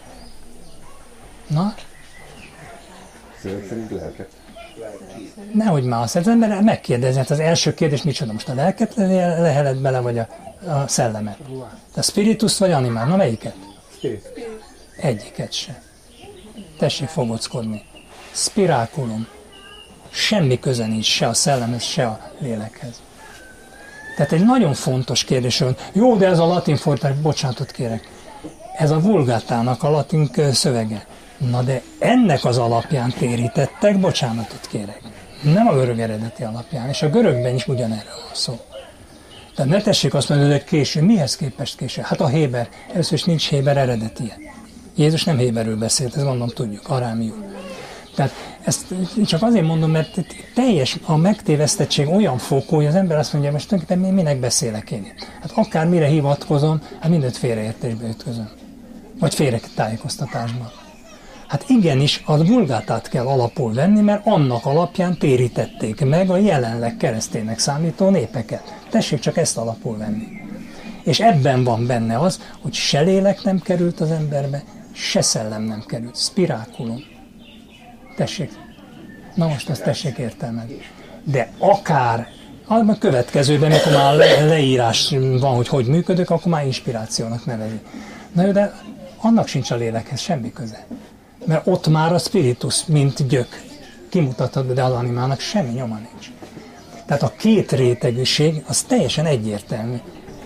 Na? Szöveg szerint lelket. Nehogy már azt, az ember megkérdezi, hát az első kérdés micsoda, most a lelket leheled bele, vagy a szellemet? A spiritus vagy animál? Na melyiket? Spiritus. Egyiket se. Tessék fogockodni. Spirákulum. Semmi köze nincs se a szellemhez, se a lélekhez. Tehát egy nagyon fontos kérdés, hogy jó, de ez a latin fordítás, bocsánatot kérek. Ez a vulgátának a latin szövege. Na de ennek az alapján térítettek, bocsánatot kérek. Nem a görög eredeti alapján, és a görögben is ugyanerről van szó. Tehát ne tessék azt mondani, hogy késő. Mihez képest késő? Hát a héber. Először is nincs héber eredetie. Jézus nem héberül beszélt, ezt gondolom tudjuk, arámiul. Tehát ezt csak azért mondom, mert teljes a megtévesztettség olyan fokú, hogy az ember azt mondja, most tulajdonképpen minek beszélek én itt? Hát akármire hivatkozom, hát mindent félreértésbe ütközöm. Vagy félretájékoztatásban. Hát igenis, a vulgátát kell alapul venni, mert annak alapján térítették meg a jelenleg kereszténynek számító népeket. Tessék csak ezt alapul venni. És ebben van benne az, hogy se lélek nem került az emberbe, se szellem nem került. Spirákulum. Tessék. Na most azt tessék értelmezni. De akár a következőben, amikor már leírás van, hogy működik, akkor már inspirációnak nevezi. Na jó, de annak sincs a lélekhez semmi köze. Mert ott már a spiritus, mint gyök, kimutatható, de az animának semmi nyoma nincs. Tehát a két rétegűség az teljesen egyértelmű.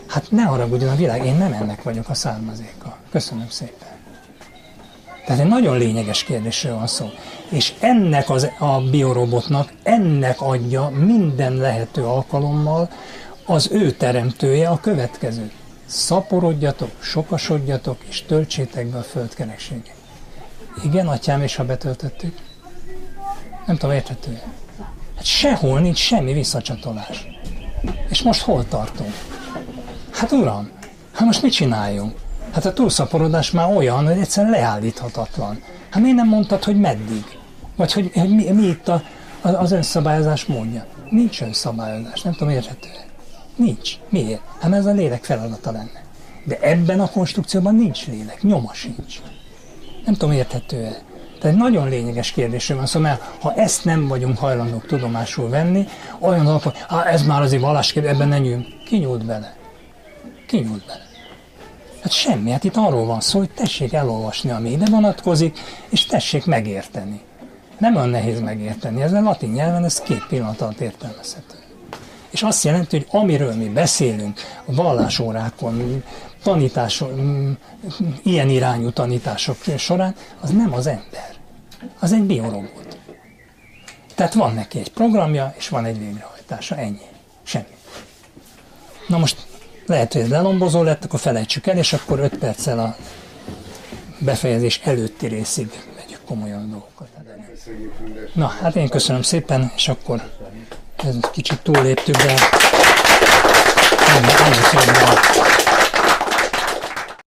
Hát ne haragudjon a világ, én nem ennek vagyok a származéka. Köszönöm szépen. Tehát egy nagyon lényeges kérdésről van szó. És ennek a biorobotnak, ennek adja minden lehető alkalommal az ő teremtője a következő. Szaporodjatok, sokasodjatok, és töltsétek be a föld kerekségét. Igen, atyám, és ha betöltöttük? Nem tudom, érthető-e? Hát sehol nincs semmi visszacsatolás. És most hol tartunk? Hát uram, hát most mit csináljunk? Hát a túlszaporodás már olyan, hogy egyszerűen leállíthatatlan. Hát miért nem mondtad, hogy meddig? Vagy hogy mi itt az önszabályozás módja? Nincs önszabályozás, nem tudom, érthető-e? Nincs. Miért? Hát ez a lélek feladata lenne. De ebben a konstrukcióban nincs lélek, nyoma sincs. Nem tudom, érthető-e? Tehát nagyon lényeges kérdésről van szó, mert ha ezt nem vagyunk hajlandók tudomásul venni, olyan alapon, ez már azért valláskép, ebben ne nyúljunk. Ki nyúlt bele? Ki nyúlt bele? Hát semmi, hát itt arról van szó, hogy tessék elolvasni, ami ide vonatkozik, és tessék megérteni. Nem olyan nehéz megérteni, ez a latin nyelven, ez 2 pillanat alatt értelmezhető. És azt jelenti, hogy amiről mi beszélünk, a vallásórákon, ilyen irányú tanítások során, az nem az ember. Az egy biorobot. Tehát van neki egy programja, és van egy végrehajtása. Ennyi. Semmi. Na most lehet, hogy ez lelombozó lett, akkor felejtsük el, és akkor 5 perccel a befejezés előtti részig megyünk komolyan dolgokat. Na, hát én köszönöm szépen, és akkor ez kicsit túlléptük, de annyi